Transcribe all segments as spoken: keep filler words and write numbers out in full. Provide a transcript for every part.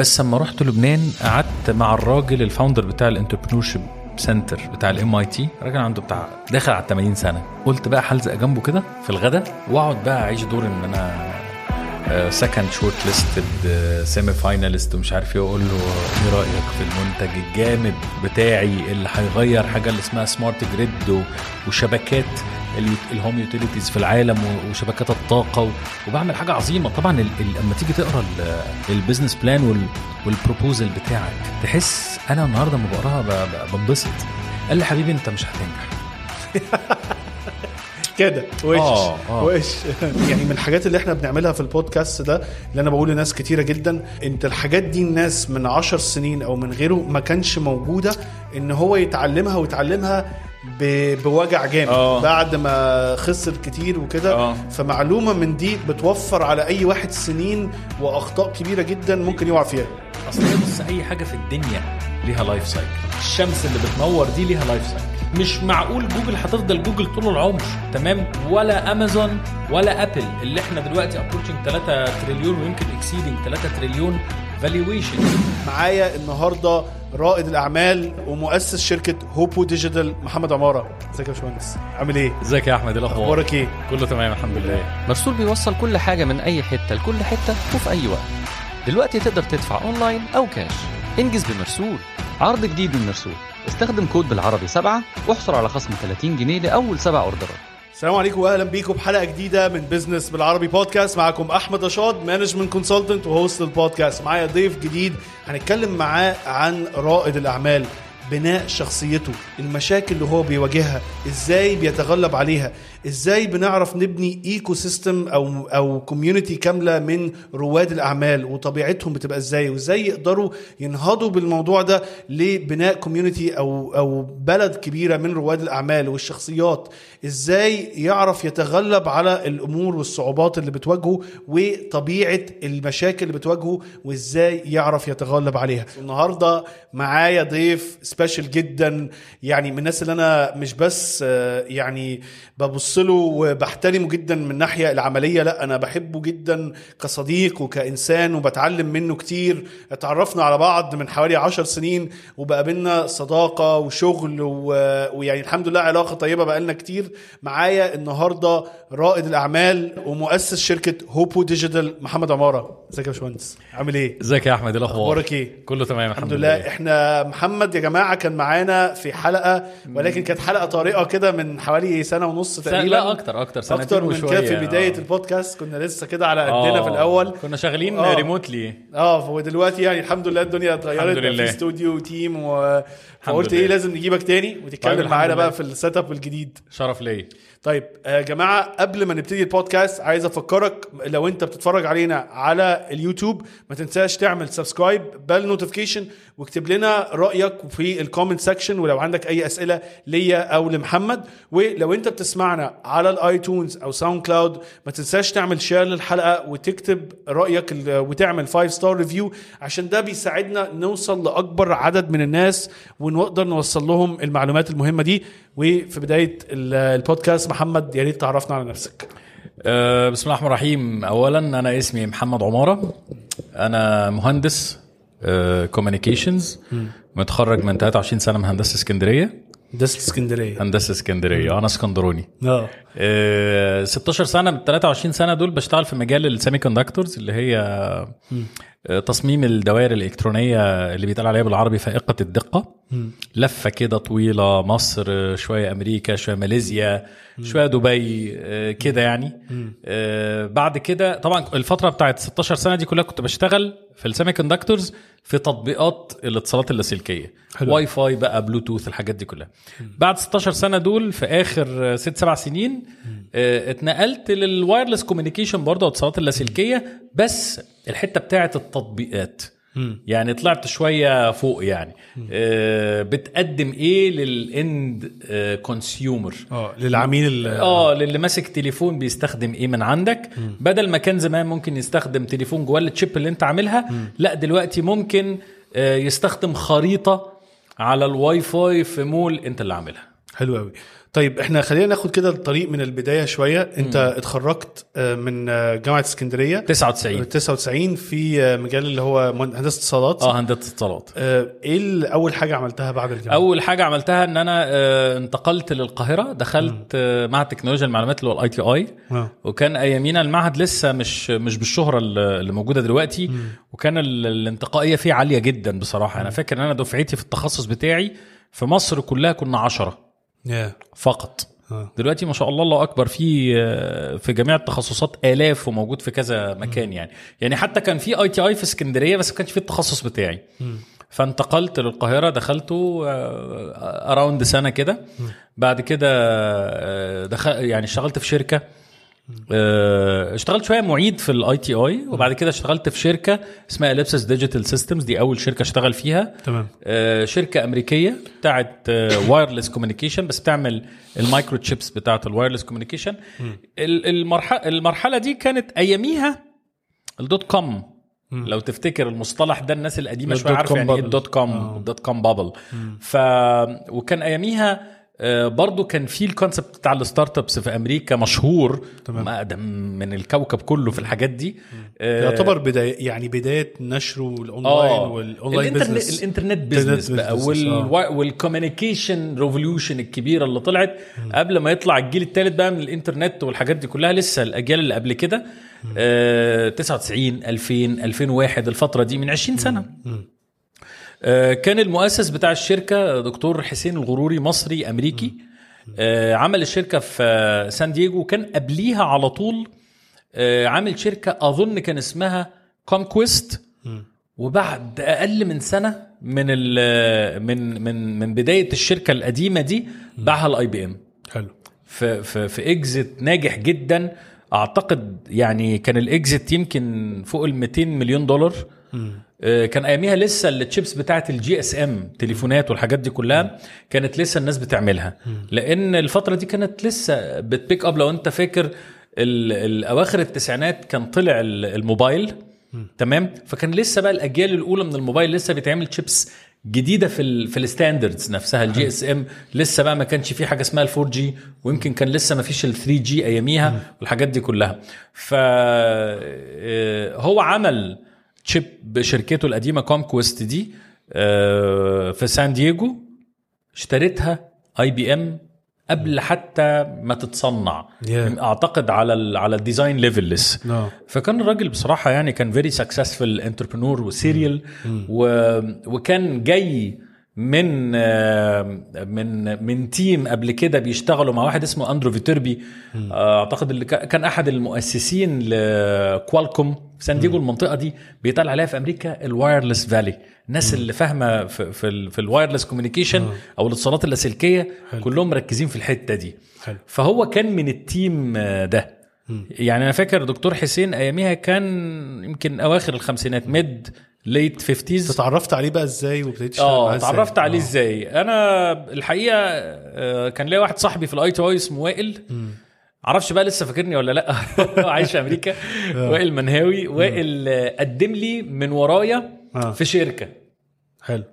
بس لما رحت لبنان قعدت مع الراجل الفاوندر بتاع الانتربرنورشيب سنتر بتاع الام اي تي، راجل عنده بتاع داخل على ثمانين سنه. قلت بقى حلزق جنبه كده في الغدا واقعد بقى اعيش دور ان انا سكند شورت ليستد سيمي فاينالست ومش عارف ايه. اقول له ايه رايك في المنتج الجامد بتاعي اللي هيغير حاجه اللي اسمها سمارت جريد وشبكات الهوم يوتيليتيز في العالم وشبكات الطاقه، وبعمل حاجه عظيمه. طبعا لما تيجي تقرا البيزنس بلان والبروبوزل بتاعك تحس انا النهارده لما بقراها بنبسط. قال لي حبيبي انت مش هتنجح كده وش آه آه. وش يعني من الحاجات اللي احنا بنعملها في البودكاست ده اللي انا بقول لناس كتيرة جدا، انت الحاجات دي الناس من عشر سنين او من غيره ما كانش موجودة ان هو يتعلمها ويتعلمها بوجع جامد آه. بعد ما خسر كتير وكده آه. فمعلومة من دي بتوفر على اي واحد سنين واخطاء كبيرة جدا ممكن يقع فيها. اصلا بس اي حاجة في الدنيا ليها لايف سايكل. الشمس اللي بتنور دي ليها لايف سايكل. مش معقول جوجل هتفضل جوجل طول العمر تمام، ولا امازون ولا ابل اللي احنا دلوقتي ابروتشنج ثلاثة تريليون ويمكن اكسيدنج ثلاثة تريليون فالويشن. معايا النهارده رائد الاعمال ومؤسس شركه هوبو ديجيتال محمد عماره. ازيك يا باشمهندس، عامل ايه؟ ازيك يا احمد، ايه الاخبار؟ اخبارك ايه؟ كله تمام الحمد لله. مرسول بيوصل كل حاجه من اي حته لكل حته وفي اي وقت. دلوقتي تقدر تدفع اونلاين او كاش. انجز بمرسول. عرض جديد من مرسول، استخدم كود بالعربي سبعة واحصل على خصم ثلاثين جنيه لأول سبع اوردرات. السلام عليكم واهلا بيكم بحلقه جديده من بيزنس بالعربي بودكاست. معاكم احمد رشاد، مانجمنت كونسلتنت وهوست البودكاست. معايا ضيف جديد هنتكلم معاه عن رائد الاعمال، بناء شخصيته، المشاكل اللي هو بيواجهها، ازاي بيتغلب عليها، ازاي بنعرف نبني ايكو سيستم او او كوميونتي كامله من رواد الاعمال وطبيعتهم بتبقى ازاي، وازاي يقدروا ينهضوا بالموضوع ده لبناء كوميونتي او او بلد كبيره من رواد الاعمال والشخصيات. ازاي يعرف يتغلب على الامور والصعوبات اللي بتواجهه وطبيعه المشاكل اللي بتواجهه وازاي يعرف يتغلب عليها. النهارده معايا ضيف سبيشال جدا، يعني من الناس اللي انا مش بس يعني ببص له وبحترمه جدا من الناحيه العمليه، لا انا بحبه جدا كصديق وكانسان وبتعلم منه كتير. اتعرفنا على بعض من حوالي عشر سنين وبقى بينا صداقه وشغل ويعني الحمد لله علاقه طيبه بقالنا كتير. معايا النهارده رائد الاعمال ومؤسس شركه هوبو ديجيتال محمد عماره. ازيك يا باشمهندس، عامل ايه؟ ازيك يا احمد، ايه الاخبار؟ اخبارك ايه؟ كله تمام الحمد لله. لله. احنا محمد يا جماعه كان معانا في حلقه ولكن كانت حلقه طارئه كده من حوالي سنه ونص تقريبا. لا اكتر اكتر سنتين اكتر من كده. في بدايه آه. البودكاست كنا لسه كده على قدنا في الاول، كنا شغالين آه. ريموتلي اه ودلوقتي يعني الحمد لله الدنيا اتغيرت في استوديو وتيم و... فقلت ايه لازم نجيبك تاني وتتكلم طيب معانا بقى في السيت اب الجديد. شرف لي. طيب يا جماعه قبل ما نبتدي البودكاست عايز افكرك لو انت بتتفرج علينا على اليوتيوب ما تنساش تعمل سبسكرايب بال نوتيفيكيشن واكتب لنا رايك في الكومنت سيكشن ولو عندك اي اسئله ليا او لمحمد. ولو انت بتسمعنا على الايتونز او ساوند كلاود ما تنساش تعمل شير للحلقه وتكتب رايك وتعمل فايف ستار ريفيو عشان ده بيساعدنا نوصل لاكبر عدد من الناس ونقدر نوصل لهم المعلومات المهمه دي. وفي بدايه البودكاست محمد يا ريت تعرفنا على نفسك. أه بسم الله الرحمن الرحيم. اولا انا اسمي محمد عماره، انا مهندس كوميونيكيشنز أه متخرج من ثلاثة وعشرين سنه من هندسه اسكندريه. هندسه اسكندريه هندسه اسكندريه انا اسكندراني. اه أه ستاشر سنه من ثلاثة وعشرين سنه دول بشتغل في مجال السيمي كوندكتورز اللي هي م. تصميم الدوائر الإلكترونية اللي بيتقال عليها بالعربي فائقة الدقة. م. لفة كده طويلة، مصر شوية أمريكا شوية ماليزيا م. شوية دبي كده يعني. م. بعد كده طبعا الفترة بتاعت ستاشر سنة دي كلها كنت بشتغل في السيمي كوندكتورز في تطبيقات الاتصالات اللاسلكية، واي فاي بقى بلوتوث الحاجات دي كلها. م. بعد ستاشر سنة دول في آخر ست سبع سنين م. اتنقلت للوايرلس كوميونيكيشن برضه اتصالات اللاسلكية، بس الحتة بتاعت التطبيقات م. يعني طلعت شوية فوق يعني آه بتقدم ايه للاند آه كونسيومر، اه للعميل اه للي ماسك تليفون بيستخدم ايه من عندك. م. بدل ما كان زمان ممكن يستخدم تليفون جوه التشيب اللي انت عاملها، م. لا دلوقتي ممكن آه يستخدم خريطة على الواي فاي في مول انت اللي عاملها. حلو قوي. طيب احنا خلينا ناخد كده الطريق من البدايه شويه. انت م. اتخرجت من جامعه اسكندريه تسعة وتسعين تسعة وتسعين في مجال اللي هو هندسه اتصالات. اه هندسه اتصالات. ايه اول حاجه عملتها بعد الجامعه؟ اول حاجه عملتها ان انا انتقلت للقاهره، دخلت م. معهد تكنولوجيا المعلومات اللي هو الاي تي اي، وكان ايامينا المعهد لسه مش مش بالشهره اللي موجوده دلوقتي، م. وكان الانتقائيه فيه عاليه جدا بصراحه. م. انا فاكر ان انا دفعتي في التخصص بتاعي في مصر كلها كنا عشرة yeah. فقط. دلوقتي ما شاء الله الله اكبر في في جميع التخصصات الاف وموجود في كذا مكان. يعني يعني حتى كان في اي تي اي في اسكندريه بس ما كانش في التخصص بتاعي. فانتقلت للقاهره، دخلته اراوند سنه كده. بعد كده دخل يعني اشتغلت في شركه، اشتغلت شويه معيد في الاي تي اي، وبعد كده اشتغلت في شركه اسمها إليبسس ديجيتال سيستمز. دي اول شركه اشتغل فيها. تمام. شركه امريكيه بتاعت وايرلس كوميونيكيشن، بس بتعمل المايكرو تشيبس بتاعت الوايرلس كوميونيكيشن. المرحله المرحله دي كانت اياميها الدوت كوم. لو تفتكر المصطلح ده، الناس القديمه شويه عارفه يعني ايه الدوت كوم. الدوت كوم بابل. ف وكان اياميها برضو كان في الكونسبت بتاع الستارت ابس في امريكا مشهور، مقدم من الكوكب كله في الحاجات دي. يعتبر بدايه يعني بدايه نشره الاونلاين آه. والاونلاين بزنس، الانترنت بزنس بقى، والكوميونيكيشن ريفولوشن الكبيره اللي طلعت م. قبل ما يطلع الجيل الثالث بقى من الانترنت والحاجات دي كلها. لسه الاجيال اللي قبل كده آه تسعة وتسعين ألفين ألفين وواحد الفتره دي من عشرين سنه. م. كان المؤسس بتاع الشركة دكتور حسين الغروري، مصري أمريكي. عمل الشركة في سان دييغو، وكان قبليها على طول عمل شركة أظن كان اسمها كونكويست. وبعد أقل من سنة من من من من بداية الشركة القديمة دي باعها الاي بي ام. حلو. في في في اكزيت ناجح جدا. أعتقد يعني كان الاكزيت يمكن فوق ال مئتين مليون دولار. م. كان اياميها لسه التشيبس بتاعه الجي اس ام تليفونات والحاجات دي كلها كانت لسه الناس بتعملها، لان الفتره دي كانت لسه بتبيك اب. لو انت فاكر الاواخر التسعينات كان طلع الموبايل. تمام. فكان لسه بقى الاجيال الاولى من الموبايل لسه بيتعمل تشيبس جديده في ال في الستاندردز نفسها. الجي اس ام لسه بقى ما كانش في حاجه اسمها الفور جي، ويمكن كان لسه ما فيش الثري جي اياميها والحاجات دي كلها. فهو عمل تشيب بشركته القديمه كومكويست دي في سان دييغو. اشتريتها اي بي ام قبل حتى ما تتصنع. yeah. اعتقد على ال على الديزاين ليفل لسه. no. فكان الراجل بصراحه يعني كان فيري سكسسفul انتربرنور وسيريال. mm. و وكان جاي من من من تيم قبل كده بيشتغلوا مع واحد اسمه اندرو فيتربي. اعتقد اللي كان احد المؤسسين لكوالكوم في سان دييغو. المنطقه دي بيطلع عليها في امريكا الوايرلس فالي. الناس اللي فاهمه في في, في الوايرلس كوميونيكيشن او الاتصالات اللاسلكيه كلهم مركزين في الحته دي. حلو. فهو كان من التيم ده. يعني انا فاكر دكتور حسين اياميها كان يمكن اواخر الخمسينات، ميد ليت فيفتيز. تعرفت عليه بقى ازاي وبدأت تشتغل معاه ازاي؟ تعرفت عليه ازاي؟ انا الحقيقه كان ليا واحد صاحبي في الاي تي اي اسمه وائل. عرفش بقى لسه فاكرني ولا لا. عايش في امريكا. وائل منهاوي. وائل قدم لي من ورايا في شركه. حلو.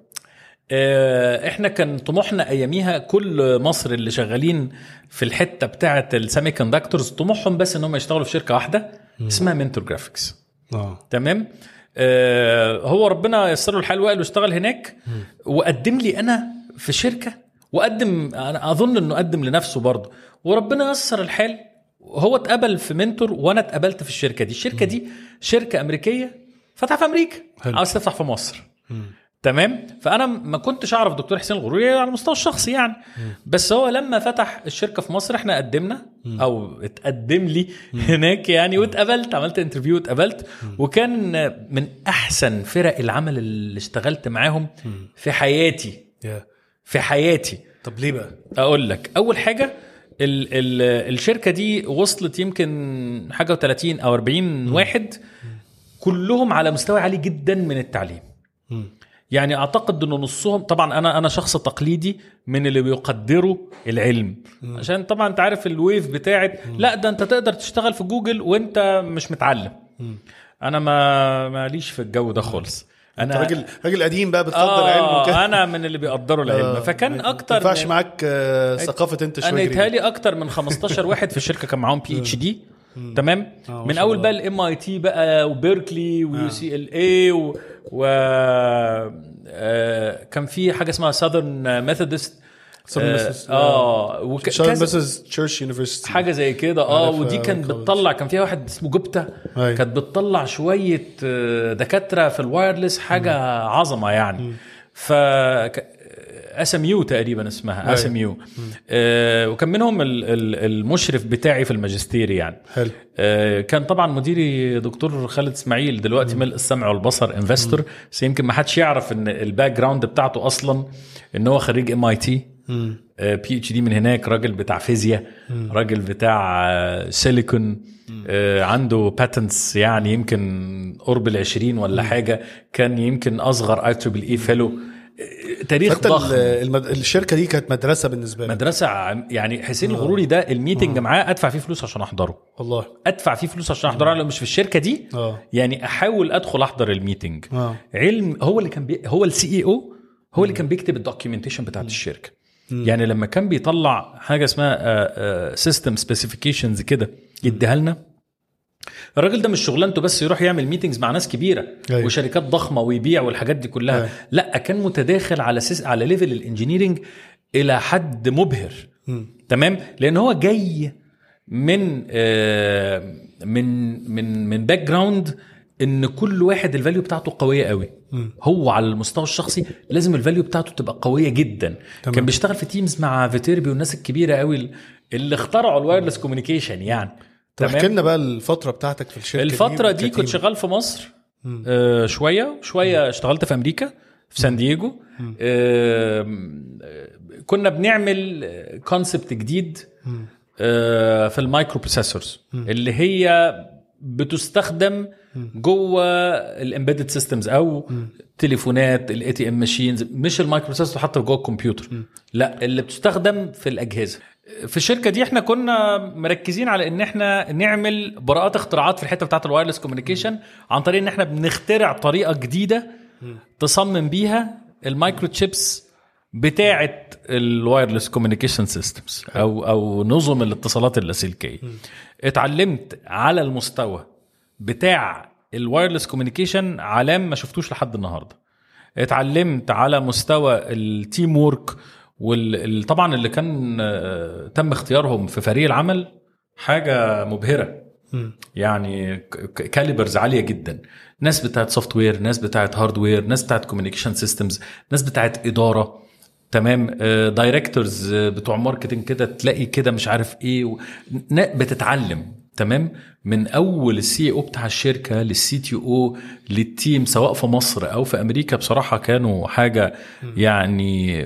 احنا كان طموحنا اياميها كل مصر اللي شغالين في الحته بتاعه السيمي كوندكتورز طموحهم بس انهم يشتغلوا في شركه واحده اسمها منتور جرافيكس. اه تمام. هو ربنا يسر له الحال وقال واشتغل هناك. وقدم لي انا في شركه، وقدم انا اظن انه قدم لنفسه برضه، وربنا يسر الحال. هو اتقبل في منتور وانا اتقبلت في الشركه دي. الشركه دي شركه امريكيه فتح في امريكا، عاوز تفتح في مصر. مم. تمام. فانا ما كنتش اعرف دكتور حسين الغروري على المستوى الشخصي يعني. مم. بس هو لما فتح الشركه في مصر احنا قدمنا مم. او اتقدم لي مم. هناك يعني، واتقبلت. عملت انترفيو واتقبلت. وكان من احسن فرق العمل اللي اشتغلت معاهم مم. في حياتي. yeah. في حياتي. طب ليه بقى؟ اقول لك. اول حاجه ال ال الشركه دي وصلت يمكن حاجه وثلاثين او أربعين مم. واحد، كلهم على مستوى عالي جدا من التعليم. مم. يعني اعتقد انه نصهم، طبعا انا انا شخص تقليدي من اللي بيقدروا العلم. مم. عشان طبعا انت عارف الويف بتاعت مم. لا ده انت تقدر تشتغل في جوجل وانت مش متعلم. مم. انا ما ماليش في الجو ده خالص. انت راجل راجل قديم بقى بتقدر آه علم وكده. انا من اللي بيقدروا العلم. آه فكان اكتر ما ينفعش من... معاك آه ثقافه انت شويه. انا يتهيألي اكتر من خمستاشر واحد في الشركه كان معاهم بي اتش دي. تمام. من اول بقى الام اي تي بقى وبيركلي ويو سي ال اي و, و... آه كان في حاجه اسمها ساذرن ميثودست اه وكذا تشيرش يونيفرسيتي حاجه زي كده. اه ودي كانت بتطلع، كان فيها واحد اسمه جوبتا كانت بتطلع شويه دكاتره في الوايرلس حاجه م. عظمه يعني. ف اس ام يو تقريبا اسمها اس ام يو. وكان منهم المشرف بتاعي في الماجستير يعني. حلو. آه كان طبعا مديري دكتور خالد اسماعيل، دلوقتي ملء السمع والبصر انفستور، بس يمكن ما حدش يعرف ان الباك جراوند بتاعته اصلا ان هو خريج ام اي تي، بي اتش دي من هناك، راجل بتاع فيزياء، راجل بتاع آه سيليكون، آه عنده باتنتس يعني يمكن قرب العشرين ولا مم. حاجه. كان يمكن اصغر اي تريبل اي فيلو. تاريخ ضخم. المد... الشركه دي كانت مدرسه بالنسبه لي، مدرسه يعني. حسين الغروري ده الميتنج معاه ادفع فيه فلوس عشان احضره، والله ادفع فيه فلوس عشان احضره لو مش في الشركه دي. أوه. يعني احاول ادخل احضر الميتنج. أوه. علم هو اللي كان بي... هو السي اي او هو اللي كان بيكتب الدوكيومنتيشن بتاعت الشركه. مم. يعني لما كان بيطلع حاجه اسمها سيستم سبيسيفيكيشنز كده يديها لنا، الراجل ده مش شغلانته بس يروح يعمل ميتينجز مع ناس كبيره أي. وشركات ضخمه ويبيع والحاجات دي كلها. أي. لا كان متداخل على سيس... على ليفل الانجينيرنج الى حد مبهر. م. تمام. لان هو جاي من آه من من من باك جراوند ان كل واحد الفاليو بتاعته قويه قوي. م. هو على المستوى الشخصي لازم الفاليو بتاعته تبقى قويه جدا. تمام. كان بيشتغل في تيمز مع فيتيربي والناس الكبيره قوي اللي اخترعوا الوايرلس كوميونيكيشن يعني. تحكي لنا بقى الفترة بتاعتك في الشركة. الفترة دي, دي كنت شغال في مصر آه شوية شوية. مم. اشتغلت في أمريكا في سان دييغو. آه كنا بنعمل كونسبت جديد آه في المايكرو بروسيسورز اللي هي بتستخدم جوه الامبيدد سيستمز او مم. تليفونات الاي تي ام ماشينز، مش المايكرو بروسيسور حتى جوه الكمبيوتر. مم. لا اللي بتستخدم في الأجهزة. في الشركة دي احنا كنا مركزين على ان احنا نعمل براءات اختراعات في الحتة بتاعت الوايرلس كوميونيكيشن عن طريق ان احنا بنخترع طريقة جديدة تصمم بيها المايكرو تشيبس بتاعة الوايرلس كوميونيكيشن سيستمز او او نظم الاتصالات اللاسلكية. اتعلمت على المستوى بتاع الوايرلس كوميونيكيشن علام ما شفتوش لحد النهاردة. اتعلمت على مستوى التيم وورك، وطبعا اللي كان تم اختيارهم في فريق العمل حاجة مبهرة. م. يعني كاليبرز عالية جدا، ناس بتاعت سوفت وير، ناس بتاعت هاردوير، ناس بتاعت كوميونيكيشن سيستمز، ناس بتاعت إدارة. تمام. دايركتورز بتوع ماركتنج كده تلاقي كده مش عارف ايه و... بتتعلم. تمام. من اول السي او بتاع الشركه للسي تي او للتيم سواء في مصر او في امريكا، بصراحه كانوا حاجه يعني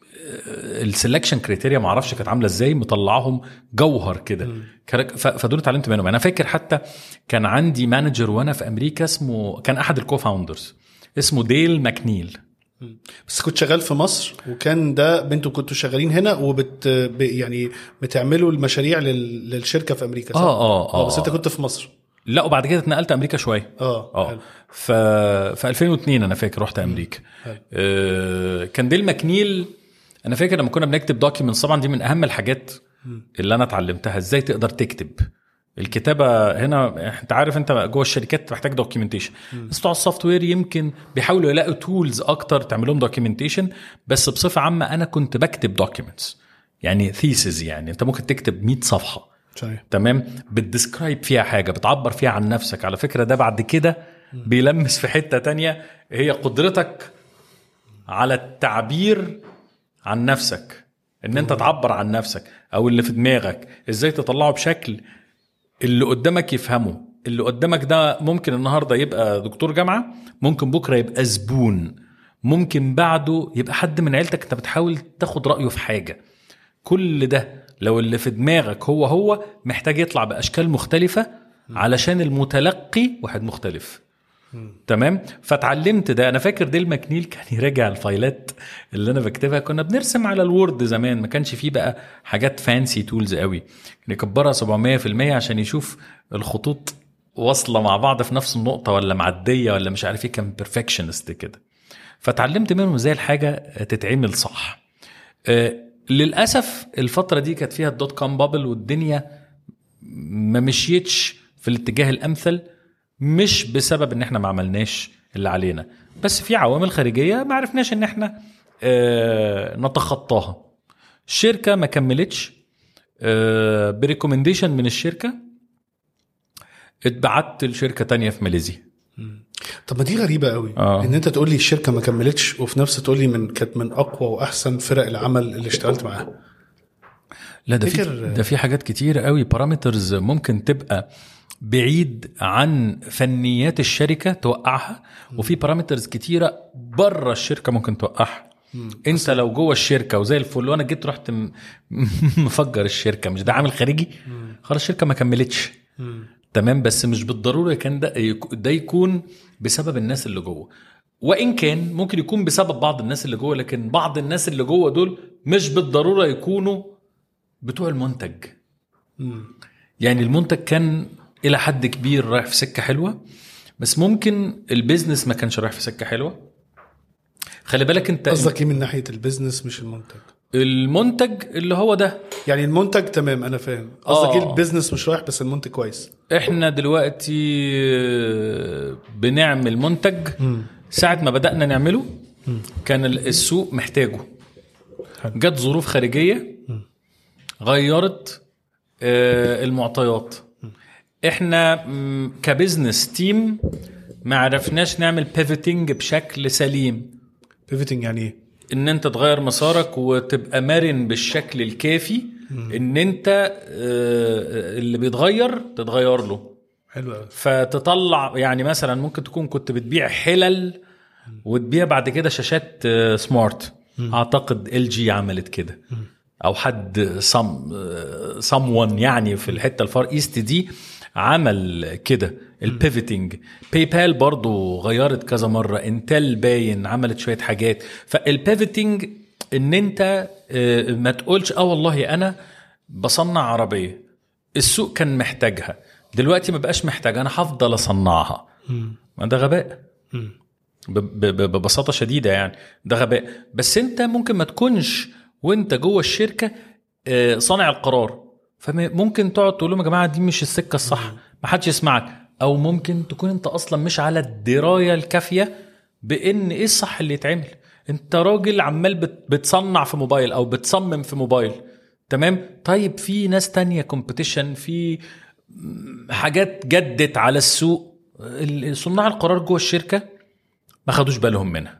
السلكشن كريتيريا ما اعرفش كانت عامله ازاي، مطلعهم جوهر كده. فدول اتعلمت منهم. انا فاكر حتى كان عندي مانجر وانا في امريكا اسمه، كان احد الكوفاوندرز اسمه ديل ماكنيل. بس كنت شغال في مصر وكان ده بنتوا كنتوا شغالين هنا وبت يعني بتعملوا المشاريع لل... للشركه في امريكا صح؟ اه اه اه بس انت كنت في مصر. لا وبعد كده اتنقلت امريكا شويه. اه اه ف في ألفين واثنين انا فاكر رحت امريكا. آه كان ديل ماكنيل. انا فاكر لما كنا بنكتب دوكيومنتس، طبعا دي من اهم الحاجات اللي انا اتعلمتها، ازاي تقدر تكتب. الكتابه هنا انت عارف انت جوه الشركات محتاج دوكيومنتيشن، بس بتوع السوفت وير يمكن بيحاولوا يلاقوا تولز اكتر تعمل لهم دوكيومنتيشن. بس بصفه عامه انا كنت بكتب دوكيومنتس يعني ثيسز، يعني انت ممكن تكتب مية صفحه. صحيح. تمام. بتديسكرايب فيها حاجه، بتعبر فيها عن نفسك. على فكره ده بعد كده بيلمس في حته تانية، هي قدرتك على التعبير عن نفسك، ان انت تعبر عن نفسك او اللي في دماغك، ازاي تطلعه بشكل اللي قدامك يفهمه. اللي قدامك ده ممكن النهاردة يبقى دكتور جامعة، ممكن بكرة يبقى زبون، ممكن بعده يبقى حد من عيلتك انت بتحاول تاخد رأيه في حاجة. كل ده لو اللي في دماغك هو هو محتاج يطلع بأشكال مختلفة علشان المتلقي واحد مختلف. تمام. فتعلمت ده. انا فاكر ديل ماكنيل كان يراجع الفايلات اللي انا بكتبها، كنا بنرسم على الوورد زمان، ما كانش فيه بقى حاجات فانسي تولز قوي، كان يكبرها سبعمية في المية عشان يشوف الخطوط واصله مع بعض في نفس النقطه ولا معديه ولا مش عارف ايه، كان بيرفكشنست كده. فتعلمت منهم ازاي الحاجه تتعمل صح. أه للاسف الفتره دي كانت فيها الدوت كوم بابل والدنيا ما مشيتش في الاتجاه الامثل، مش بسبب ان احنا ما عملناش اللي علينا، بس في عوامل خارجيه ما عرفناش ان احنا أه نتخطاها. الشركه ما كملتش أه بريكومنديشن من الشركه، اتبعت لشركه تانية في ماليزيا. طب ما دي غريبه قوي آه. ان انت تقول لي الشركه ما كملتش وفي نفس تقول لي من كانت من اقوى واحسن فرق العمل اللي اشتغلت معاها. لا ده في ده في حاجات كتير قوي، بارامترز ممكن تبقى بعيد عن فنيات الشركه توقعها، وفي بارامترز كتيره بره الشركه ممكن توقعها. انت لو جوه الشركه وزي الفل وانا جيت رحت مفجر الشركه، مش ده عامل خارجي، خلاص الشركه ما كملتش. تمام، بس مش بالضروره كان ده ده يكون بسبب الناس اللي جوه، وان كان ممكن يكون بسبب بعض الناس اللي جوه، لكن بعض الناس اللي جوه دول مش بالضروره يكونوا بتوع المنتج. يعني المنتج كان الى حد كبير رايح في سكه حلوه، بس ممكن البيزنس ما كانش رايح في سكه حلوه. خلي بالك انت قصدك ايه من ناحيه البيزنس مش المنتج؟ المنتج اللي هو ده يعني المنتج تمام انا فاهم قصدك ايه. البيزنس مش رايح بس المنتج كويس. احنا دلوقتي بنعمل منتج م. ساعة ما بدأنا نعمله م. كان السوق محتاجه، جت ظروف خارجية م. غيرت المعطيات. م. احنا كبزنس تيم ما عرفناش نعمل بيفيتنج بشكل سليم. بيفيتنج يعني ايه؟ ان انت تغير مسارك وتبقى مرن بالشكل الكافي م. ان انت اللي بيتغير تتغير له. حلو قوي. فتطلع يعني مثلا ممكن تكون كنت بتبيع حلل وتبيع بعد كده شاشات سمارت. م. اعتقد ال جي عملت كده م. او حد سم someone يعني في الحته الفار ايست دي عمل كده البيفيتنج. باي بال برضو غيرت كذا مرة، انتل باين عملت شوية حاجات. فالبيفيتنج ان انت ما تقولش اه والله انا بصنع عربية السوق كان محتاجها دلوقتي ما بقاش محتاج انا هفضل اصنعها. ما ده غباء ببساطة شديدة، يعني ده غباء. بس انت ممكن ما تكونش وانت جوه الشركة صانع القرار، فممكن تقعد تقول لهم يا جماعة دي مش السكة الصح، ما حدش يسمعك. او ممكن تكون انت اصلا مش على الدراية الكافية بان ايه الصح اللي يتعمل. انت راجل عمال بتصنع في موبايل او بتصمم في موبايل، تمام؟ طيب في ناس تانية كومبيتيشن، في حاجات جدت على السوق، صناع القرار جوه الشركة ما خدوش بالهم منها.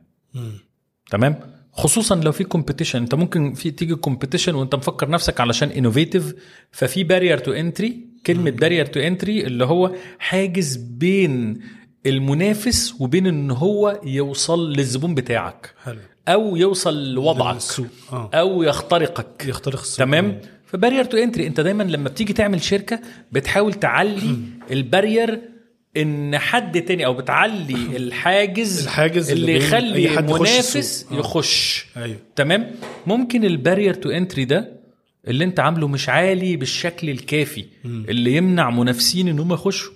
تمام، خصوصا لو في كومبيتيشن. انت ممكن في تيجي كومبيتيشن وانت مفكر نفسك علشان انوفيتيف، ففي بارير تو انتري. كلمه بارير تو انتري اللي هو حاجز بين المنافس وبين ان هو يوصل للزبون بتاعك. حلو. او يوصل لوضعك آه. او يخترقك يخترق السوق. تمام. فبارير تو انتري انت دايما لما بتيجي تعمل شركه بتحاول تعلي البارير ان حد تاني، او بتعلي الحاجز, الحاجز اللي, اللي يخلي منافس يخش, يخش. آه. أيوه. تمام. ممكن البارير تو انتري ده اللي انت عامله مش عالي بالشكل الكافي م. اللي يمنع منافسين ان هم يخشوا.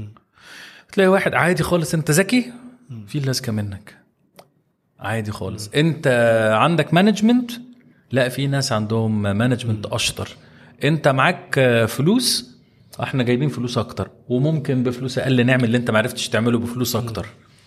تلاقي واحد عادي خالص، انت ذكي في اللي اذكى منك عادي خالص. م. انت عندك مانجمنت، لا في ناس عندهم مانجمنت اشطر. انت معاك فلوس، احنا جايبين فلوس اكتر وممكن بفلوس اقل نعمل اللي انت معرفتش تعمله بفلوس اكتر.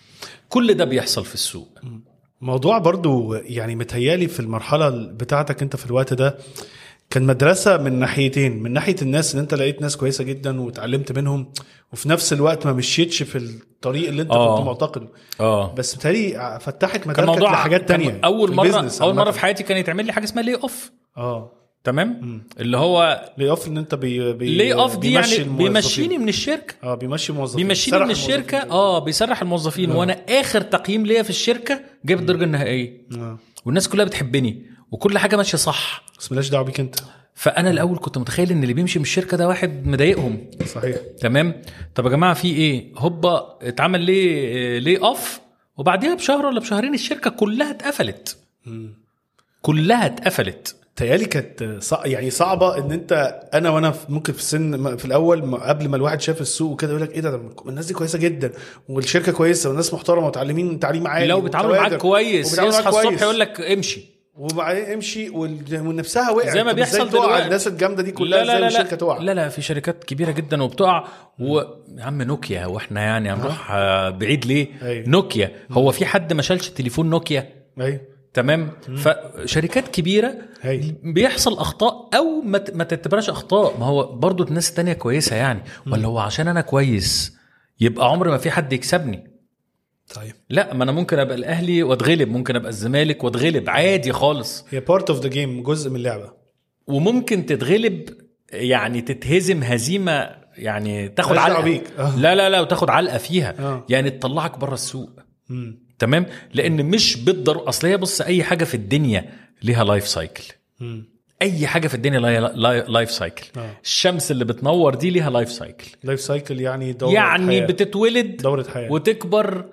كل ده بيحصل في السوق. موضوع برضو يعني متهيالي في المرحلة بتاعتك انت في الوقت ده كان مدرسة من ناحيتين. من ناحية الناس ان انت لقيت ناس كويسة جدا وتعلمت منهم، وفي نفس الوقت ما مشيتش في الطريق اللي انت آه. كنت معتقد. اه بس متهيالي فتحت مداركك لحاجات تانية. اول مرة اول مرة في حياتي كان يتعمل لي حاجة اسمها لي اوف. اه تمام. م. اللي هو لي اوف ان انت بي, بي لي اوف دي يعني بيمشيني من الشركه. اه بيمشي موظفين، بيمشيني من الشركه. اه بيسرح الموظفين. آه. وانا اخر تقييم ليا في الشركه جايب الدرجه النهائيه. آه. والناس كلها بتحبني وكل حاجه ماشيه صح، بس ملاش دعوه بيك انت. فانا الاول كنت متخيل ان اللي بيمشي من الشركه ده واحد مضايقهم. صحيح. تمام. طب يا جماعه في ايه؟ هوبا اتعمل ليه ليه اوف، وبعديها بشهر ولا بشهرين الشركه كلها اتقفلت. م. كلها اتقفلت. تهيالي كانت صع... يعني صعبه ان انت انا وانا في ممكن في السن في الاول قبل ما الواحد شاف السوق وكده يقول لك ايه ده الناس دي كويسه جدا والشركه كويسه والناس محترمه وتعلمين تعليم عالي لو بيتعاملوا معاك كويس يصحى الصبح يقول لك امشي وبعدين امشي ونفسها وقعت زي ما بيحصل دلوقتي. الناس الجامده دي كلها لا لا زي الشركه تقع. لا لا في شركات كبيره جدا وبتقع. ويا عم نوكيا واحنا يعني هنروح بعيد ليه؟ أي. نوكيا هو في حد ما شالش تليفون نوكيا؟ ايوه تمام. فشركات كبيره هي. بيحصل اخطاء او ما تعتبرش اخطاء، ما هو برضو الناس التانية كويسه يعني، ولا هو عشان انا كويس يبقى عمر ما في حد يكسبني؟ طيب لا، ما انا ممكن ابقى الاهلي واتغلب، ممكن ابقى الزمالك واتغلب عادي خالص. هي بارت اوف ذا جيم، جزء من اللعبه. وممكن تتغلب يعني تتهزم هزيمه يعني تاخد علقه. لا لا لا وتاخد علقه فيها. أوه. يعني تطلعك بره السوق. مم. تمام. لان مش بالضروره اصل هي بص اي حاجه في الدنيا ليها لايف سايكل. مم. اي حاجه في الدنيا ليها لايف سايكل. أوه. الشمس اللي بتنور دي ليها لايف سايكل. لايف سايكل يعني دوره يعني حياة. بتتولد دوره حياه وتكبر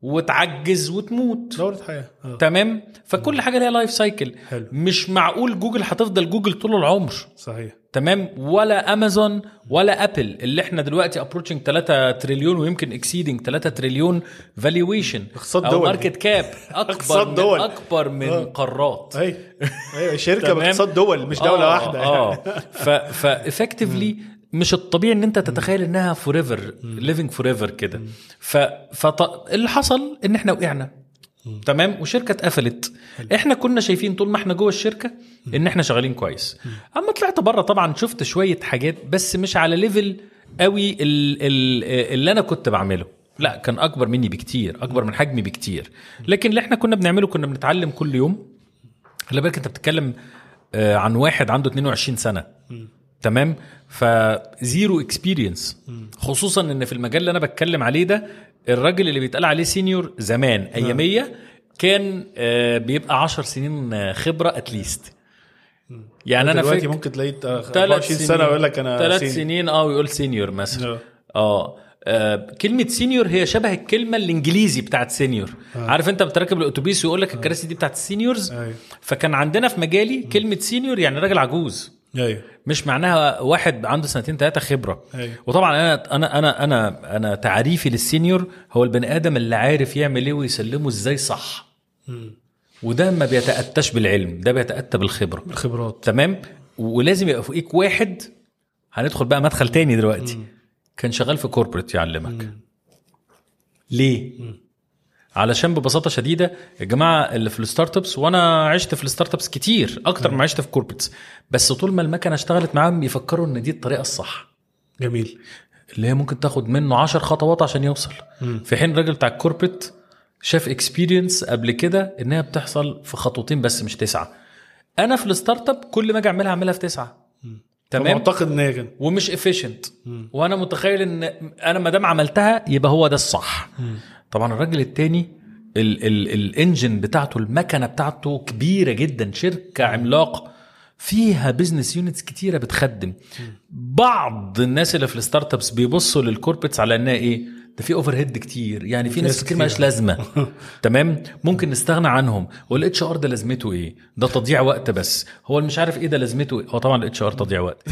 وتعجز وتموت. دورة حياة. أوه. تمام. فكل حاجة لها لايف سايكل. حلو. مش معقول جوجل هتفضل جوجل طول العمر. صحيح. تمام. ولا امازون ولا ابل اللي احنا دلوقتي ابروتشنج ثلاثة تريليون ويمكن اكسيدنج ثلاثة تريليون فالويشن او ماركت كاب اكبر من دول. اكبر من أوه. قارات. اي ايوه شركة باقتصاد دول مش دولة آه واحدة. اه ف فافكتفلي مش الطبيعي ان انت تتخيل انها فوريفر ليفينج فوريفر كده. ف فاللي حصل ان احنا وقعنا. تمام. وشركه اتقفلت. احنا كنا شايفين طول ما احنا جوه الشركه ان احنا شغالين كويس. اما طلعت بره طبعا شفت شويه حاجات بس مش على ليفل قوي اللي انا كنت بعمله. لا كان اكبر مني بكتير، اكبر من حجمي بكتير. لكن اللي احنا كنا بنعمله كنا بنتعلم كل يوم. خلي بالك انت بتتكلم عن واحد عنده اتنين وعشرين سنه. تمام. فزيرو اكسبيرينس، خصوصا ان في المجال اللي انا بتكلم عليه ده الراجل اللي بيتقال عليه سينيور زمان اياميه كان بيبقى عشر سنين خبره اتليست. يعني انا دلوقتي ممكن تلاقيه أربعة وعشرين سنه ويقول لك انا ثلاث سنين اه ويقول سينيور مثلا. اه كلمة سينيور هي شبه الكلمة الانجليزي بتاعت سينيور. آه. عارف انت بتركب الاتوبيس ويقول لك الكراسي دي بتاعت السينيورز. آه. فكان عندنا في مجالي كلمة سينيور يعني راجل عجوز. أيوة. مش معناها واحد عنده سنتين ثلاثه خبره. أيوة. وطبعا انا انا انا انا انا تعريفي للسينيور هو البني ادم اللي عارف يعمل ايه ويسلمه ازاي صح. م. وده ما بيتاتش بالعلم، ده بيتاتى بالخبره بالخبرات. تمام. ولازم يبقى فوقيك واحد. هندخل بقى مدخل تاني دلوقتي. م. كان شغال في كوربريت يعلمك. م. ليه؟ م. علشان ببساطه شديده يا جماعه اللي في الستارت ابس، وانا عشت في الستارت ابس كتير اكتر ما عشت في كوربريتس، بس طول ما المكنه اشتغلت معاهم يفكروا ان دي الطريقه الصح. جميل. اللي هي ممكن تاخد منه عشر خطوات عشان يوصل. م. في حين الراجل بتاع الكوربريت شاف اكسبيرينس قبل كده انها بتحصل في خطوتين بس مش تسعه. انا في الستارت اب كل ما اجي اعملها اعملها في تسعه. م. تمام. معتقد ناجن ومش افيشنت، وانا متخيل ان انا ما دام عملتها يبقى هو ده الصح. م. طبعا الراجل التاني الانجن بتاعته المكنه بتاعته كبيره جدا، شركه عملاقه فيها بيزنس يونتس كتيره بتخدم. بعض الناس اللي في الستارت ابس بيبصوا للكوربريتس على انها ايه، ده في اوفر هيد كتير، يعني في ناس كتير مالهاش لازمه. تمام. ممكن نستغنى عنهم. والاتش ار ده لازمته ايه؟ ده تضييع وقت بس. هو مش عارف ايه ده لازمته ايه. هو طبعا الاتش ار تضييع وقت.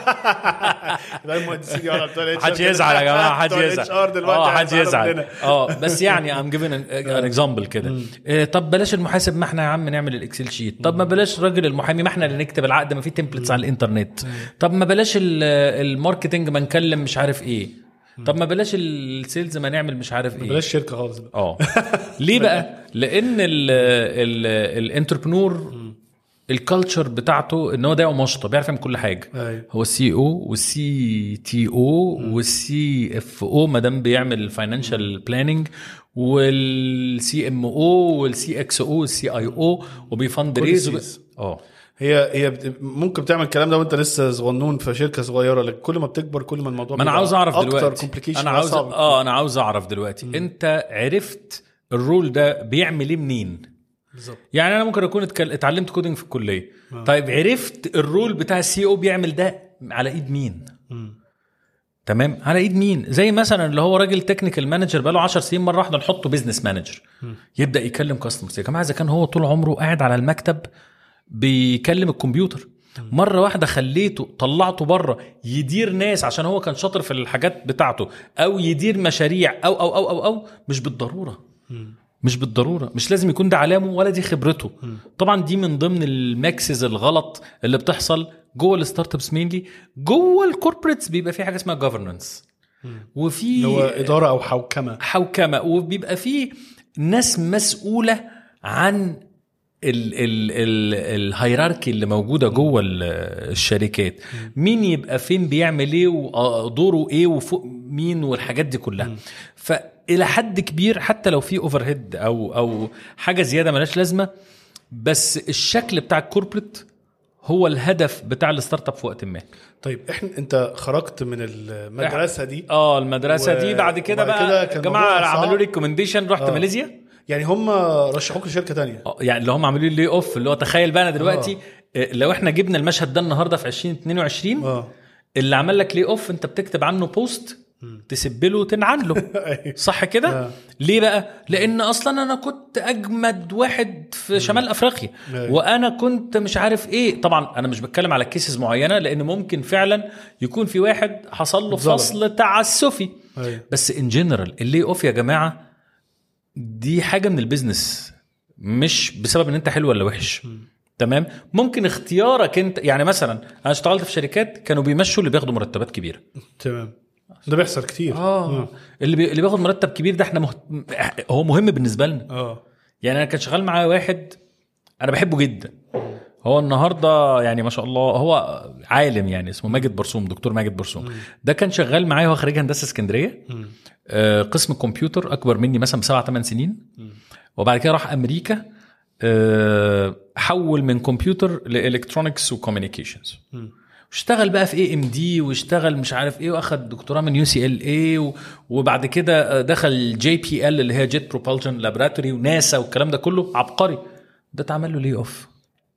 حد يزعل يا جماعه، حد يزعل اه حد يزعل اه بس يعني ام جيفين ان اكزامبل كده. طب بلاش المحاسب، ما احنا يا عم نعمل الاكسل شيت. طب ما بلاش راجل المحامي، ما احنا اللي نكتب العقد، ما في تمبلتس على الانترنت. طب ما بلاش الماركتنج، ما نكلم مش عارف ايه. طب ما بلاش السيلز، ما نعمل مش عارف ايه. بلاش شركه خالص. اه ليه بقى؟ لان الانتربرنور الكالتشر بتاعته ان هو ده ومشطه بيعرف يعمل كل حاجه. أيوة. هو السي او والسي تي او والسي اف او مادام بيعمل الفاينانشال بلاننج، والسي ام او والسي اكس او والسي اي او وبيفند ريز. اه هي هي ممكن بتعمل الكلام ده وانت لسه صغنون في شركه صغيره، لكن كل ما بتكبر كل ما الموضوع ما انا عاوز اعرف دلوقتي. انا عاوز اه انا عاوز اعرف دلوقتي. م. انت عرفت الرول ده بيعمل ايه منين؟ بالظبط. يعني انا ممكن اكون اتعلمت كودينج في الكليه. آه. طيب عرفت الرول بتاع السي او بيعمل ده على ايد مين؟ م. تمام. على ايد مين؟ زي مثلا اللي هو راجل تكنيكال مانجر بقاله عشر سنين مره واحده نحطه بيزنس مانجر يبدا يكلم كاستمرز. يا جماعه اذا كان هو طول عمره قاعد على المكتب بيكلم الكمبيوتر. مرة واحدة خليته طلعته بره يدير ناس عشان هو كان شاطر في الحاجات بتاعته، أو يدير مشاريع أو أو أو أو, أو مش بالضرورة مش بالضرورة مش لازم يكون ده علامه ولا دي خبرته. طبعا دي من ضمن الماكسز الغلط اللي بتحصل جوه الستارت ابس. مينلي جوه الكوربريتس بيبقى في حاجة اسمها جوفرننس، وفي هو إدارة أو حوكمة حوكمة وبيبقى في ناس مسؤولة عن الهيراركي اللي موجودة جوه الشركات، مين يبقى فين بيعمل ايه ودوره ايه وفوق مين والحاجات دي كلها. فإلى حد كبير حتى لو في اوفر هيد او او حاجة زيادة ملاش لازمة، بس الشكل بتاع الكوربريت هو الهدف بتاع الستارت اب في وقت ما. طيب احنا انت خرجت من المدرسة دي اه المدرسة و... دي بعد كده بقى جماعة عملوا لي ريكومنديشن، رحت آه. ماليزيا. يعني هم رشحوك لشركه تانية؟ يعني اللي هم عملوا لي اوف، اللي هو تخيل بقى انا دلوقتي آه. لو احنا جبنا المشهد ده النهارده في عشرين اتنين وعشرين آه. اللي عمل لك لي اوف انت بتكتب عنه بوست تسبله وتنعن له صح كده آه. ليه بقى؟ لان اصلا انا كنت اجمد واحد في شمال افريقيا آه. وانا كنت مش عارف ايه. طبعا انا مش بتكلم على كيسز معينه، لان ممكن فعلا يكون في واحد حصل له فصل تعسفي آه. بس ان جنرال اللي اوف يا جماعه دي حاجة من البيزنس، مش بسبب ان انت حلو ولا وحش. م. تمام. ممكن اختيارك انت، يعني مثلا انا اشتغلت في شركات كانوا بيمشوا اللي بياخدوا مرتبات كبيرة. تمام. ده بيحصل كتير. اه اللي بي... اللي بياخد مرتب كبير ده احنا مه... هو مهم بالنسبة لنا. اه يعني انا كان شغال معايا واحد انا بحبه جدا، هو النهارده يعني ما شاء الله هو عالم، يعني اسمه ماجد برسوم، دكتور ماجد برسوم. م. ده كان شغال معايا، هو خريج هندسة اسكندرية، آه قسم كمبيوتر، اكبر مني مثلا بسبعة ثمان سنين. م. وبعد كده راح امريكا، آه حول من كمبيوتر لالكترونكس وكوميونيكيشنز، واشتغل بقى في اي ام دي، واشتغل مش عارف ايه، واخد دكتوراه من يو سي ال اي، وبعد كده دخل جي بي ال اللي هي جيت بروبالجن لابراتوري وناسا والكلام ده كله. عبقري. ده اتعمل له لي اوف.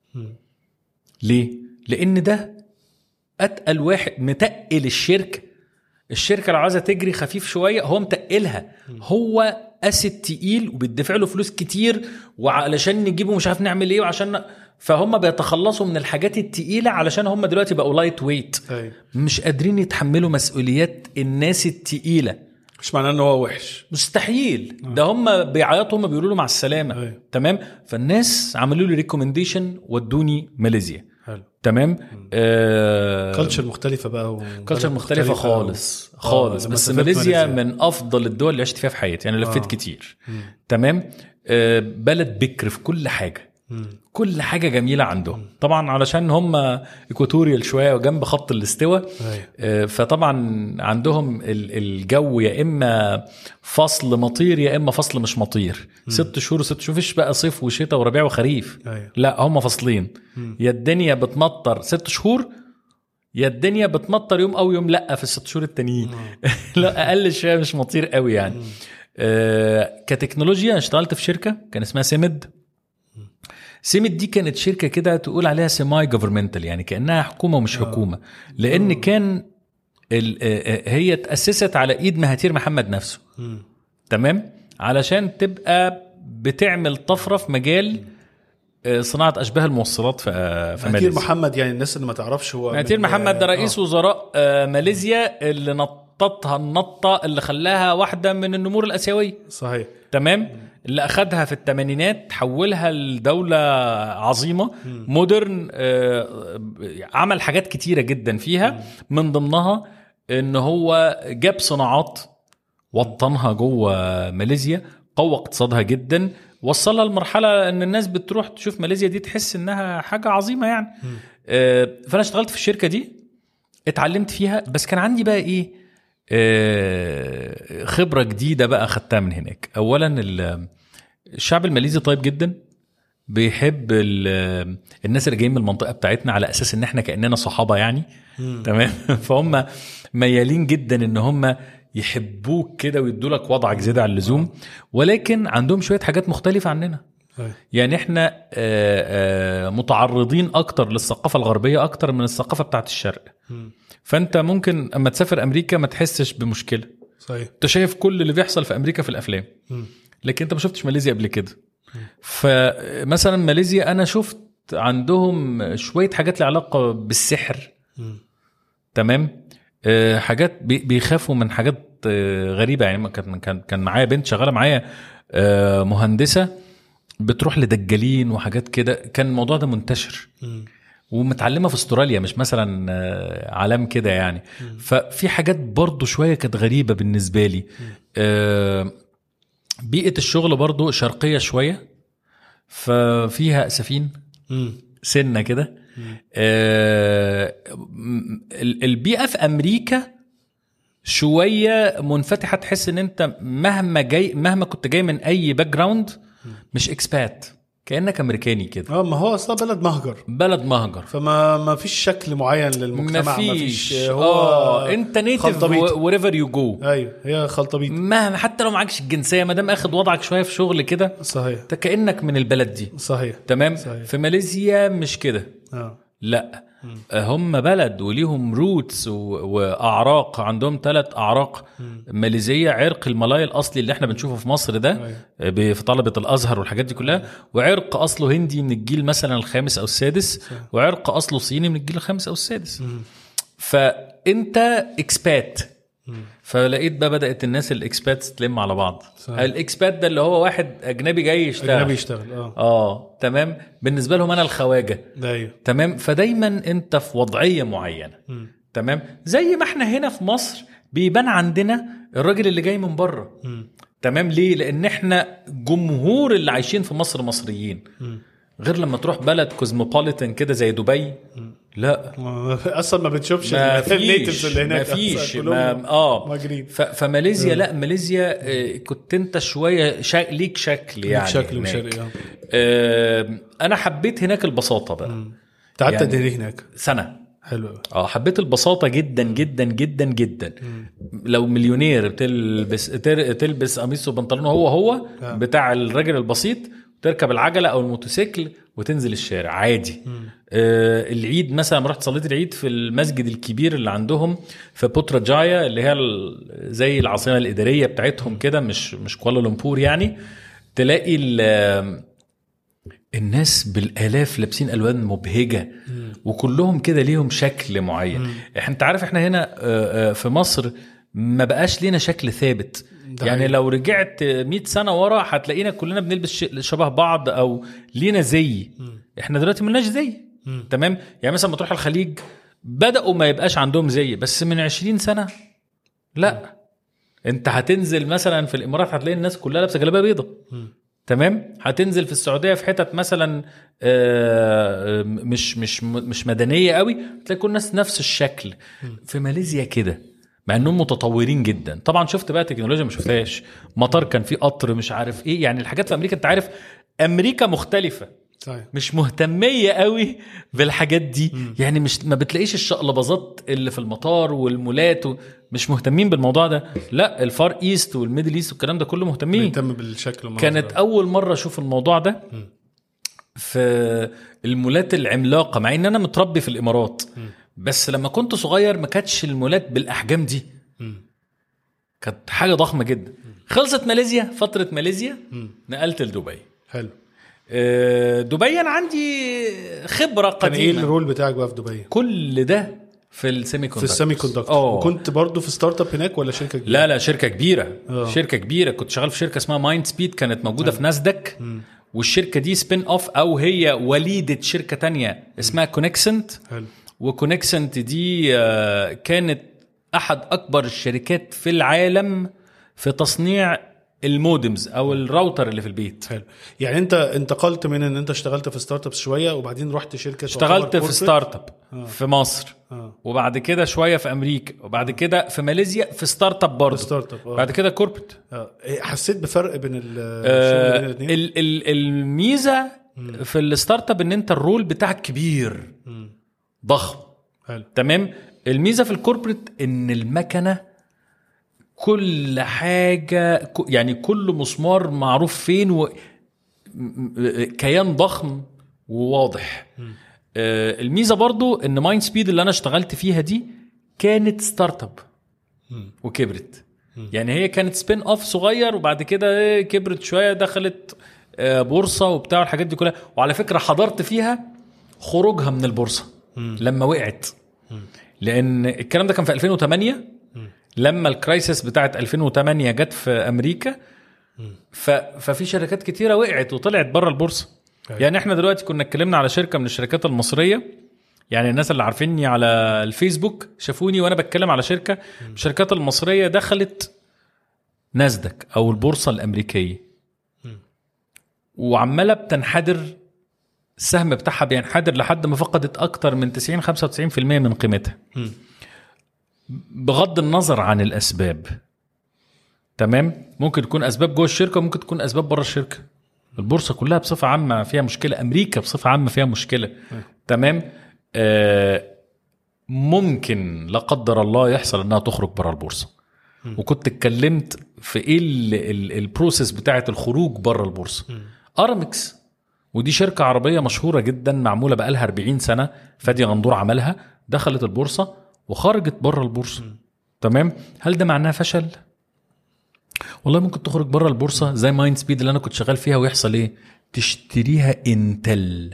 ليه؟ لان ده اتقل واحد، متقل الشركه. الشركه لو عايزه تجري خفيف شويه هو متقلها، هو اسد تقيل وبيدفع له فلوس كتير، وعلشان نجيبه مش عارف نعمل ايه، وعشان فهم بيتخلصوا من الحاجات التقيله علشان هم دلوقتي بقوا لايت ويت، مش قادرين يتحملوا مسؤوليات الناس التقيله. مش معناه ان هو وحش، مستحيل. أه. ده هم بيعيطوا، هم بيقولوا له مع السلامه. أي. تمام. فالناس عملوا لي ريكومنديشن ودوني ماليزيا. حلو. تمام. آه... كلتشر مختلفه بقى و... كلتشر مختلفه خالص و... خالص آه. بس ماليزيا, ماليزيا من افضل الدول اللي عشت فيها في حياتي، يعني لفيت آه. كتير. م. تمام. آه بلد بكر في كل حاجه. م. كل حاجة جميلة عندهم. طبعا علشان هم إيكواتوريال شوية وجنب خط الاستواء، فطبعا عندهم الجو يا إما فصل مطير يا إما فصل مش مطير. م. ست شهور وست شهور، فيش بقى صيف وشتاء وربيع وخريف. أيوة. لا هم فصلين. م. يا الدنيا بتمطر ست شهور، يا الدنيا بتمطر يوم أو يوم لأ في الست شهور التانيين. لا أقل شوية، مش مطير قوي يعني. آه كتكنولوجيا اشتغلت في شركة كان اسمها سيمد. سيمت دي كانت شركة كده تقول عليها سيماي جوفرمنتال، يعني كأنها حكومة ومش حكومة، لأن كان هي تأسست على إيد مهاتير محمد نفسه. تمام. علشان تبقى بتعمل طفرة في مجال صناعة أشباه الموصلات في ماليزيا. مهاتير محمد، يعني الناس اللي ما تعرفش، هو مهاتير محمد ده رئيس آه. وزراء ماليزيا اللي نطتها النطة اللي خلاها واحدة من النمور الآسيوية. صحيح. تمام. اللي أخدها في الثمانينات حولها لدولة عظيمة مودرن، عمل حاجات كتيرة جدا فيها، من ضمنها إن هو جاب صناعات وطنها جوه ماليزيا، قوى اقتصادها جدا، وصلها لمرحلة إن الناس بتروح تشوف ماليزيا دي تحس إنها حاجة عظيمة يعني. فأنا اشتغلت في الشركة دي، اتعلمت فيها، بس كان عندي بقى إيه خبرة جديدة بقى خدتها من هناك. أولا الشعب الماليزي طيب جدا، بيحب الناس اللي جايين من المنطقة بتاعتنا على أساس إن احنا كأننا صحابة يعني. تمام. فهم ميالين جدا إن هم يحبوك كده ويدولك وضعك زيادة على اللزوم، ولكن عندهم شوية حاجات مختلفة عننا. يعني احنا متعرضين أكتر للثقافة الغربية أكتر من الثقافة بتاعت الشرق. فانت ممكن اما تسافر امريكا ما تحسش بمشكله. صحيح. انت شايف كل اللي بيحصل في امريكا في الافلام، م. لكن انت ما شفتش ماليزيا قبل كده. فمثلا ماليزيا انا شفت عندهم شويه حاجات لها علاقه بالسحر. م. تمام. أه حاجات بيخافوا من حاجات أه غريبه. يعني كان كان كان معايا بنت شغاله معايا أه مهندسه بتروح لدجالين وحاجات كده. كان الموضوع ده منتشر م. ومتعلمه في استراليا، مش مثلا علام كده يعني. م. ففي حاجات برضو شويه كانت غريبه بالنسبه لي. أه بيئه الشغل برضو شرقيه شويه، ففيها اسفين سنه كده. أه البيئه في امريكا شويه منفتحه، تحس ان انت مهما جاي مهما كنت جاي من اي باك جراوند مش اكسبات، كأنك امريكاني كده. اه ما هو اصلا بلد مهجر بلد مهجر، فما ما فيش شكل معين للمجتمع. ما فيش هو اه انت نيتيف وريفر يو جو. ايوه هي خلطبيط، مهما حتى لو معكش الجنسيه، ما دام اخد وضعك شويه في شغل كده صحيح كأنك من البلد دي. صحيح تمام. صحيح. في ماليزيا مش كده. اه لا م. هم بلد وليهم روتس واعراق، عندهم ثلاث اعراق م. ماليزيه، عرق الملاي الاصلي اللي احنا بنشوفه في مصر ده أيوة. في طلبه الازهر والحاجات دي كلها، وعرق اصله هندي من الجيل مثلا الخامس او السادس صحيح. وعرق اصله صيني من الجيل الخامس او السادس. م. فانت اكسبات. فلقيت بقى بدأت الناس الاكسبات تلم على بعض. صحيح. الاكسبات ده اللي هو واحد اجنبي جاي يشتغل اجنبي يشتغل اه اه تمام. بالنسبه لهم انا الخواجه. ايوه تمام. فدايما انت في وضعيه معينه. م. تمام. زي ما احنا هنا في مصر بيبان عندنا الراجل اللي جاي من بره. تمام. ليه؟ لان احنا جمهور اللي عايشين في مصر مصريين. م. غير لما تروح بلد كوزموبوليتان كده زي دبي، لا اصلا ما بتشوفش النيتيفز اللي هناك. ما فيش ما اه فماليزيا لا ماليزيا آه كنت انت شويه شا... ليك شكل يعني شكل وشرقي. آه انا حبيت هناك البساطه بقى. قعدت يعني هناك سنه. حلو. اه حبيت البساطه جدا جدا جدا جدا. مم. لو مليونير بتلبس تلبس قميص وبنطلون هو هو آه. بتاع الراجل البسيط، تركب العجلة أو الموتوسيكل وتنزل الشارع عادي. آه العيد مثلا رحت صليت العيد في المسجد الكبير اللي عندهم في بوتراجايا اللي هي زي العاصمة الإدارية بتاعتهم كده، مش مش كوالالمبور يعني. تلاقي الناس بالآلاف لابسين ألوان مبهجة مم. وكلهم كده ليهم شكل معين. احنا انت عارف احنا هنا آه في مصر ما بقاش لينا شكل ثابت. يعني لو رجعت مئة سنة ورا هتلاقينا كلنا بنلبس شبه بعض او لينا زي. احنا دلوقتي ملناش زي. تمام. يعني مثلا ما تروح الخليج بدأوا ما يبقاش عندهم زي، بس من عشرين سنة لا. انت هتنزل مثلا في الامارات هتلاقي الناس كلها لابسه جلابيه بيضه. تمام. هتنزل في السعوديه في حتت مثلا مش مش مش مدنيه قوي تلاقي كل الناس نفس الشكل. في ماليزيا كده مع انهم متطورين جدا. طبعا شفت بقى تكنولوجيا ما شفتهاش، مطار كان فيه قطر مش عارف ايه. يعني الحاجات في امريكا انت عارف امريكا مختلفه صحيح. مش مهتميه قوي بالحاجات دي. م. يعني مش ما بتلاقيش الشقلباظات اللي في المطار والمولات و... مش مهتمين بالموضوع ده. لا الفار ايست والميدل ايست والكلام ده كله مهتمين، مهتم بالشكل. كانت اول مره اشوف الموضوع ده م. في المولات العملاقه، مع ان انا متربي في الامارات. م. بس لما كنت صغير ما كانتش المولات بالاحجام دي. م. كانت حاجه ضخمه جدا. م. خلصت ماليزيا، فتره ماليزيا م. نقلت لدبي. حلو. دبي انا عندي خبره قديمه. كان ايه الرول بتاعك بقى في دبي؟ كل ده في السيمي كوندكتور. في السيمي كوندكتور. وكنت برضو في ستارت اب هناك ولا شركه كبيره؟ لا لا شركه كبيره. أوه. شركه كبيره. كنت شغال في شركه اسمها مايند سبيد، كانت موجوده أوه. في ناسداك. م. والشركه دي سبين اوف او هي وليده شركه تانية اسمها كونكسنت. حلو. وكونكسنت دي كانت احد اكبر الشركات في العالم في تصنيع المودمز او الراوتر اللي في البيت. حلو. يعني انت انتقلت من ان انت اشتغلت في ستارت اب شويه وبعدين رحت شركه. اشتغلت في ستارت اب آه. في مصر آه. وبعد كده شويه في امريكا وبعد كده في ماليزيا في ستارت اب برضه. ستارت اب آه. بعد كده كوربريت. آه. حسيت بفرق بين الشغل آه بين الاثنين؟ ال ال الميزه م. في الستارت اب ان انت الرول بتاعك كبير م. ضخم. حلو. تمام. الميزه في الكوربريت ان المكنه كل حاجة، يعني كل مسمار معروف فين و... كيان ضخم وواضح. آه الميزة برضو ان مايند سبيد اللي انا اشتغلت فيها دي كانت ستارت اب وكبرت. يعني هي كانت سبين اوف صغير وبعد كده كبرت شوية، دخلت آه بورصة وبتاع الحاجات دي كلها. وعلى فكرة حضرت فيها خروجها من البورصه لما وقعت. لان الكلام ده كان في ألفين وثمانية لما الكرايسيس بتاعت ألفين وثمانية جت في امريكا. ففي شركات كتيره وقعت وطلعت بره البورصه. يعني احنا دلوقتي كنا اتكلمنا على شركه من الشركات المصريه، يعني الناس اللي عارفيني على الفيسبوك شافوني وانا بتكلم على شركه من الشركات المصريه دخلت ناسداك او البورصه الامريكيه وعماله بتنحدر، السهم بتاعها بينحدر لحد ما فقدت اكتر من تسعين خمسة وتسعين بالمية من قيمتها، بغض النظر عن الاسباب. تمام، ممكن تكون اسباب جوه الشركه، ممكن تكون اسباب بره الشركه. البورصه كلها بصفه عامه فيها مشكله، امريكا بصفه عامه فيها مشكله. تمام. آه ممكن لا قدر الله يحصل انها تخرج بره البورصه. وكنت اتكلمت في ايه البروسيس بتاعه الخروج بره البورصه. ارامكس، ودي شركه عربيه مشهوره جدا معموله بقالها أربعين سنه، فادي غندور عملها، دخلت البورصه وخرجت بره البورصه. تمام. هل ده معناه فشل؟ والله ممكن تخرج بره البورصه زي مايند سبيد اللي انا كنت شغال فيها، ويحصل ايه؟ تشتريها انتل.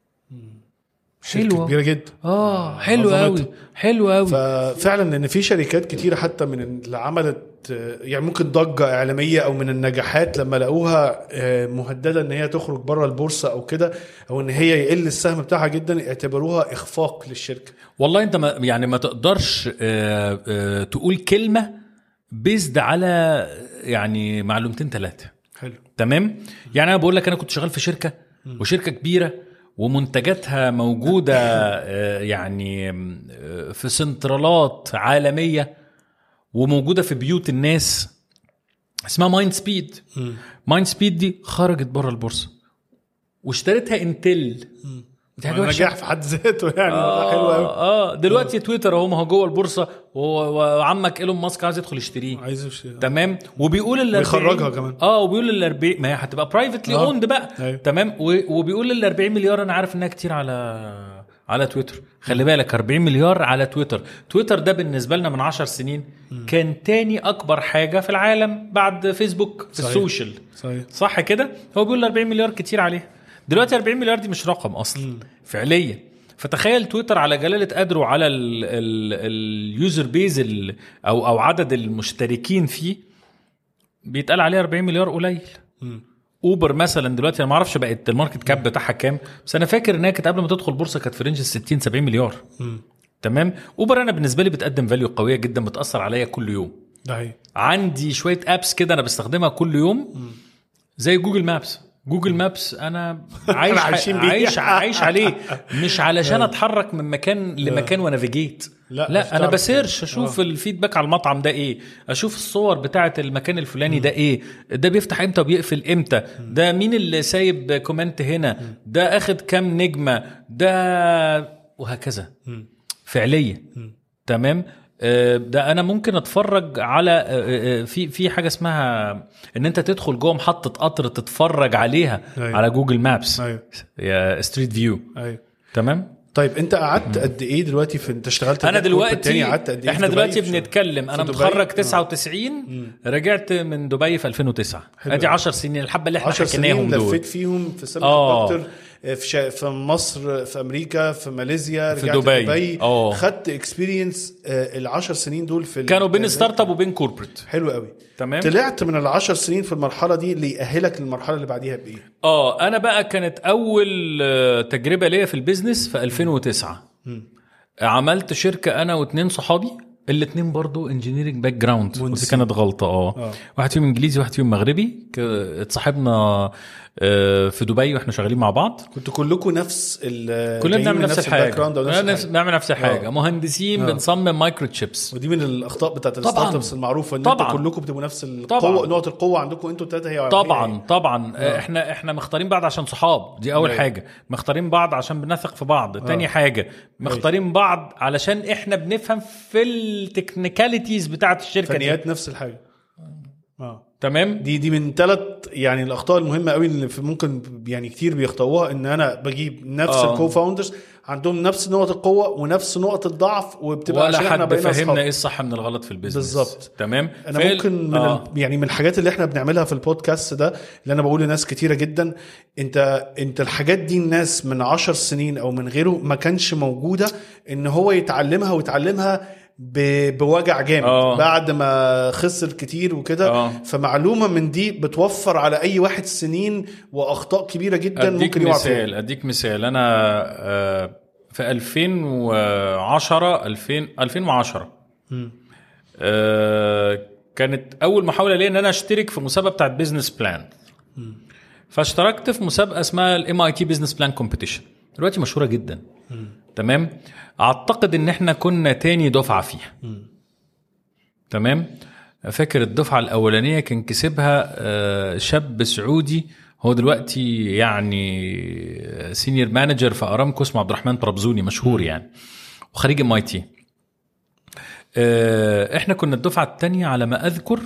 حلوه كبيره جدا. اه حلو قوي، حلو قوي. ففعلا ان في شركات كتيره حتى من اللي عملت يعني ممكن ضجه اعلاميه او من النجاحات لما لقوها مهدده ان هي تخرج بره البورصه او كده، او ان هي يقل السهم بتاعها جدا، اعتبروها اخفاق للشركه. والله انت ما يعني ما تقدرش آآ آآ تقول كلمه بيزد على يعني معلومتين ثلاثه. حلو. تمام. يعني انا بقول لك انا كنت شغال في شركه وشركه كبيره ومنتجاتها موجودة يعني في سنترالات عالمية وموجودة في بيوت الناس، اسمها مايند سبيد. مايند سبيد دي خرجت برا البورصة واشتريتها انتل. دي حاجة نجاح في حد ذاته يعني. آه حلو قوي. اه دلوقتي آه. تويتر اهو ما هو جوه البورصة، وعمك ايلون ماسك عايز يدخل يشتريه، عايز يشتريه. تمام. وبيقول ال يخرجها كمان. اه وبيقول ال أربعين، ما هي هتبقى برايفتلي آه. اوند بقى. أيوه. تمام. وبيقول ال أربعين مليار انا عارف انها كتير على على تويتر. خلي بالك أربعين مليار على تويتر. تويتر ده بالنسبة لنا من عشر سنين م. كان تاني اكبر حاجة في العالم بعد فيسبوك في صحيح. السوشيال. صحيح. صح كده. هو بيقول أربعين مليار كتير عليه. دلوقتي أربعين مليار دي مش رقم اصلا م. فعليا. فتخيل تويتر على جلالة قدره على اليوزر بيز او او عدد المشتركين فيه بيتقال عليه أربعين مليار قليل. م. اوبر مثلا دلوقتي انا ما اعرفش بقت الماركت كاب بتاعها كام، بس انا فاكر انها كانت قبل ما تدخل البورصه كانت في رينج ستين سبعين مليار. م. تمام. اوبر انا بالنسبه لي بتقدم فاليو قويه جدا، بتاثر عليا كل يوم. ده عندي شويه ابس كده انا بستخدمها كل يوم م. زي جوجل مابس. جوجل مابس انا عايش عايش عايش عليه مش علشان اتحرك من مكان لمكان ونافيجيت، لا, لا انا بسيرش اشوف أوه. الفيدباك على المطعم ده ايه، اشوف الصور بتاعه المكان الفلاني م. ده ايه، ده بيفتح امتى وبيقفل امتى، م. ده مين اللي سايب كومنت هنا، م. ده اخد كام نجمه، ده وهكذا. م. فعليا. م. تمام. ده انا ممكن اتفرج على في في حاجه اسمها ان انت تدخل جوه محطه قطر تتفرج عليها. أيوة. على جوجل مابس. أيوة. يا ستريت فيو. أيوة. تمام. طيب انت قعدت قد ايه دلوقتي في انت اشتغلت؟ انا دلوقتي احنا دلوقتي بنتكلم انا متخرج تسعة وتسعين مم. رجعت من دبي في ألفين وتسعة. ادي عشر سنين الحبه اللي احنا حكيناهم دول لفيت فيهم في سمك الدكتور في شا... في مصر، في امريكا، في ماليزيا، في دبي, دبي. خدت اكسبيرينس العشر سنين دول في كانوا بين ستارت اب وبين كوربريت. حلو قوي. تمام. طلعت من العشر سنين في المرحله دي اللي يأهلك للمرحله اللي بعديها بايه؟ اه انا بقى كانت اول تجربه ليا في البيزنس في ألفين وتسعة. م. عملت شركه انا واثنين صحابي، الاثنين برضو انجينيرنج باك جراوند، ودي كانت غلطه. اه واحد فيهم انجليزي واحد فيهم مغربي. اتصاحبنا في دبي واحنا شغالين مع بعض. كنتوا كلكم نفس ال كلنا بنعمل نفس الحاجه، بنعمل نفس الحاجه. أوه. مهندسين. أوه. بنصمم مايكرو تشيبس. ودي من الاخطاء بتاعه الستارت ابس المعروفه ان انتوا كلكم بتبقوا نفس القوه، نقطه القوه عندكم انتوا الثلاثه هي طبعا هي. طبعا. أوه. احنا احنا مختارين بعض عشان صحاب، دي اول أوه. حاجه. مختارين بعض عشان بنثق في بعض. أوه. تاني حاجه مختارين بعض علشان احنا بنفهم في التكنيكاليتيز بتاعه الشركه دي، فنيات نفس الحاجه. اه تمام. دي دي من ثلاث يعني الاخطاء المهمه قوي اللي ممكن يعني كتير بيخطئوها، ان انا بجيب نفس آه. الكو فاوندرز عندهم نفس نقط القوه ونفس نقط الضعف، وبتبقى ولا عشان احنا حد بقينا فهمنا ايه الصح من الغلط في البيزنس. بالظبط. تمام. انا ممكن من آه. يعني من الحاجات اللي احنا بنعملها في البودكاست ده اللي انا بقول لناس كتيره جدا، انت انت الحاجات دي الناس من عشر سنين او من غيره ما كانش موجوده ان هو يتعلمها ويتعلمها بوجع جامد أوه. بعد ما خسر كتير وكده. أوه. فمعلومه من دي بتوفر على اي واحد سنين واخطاء كبيره جدا أديك ممكن يقع مثال فيها. اديك مثال انا في ألفين وعشرة ألفين وعشرة كانت اول محاوله لي ان انا اشترك في مسابقه بتاعه بيزنس بلان. فاشتركت في مسابقه اسمها الام اي تي بيزنس بلان كومبيتيشن، دلوقتي مشهوره جدا. تمام. اعتقد ان احنا كنا تاني دفعه فيها. تمام. فاكر الدفعه الاولانيه كان كسبها شاب سعودي، هو دلوقتي يعني سينيور مانجر في ارامكو، اسمه عبد الرحمن طرابزوني، مشهور يعني، وخريج ام اي تي. احنا كنا الدفعه الثانيه على ما اذكر،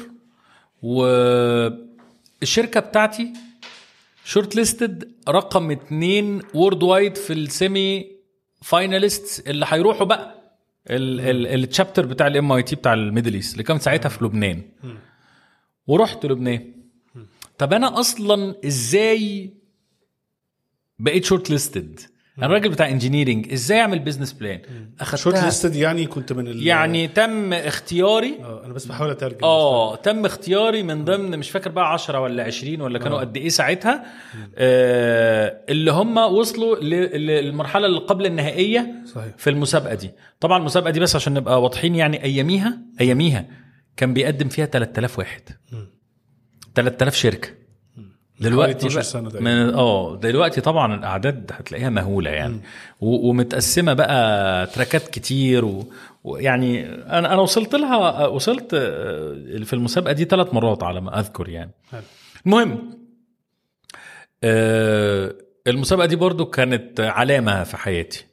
والشركه بتاعتي شورت ليستد رقم اتنين وورد وايد في السيمي فايناليست اللي هيروحوا بقى التشابتر بتاع الام اي تي بتاع الميدل ايست اللي كان ساعتها في لبنان. ورحت لبنان. طب انا اصلا ازاي بقيت شورت ليستد؟ انا راجل بتاع انجينيرنج، ازاي اعمل بيزنس بلان؟ اخدتها شورت ليستد يعني كنت من ال... يعني تم اختياري. اه انا بس بحاول اترجم. اه تم اختياري من ضمن مش فاكر بقى عشرة ولا عشرين ولا كانوا قد ايه ساعتها، آه اللي هم وصلوا للمرحله اللي قبل النهائيه. صحيح. في المسابقه دي. طبعا المسابقه دي بس عشان نبقى واضحين يعني اياميها اياميها كان بيقدم فيها ثلاثة آلاف واحد، ثلاثة آلاف شركه. دلوقتي من اه دلوقتي طبعا الاعداد هتلاقيها مهوله يعني، ومتقسمه بقى تراكات كتير، ويعني انا انا وصلت لها وصلت في المسابقه دي ثلاث مرات على ما اذكر يعني. المهم المسابقه دي برضو كانت علامه في حياتي.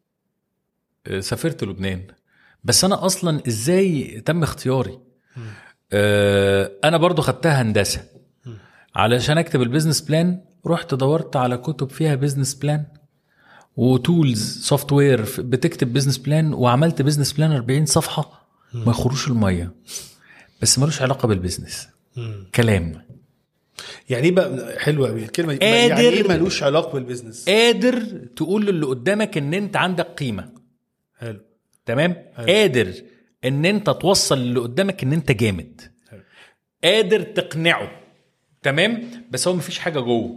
سافرت لبنان، بس انا اصلا ازاي تم اختياري؟ انا برضو خدتها هندسه علشان اكتب البيزنس بلان. رحت دورت على كتب فيها بيزنس بلان وتولز سوفت وير بتكتب بيزنس بلان، وعملت بيزنس بلان أربعين صفحه ما يخروش الميه، بس ملوش علاقه بالبيزنس. كلام يعني بقى حلوه قوي الكلمه دي. يعني ايه ملوش علاقه بالبيزنس؟ قادر تقول للي قدامك ان انت عندك قيمه. حلو. تمام. حلو. قادر ان انت توصل للي قدامك ان انت جامد. حلو. قادر تقنعه. تمام. بس هو مفيش حاجه جوه.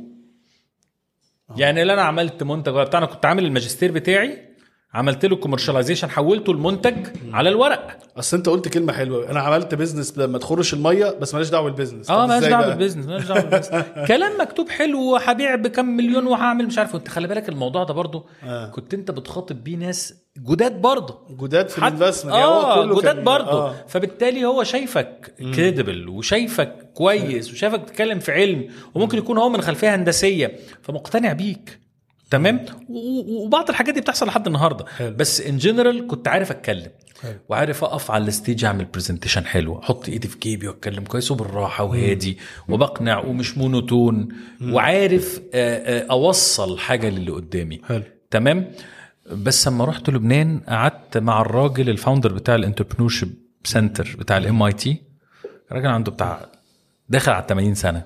يعني اللي انا عملت منتج بتاعنا، كنت عامل الماجستير بتاعي، عملت له كوميرشاليزيشن، حولته المنتج على الورق. اصل انت قلت كلمه حلوه، انا عملت بيزنس لما تخرش الميه بس ماليش دعوه بالبيزنس. اه ماليش دعوه بالبيزنس ماليش دعوه بالبيزنس كلام مكتوب حلو وهبيع بكم مليون وهعمل مش عارف. وانت خلي بالك الموضوع ده برضو آه. كنت انت بتخاطب بيه ناس جداد برضو، جداد في الانفستمنت. اه جداد برضو. آه. فبالتالي هو شايفك كريديبل وشايفك كويس وشايفك بتتكلم في علم، وممكن يكون هو من خلفيه هندسيه فمقتنع بيك. تمام. وبعض الحاجات دي بتحصل لحد النهارده. حلو. بس ان جنرال كنت عارف اتكلم. حلو. وعارف اقف على الستيج اعمل برزنتيشن حلو، احط ايدي في جيبي واتكلم كويس وبالراحه وهادي وبقنع ومش مونوتون، وعارف اوصل حاجه للي قدامي. حلو. تمام. بس لما رحت لبنان قعدت مع الراجل الفاوندر بتاع الانتربرنورشيب سنتر بتاع الام اي تي، راجل عنده بتاع داخل على ثمانين سنه.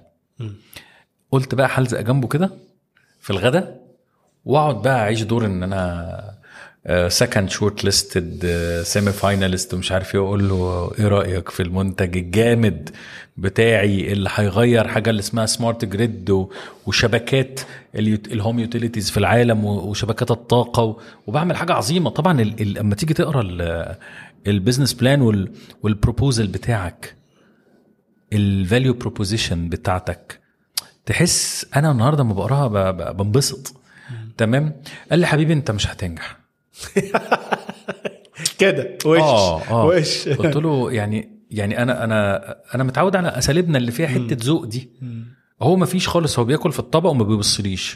قلت بقى حلزق جنبه كده في الغداء واقعد بقى اعيش دور ان انا سكند شورت ليستد سيمي فاينالست ومش عارف ايه، اقول له ايه رايك في المنتج الجامد بتاعي اللي هيغير حاجه اللي اسمها سمارت جريد وشبكات الهوم يوتيليتيز في العالم وشبكات الطاقه، وبعمل حاجه عظيمه. طبعا لما تيجي تقرا البيزنس بلان والبروبوزل بتاعك، الفاليو بروبوزيشن بتاعتك، تحس انا النهارده لما بقراها بنبسط. تمام. قال لي حبيبي انت مش هتنجح كده وش آه آه. وش قلت له يعني يعني انا انا انا متعود على اساليبنا اللي فيها حته ذوق دي. هو ما فيش خالص، هو بياكل في الطبق وما بيبصليش.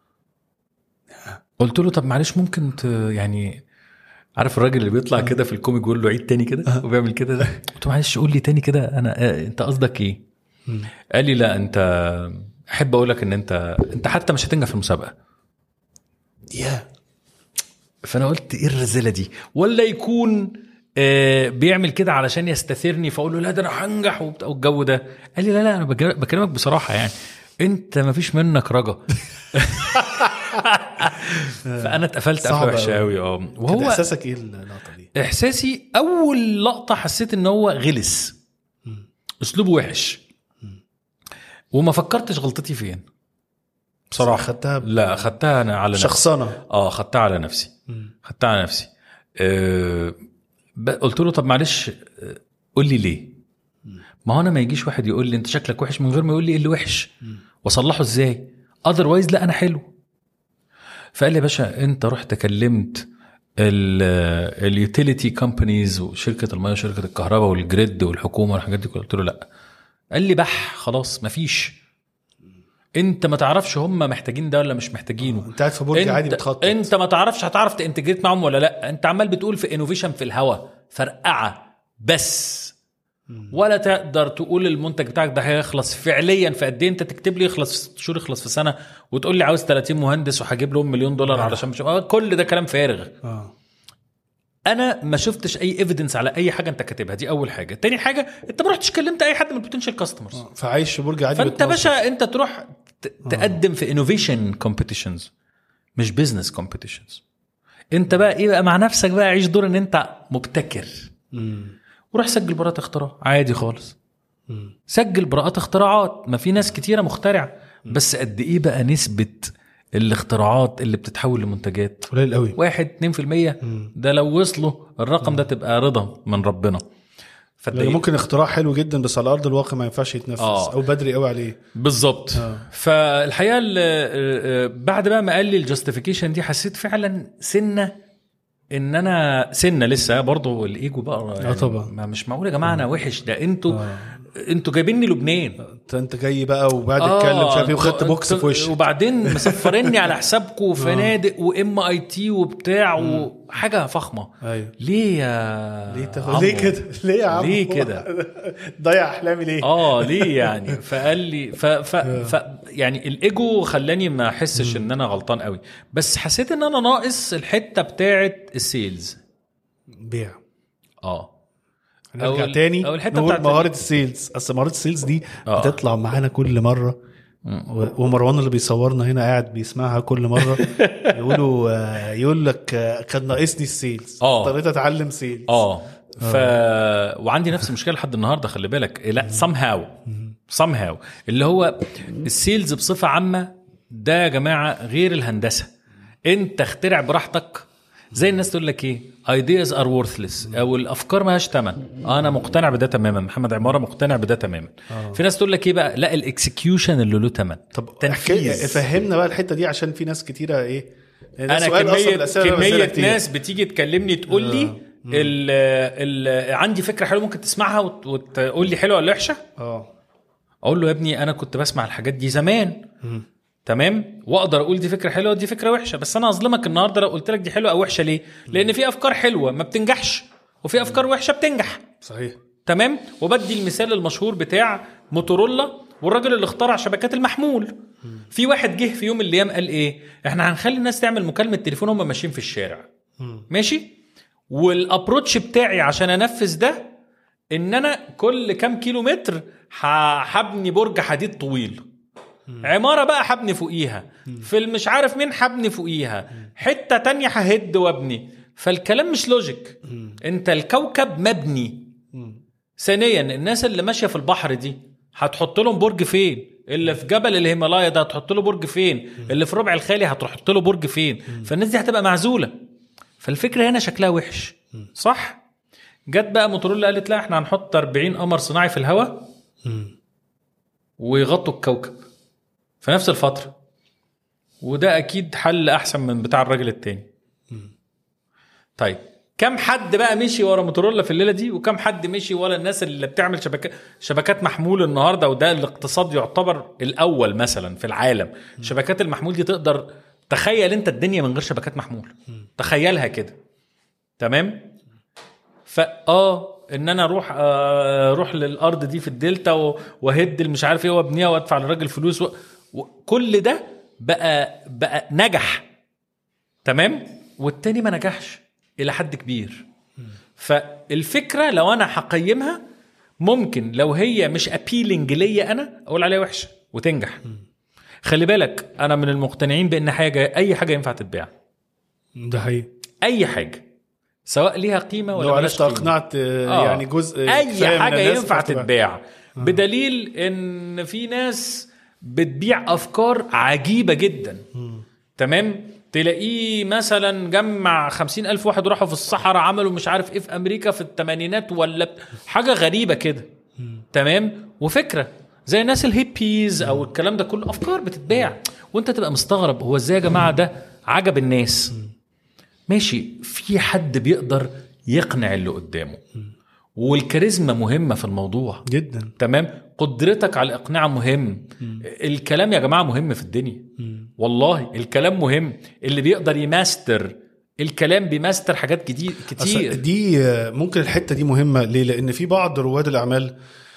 قلت له طب معلش ممكن يعني عارف الراجل اللي بيطلع كده في الكوميك يقول له عيد تاني كده وبيعمل كده ده. قلت له معلش قول لي تاني كده انا انت قصدك ايه؟ قال لي لا انت احب اقول لك ان انت انت حتى مش هتنجح في المسابقه. يا فانا قلت ايه الرزاله دي؟ ولا يكون آه بيعمل كده علشان يستثيرني فاقول له لا ده انا هنجح والجو ده. قال لي لا لا انا بكلمك بصراحه يعني انت ما فيش منك رجا. فانا اتقفلت قفله وحشه قوي. اه وهو احساسك ايه اللقطه دي؟ احساسي اول لقطه حسيت ان هو غلس، اسلوبه وحش، وما فكرتش غلطتي فين بصراحه. خدتها ب... لا خدتها انا على نفسي شخصنه. اه خدتها على نفسي خدتها على نفسي أه... قلت له طب معلش قول لي ليه. ما هو انا ما يجيش واحد يقول لي انت شكلك وحش من غير ما يقول لي ايه اللي وحش واصلحه ازاي. اذروايز لا انا حلو. فقال لي يا باشا انت رحت كلمت اليوتيليتي كومبانيز وشركه الميه وشركه الكهرباء والجريد والحكومه والحاجات دي. قلت له لا. قال لي بح خلاص مفيش، انت ما تعرفش هم محتاجين ده ولا مش محتاجينه. انت قاعد في برج عادي بتخطط، انت ما تعرفش هتعرف تانتجريت معهم ولا لا. انت عمال بتقول في انوفيشن في الهوا فرقعه بس، ولا تقدر تقول المنتج بتاعك ده هيخلص فعليا في قد ايه. انت تكتب لي يخلص في ست شهور يخلص في سنه وتقول لي عاوز ثلاثين مهندس وهجيب لهم مليون دولار علشان مش آه كل ده كلام فارغ. آه. انا ما شفتش اي ايفيدنس على اي حاجه انت كاتبها. دي اول حاجه. تاني حاجه انت ما رحتش كلمت اي حد من البوتنشال كاستمرز. آه. فعايش في برج عادي. فانت باشا انت تروح تقدم في انوفيشن كومبيتيشنز مش بيزنس كومبيتيشنز. انت بقى ايه بقى مع نفسك بقى عيش دور ان انت مبتكر. امم وروح سجل براءة اختراع عادي خالص. مم. سجل براءة اختراعات. ما في ناس كتيرة مخترعة بس قد ايه بقى نسبة الاختراعات اللي بتتحول لمنتجات؟ قليل قوي. واحد اتنين في المية. ده لو وصلوا الرقم ده تبقى رضا من ربنا. ممكن اختراع حلو جدا بس على ارض الواقع ما ينفعش يتنفذ آه. او بدري قوي عليه. بالظبط. آه. فالحقيقة بعد بقى ما قال لي الجاستيفيكيشن دي حسيت فعلا سنة ان انا سنه لسه برضو الايجو بقى يعني. اه طبعا ما مش معقول يا جماعه انا وحش. ده انتوا آه. انتوا جايبيني لبنان. انت جاي بقى وبعد اتكلم آه. مش عارف ايه وخدت بوكس في وشك وبعدين مسفرني على حسابكم فنادق وام اي تي وبتاع وحاجه فخمه. أيوه. ليه يا ليه تاخد ليه كده ليه يا عم ليه كده ضيع احلامي ليه اه ليه يعني. فقال لي ف, ف, ف يعني الايجو خلاني ما احسش ان انا غلطان قوي بس حسيت ان انا ناقص الحته بتاعه السيلز بيع. اه نرجع تاني نقول مهارة السيلز. أصل مهارة السيلز دي آه. بتطلع معانا كل مرة ومروان اللي بيصورنا هنا قاعد بيسمعها كل مرة. يقولوا يقول لك كان ناقصني السيلز اضطريت اتعلم سيلز. اه ف وعندي نفس المشكلة لحد النهاردة خلي بالك. لا somehow somehow اللي هو السيلز بصفة عامة ده يا جماعة غير الهندسة. انت اخترع براحتك. زي الناس تقول لك ايه ideas are worthless او الافكار ما هاش تمن. انا مقتنع بده تماما. محمد عمارة مقتنع بده تماما. أوه. في ناس تقول لك ايه بقى لا الاكسكيوشن اللي له تمن. طب تنفيذ. فهمنا بقى الحته دي عشان في ناس كتيره ايه انا كميه كميه ناس بتيجي تكلمني تقول لي ال ال عندي فكره حلوه ممكن تسمعها وتقول لي حلوه ولا وحشه. اه اقول له يا ابني انا كنت بسمع الحاجات دي زمان. م. تمام واقدر اقول دي فكره حلوه ودي فكره وحشه بس انا اظلمك النهارده لو قلت لك دي حلوه او وحشه. ليه؟ لان في افكار حلوه ما بتنجحش وفي افكار وحشه بتنجح. صحيح. تمام. وبدي المثال المشهور بتاع موتورولا والراجل اللي اخترع شبكات المحمول. في واحد جه في يوم من الايام قال ايه احنا هنخلي الناس تعمل مكالمه تليفون هم ماشيين في الشارع. ماشي. والابروتش بتاعي عشان انفذ ده ان انا كل كام كيلو متر هبني برج حديد طويل. عمارة بقى حبني فوقيها في المش عارف مين حبني فوقيها حتة تانية ههد وابني. فالكلام مش لوجيك. انت الكوكب مبني. ثانيا الناس اللي ماشية في البحر دي هتحط لهم برج فين؟ اللي في جبل الهيمالايا ده هتحط له برج فين؟ اللي في ربع الخالي هتحط له برج فين؟ فالناس دي هتبقى معزولة. فالفكرة هنا شكلها وحش صح؟ جت بقى موتورولا قالت لا احنا هنحط أربعين قمر صناعي في الهواء ويغطوا الكوكب في نفس الفترة. وده أكيد حل أحسن من بتاع الراجل التاني. طيب كم حد بقى مشي ورا موتورولا في الليلة دي وكم حد مشي ورا الناس اللي بتعمل شبكات شبكات محمول النهاردة؟ وده الاقتصاد يعتبر الأول مثلا في العالم. شبكات المحمول دي تقدر تخيل انت الدنيا من غير شبكات محمول. تخيلها كده. تمام. فآه ان انا اروح اروح للارض دي في الدلتا وهد مش عارف ايه وابنيها وادفع للراجل فلوس و... وكل ده بقى بقى نجح تمام، والتاني ما نجحش الى حد كبير. فالفكره لو انا هقيمها ممكن لو هي مش ابيلينج ليا انا اقول عليها وحشه وتنجح. خلي بالك انا من المقتنعين بان حاجه اي حاجه ينفع تتباع. ده حقيقي. اي حاجه سواء ليها قيمه ولا لو عرفت اقنعت آه. يعني جزء اي حاجه ينفع تتباع آه. بدليل ان في ناس بتبيع افكار عجيبه جدا م. تمام، تلاقيه مثلا جمع خمسين ألف واحد راحوا في الصحراء عملوا مش عارف ايه في امريكا في الثمانينات ولا حاجه غريبه كده تمام، وفكره زي الناس الهيبيز او الكلام ده كله افكار بتتباع وانت تبقى مستغرب هو ازاي يا جماعه ده عجب الناس. ماشي، في حد بيقدر يقنع اللي قدامه والكاريزما مهمه في الموضوع جدا تمام، قدرتك على الاقناع مهم. الكلام يا جماعه مهم في الدنيا والله، الكلام مهم. اللي بيقدر يماستر الكلام بيماستر حاجات جديد كتير. دي ممكن الحته دي مهمه ليه؟ لان في بعض رواد الاعمال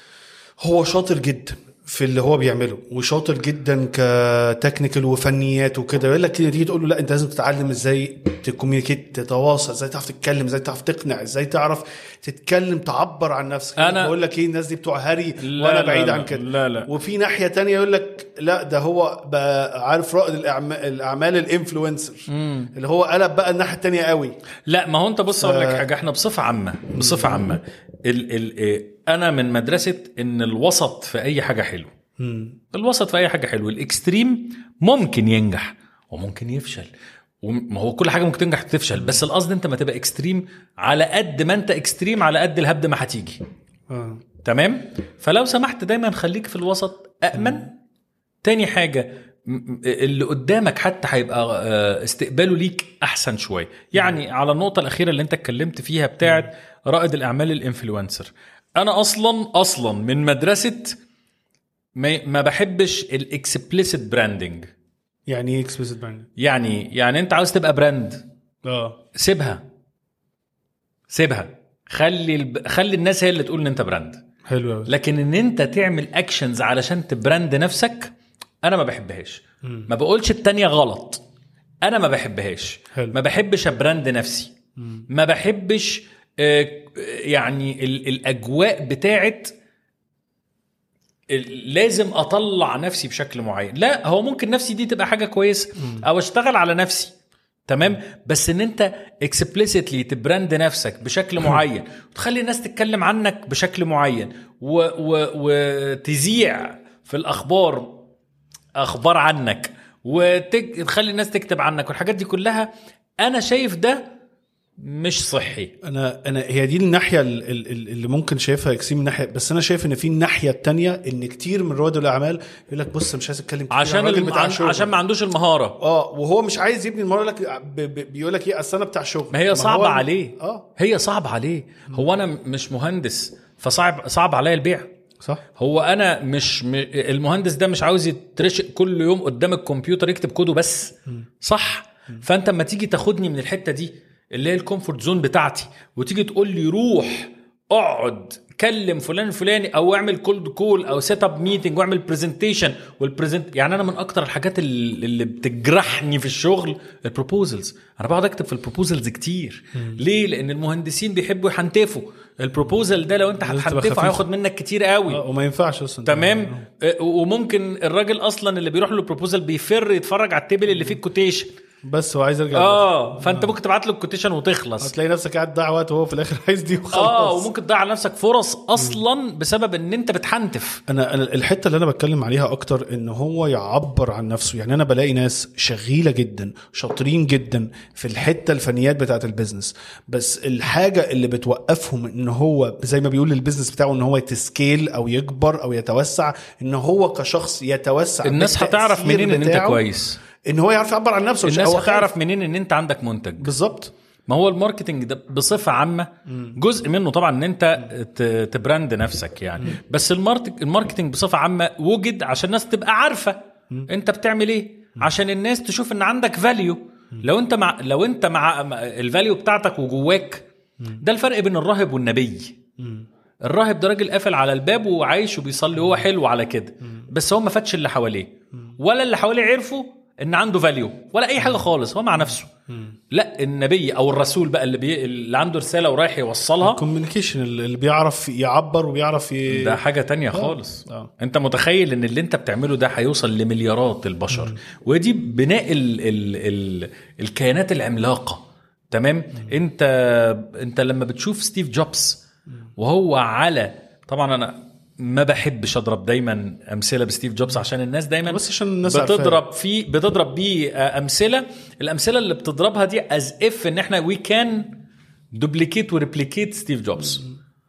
هو شاطر جدا في اللي هو بيعمله وشاطر جدا كتكنيكال وفنيات وكده، يقول لك تيجي تقول له لا انت لازم تتعلم ازاي تكوميونيكيت، تتواصل، ازاي تعرف تتكلم، ازاي تعرف تقنع، ازاي تعرف تتكلم، تعبر عن نفسك. انا بقول لك ايه، الناس دي بتوع هري وانا بعيد لا عن كده. لا لا. وفي ناحيه تانية يقول لك لا ده هو بقى عارف رائد الاعمال, الأعمال الانفلونسر اللي هو قلب بقى الناحيه التانية قوي. لا ما هو انت بص اقول ف... لك حاجه، احنا بصفه عامه بصفه عامه ال ال انا من مدرسه ان الوسط في اي حاجه حلو. مم. الوسط في اي حاجه حلو. الاكستريم ممكن ينجح وممكن يفشل، وما هو كل حاجه ممكن تنجح وتفشل، بس القصد انت ما تبقى اكستريم على قد ما انت اكستريم على قد الهبد ما هتيجي. آه. تمام، فلو سمحت دايما خليك في الوسط أأمن. مم. تاني حاجه اللي قدامك حتى هيبقى استقباله ليك احسن شويه. يعني مم. على النقطه الاخيره اللي انت اتكلمت فيها بتاعت رائد الاعمال الانفلونسر، انا اصلا اصلا من مدرسه ما ما بحبش الاكسبليسيت براندنج. يعني ايه اكسبليسيت براندنج؟ يعني يعني انت عاوز تبقى براند اه سيبها سيبها خلي الب... خلي الناس هي اللي تقول ان انت براند. حلو قوي. لكن ان انت تعمل اكشنز علشان تبراند نفسك انا ما بحبهاش. م. ما بقولش التانية غلط، انا ما بحبهاش. حلو. ما بحبش ابراند نفسي. م. ما بحبش آه يعني ال... الاجواء بتاعت لازم اطلع نفسي بشكل معين. لا، هو ممكن نفسي دي تبقى حاجه كويسه او اشتغل على نفسي تمام، بس ان انت explicitly تبراند نفسك بشكل معين وتخلي الناس تتكلم عنك بشكل معين وتذيع في الاخبار اخبار عنك وتخلي الناس تكتب عنك والحاجات دي كلها، انا شايف ده مش صحي. انا انا هي دي الناحيه اللي ممكن شايفها اكسيم من ناحيه، بس انا شايف ان في الناحيه التانية ان كتير من رواد الاعمال يقول لك بص مش عايز اتكلم كتير عشان الم... بتاع عشان, عشان ما عندوش المهاره اه وهو مش عايز يبني المهاره. لك بيقول لك ايه اصل انا بتاع شغل. ما هي صعبه عليه اه هي صعبه عليه. هو انا مش مهندس فصعب صعب عليا البيع. صح. هو انا مش م... المهندس ده مش عاوز يترشق كل يوم قدام الكمبيوتر يكتب كوده بس. صح. فانت اما تيجي تاخدني من الحته دي اللي هي الكومفورت زون بتاعتي وتيجي تقول لي روح اقعد كلم فلان الفلاني او اعمل كولد كول او سيت اب ميتنج واعمل برزنتيشن والبرزنت، يعني انا من اكتر الحاجات اللي بتجرحني في الشغل البروبوزلز. انا بقعد اكتب في البروبوزلز كتير. مم. ليه؟ لان المهندسين بيحبوا يحنتفوا البروبوزل ده، لو انت هتحنتفه هياخد منك كتير قوي وما ينفعش اصلا. تمام. وممكن الراجل اصلا اللي بيروح له البروبوزل بيفر يتفرج على التيبل اللي فيه الكوتيشن بس هو عايز يرجع. اه فانت ممكن تبعت له الكوتيشن وتخلص، هتلاقي نفسك قاعد ضاع وقت وهو في الاخر عايز دي وخلاص. اه وممكن تضيع على نفسك فرص اصلا بسبب ان انت بتحنتف. انا الحته اللي انا بتكلم عليها اكتر ان هو يعبر عن نفسه. يعني انا بلاقي ناس شغيله جدا شاطرين جدا في الحته الفنيات بتاعه البيزنس، بس الحاجه اللي بتوقفهم ان هو زي ما بيقول البيزنس بتاعه ان هو يتسكيل او يكبر او يتوسع، ان هو كشخص يتوسع. الناس هتعرف منين ان انت كويس؟ ان هو يعرف يعبر عن نفسه. الناس هتعرف منين ان انت عندك منتج؟ بالظبط. ما هو الماركتنج ده بصفه عامه جزء منه طبعا ان انت تبراند نفسك يعني. م. بس الماركتنج بصفه عامه وجد عشان الناس تبقى عارفه م. انت بتعمل ايه، عشان الناس تشوف ان عندك فاليو. لو انت مع لو انت مع الفاليو بتاعتك وجواك، ده الفرق بين الراهب والنبي. الراهب ده راجل قافل على الباب وعايش وبيصلي، هو حلو على كده، بس هو ما فاتش اللي حواليه، ولا اللي حواليه عرفوا ان عنده فاليو ولا اي حاجه خالص، هو مع نفسه. لا النبي او الرسول بقى اللي, بي... اللي عنده رساله ورايح يوصلها، الكوميونيكيشن اللي بيعرف يعبر وبيعرف ي... ده حاجه تانية خالص. آه. آه. انت متخيل ان اللي انت بتعمله ده هيوصل لمليارات البشر، م. ودي بناء ال... ال... ال... الكيانات العملاقه. تمام. م. انت انت لما بتشوف ستيف جوبز وهو على، طبعا انا ما بحبش اضرب دايما امثله بستيف جوبز عشان الناس دايما بس عشان الناس بتضرب فيه بتضرب بيه امثله، الامثله اللي بتضربها دي از اف ان احنا وي كان دوبليكيت وريبليكيت ستيف جوبز.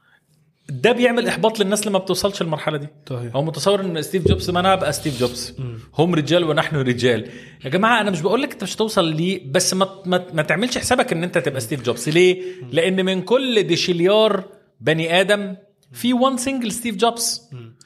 ده بيعمل احباط للناس لما بتوصلش المرحله دي. طيب. هو متصور ان ستيف جوبز ما انا ابقى ستيف جوبز، هم رجال ونحن رجال. يا جماعه انا مش بقول لك انت مش توصل ليه، بس ما, ما, ما تعملش حسابك ان انت تبقى ستيف جوبز. ليه؟ لان من كل ديشليار بني ادم في وان سنجل ستيف جوبز.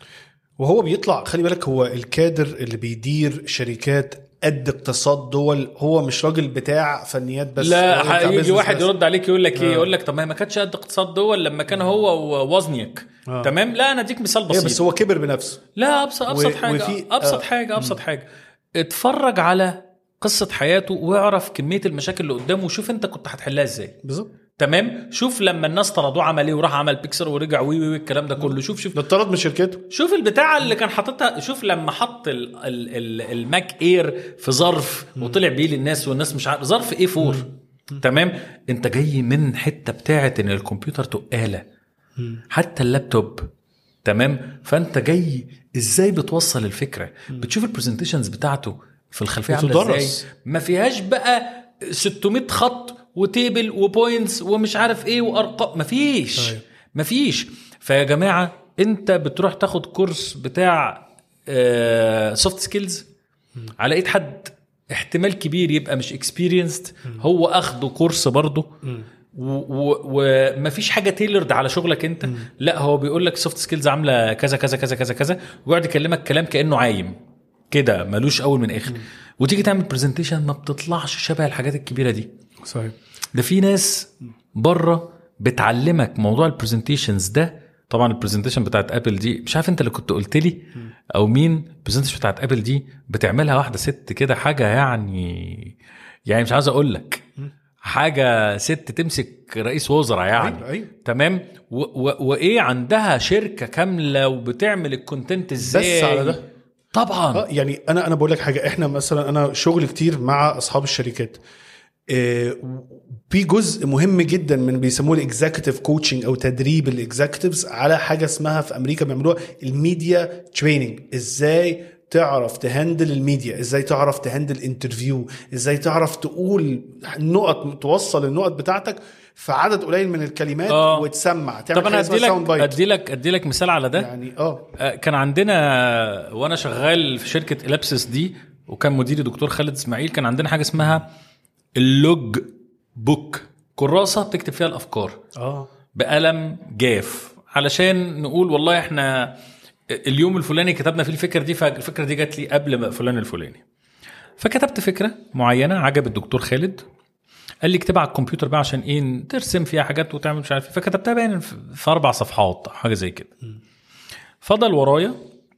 وهو بيطلع، خلي بالك، هو الكادر اللي بيدير شركات قد اقتصاد دول، هو مش راجل بتاع فنيات بس. لا يجي واحد بس يرد عليك يقول لك ايه، يقول لك طب ما كانتش قد اقتصاد دول لما كان هو ووزنيك. آه. تمام. لا انا اديك مثال بسيط. بس هو كبر بنفسه. لا ابسط ابسط و... حاجه ابسط آه. حاجه ابسط حاجه اتفرج على قصه حياته واعرف كميه المشاكل اللي قدامه وشوف انت كنت هتحلها ازاي. بالظبط. تمام. شوف لما الناس طردوه عمل ايه وراح عمل بيكسر ورجع وي وي الكلام ده كله. شوف شوف ده اتطرد من شركته. شوف البتاع اللي كان حاططها. شوف لما حط ال ال ال الماك اير في ظرف وطلع بيه للناس والناس مش عارف ظرف ايه فور. تمام. انت جاي من حته بتاعه ان الكمبيوتر تقاله حتى اللابتوب. تمام. فانت جاي ازاي بتوصل الفكره. بتشوف البرزنتيشنز بتاعته في الخلفيه عامله ازاي، ما فيهاش بقى ستمية خط وتيبل وبوينتس ومش عارف ايه وارقام. مفيش أيوه. مفيش. فيا جماعه انت بتروح تاخد كورس بتاع سوفت سكيلز على ايد حد احتمال كبير يبقى مش اكسبيرينسد، هو اخده كورس برضه ومفيش حاجه تيلرد على شغلك انت. م. لا هو بيقول لك سوفت سكيلز عامله كذا كذا كذا كذا كذا ويقعد يكلمك كلام كانه عايم كده ملوش اول من اخر. م. وتيجي تعمل برزنتيشن ما بتطلعش شبه الحاجات الكبيره دي. صحيح. ده في ناس بره بتعلمك موضوع البرزنتيشنز ده. طبعا البرزنتيشن بتاعت ابل دي مش عارف انت اللي كنت قلت لي او مين. البرزنتيشن بتاعت ابل دي بتعملها واحده ست كده حاجه يعني يعني مش عايز اقول لك حاجه ست تمسك رئيس وزراء يعني. أيوة أيوة. تمام. وايه عندها شركه كامله وبتعمل الكونتنت ازاي بس على ده. طبعا آه يعني انا انا بقول لك حاجه. احنا مثلا انا شغل كتير مع اصحاب الشركات، في جزء مهم جدا من بيسموه الاكزيكتيف كوتشنج او تدريب الاكزيكتيفز على حاجه اسمها في امريكا بيعملوها الميديا تريننج. ازاي تعرف تهندل الميديا، ازاي تعرف تهندل انترفيو، ازاي تعرف تقول نقط توصل النقط بتاعتك في عدد قليل من الكلمات آه. وتسمع تعمل. طب انا ادي لك ادي لك ادي لك مثال على ده يعني. اه كان عندنا وانا شغال في شركه إلابسس دي وكان مديري دكتور خالد اسماعيل، كان عندنا حاجه اسمها اللوج بوك، كراسه تكتب فيها الافكار اه بقلم جاف علشان نقول والله احنا اليوم الفلاني كتبنا فيه الفكره دي، فالفكره دي جات لي قبل فلان الفلاني. فكتبت فكره معينه عجب الدكتور خالد، قال لي اكتبها على الكمبيوتر بقى عشان ايه ترسم فيها حاجات وتعمل مش عارف. فكتبتها بين في اربع صفحات حاجه زي كده. فضل ورايا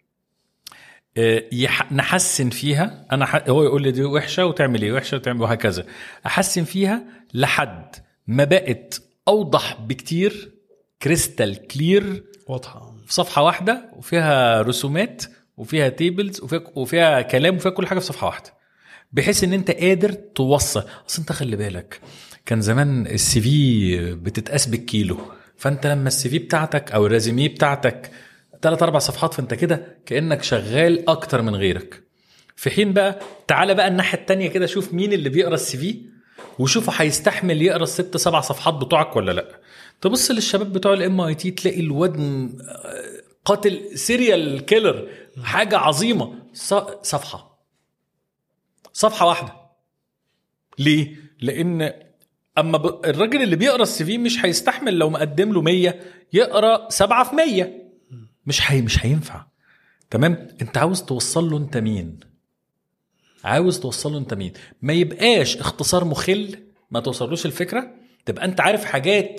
نحسن فيها. انا هو يقول لي دي وحشه وتعمل ايه وحشه وتعمل وهكذا، احسن فيها لحد ما بقت اوضح بكتير، كريستال كلير، واضحه في صفحه واحده وفيها رسومات وفيها تيبلز وفيها وفيها كلام وفيها كل حاجه في صفحه واحده، بحيث ان انت قادر توصل. اصل انت خلي بالك كان زمان السي في بتتقاس بالكيلو، فانت لما السي في بتاعتك او الريزومي بتاعتك ثلاث اربع صفحات فانت كده كأنك شغال اكتر من غيرك. في حين بقى تعالى بقى الناحية التانية كده، شوف مين اللي بيقرأ السي في وشوفه هيستحمل يقرأ الست سبع صفحات بتوعك ولا لا. تبص للشباب بتوع الام اي تي تلاقي الواد قاتل سيريال كيلر، حاجة عظيمة، صفحة صفحة واحدة. ليه؟ لان اما الراجل اللي بيقرأ السي في مش هيستحمل لو مقدم له مية يقرأ سبعة في مية، مش هي مش هينفع. تمام. انت عاوز توصل له انت مين، عاوز توصل له انت مين. ما يبقاش اختصار مخل، ما توصلوش الفكره، تبقى انت عارف حاجات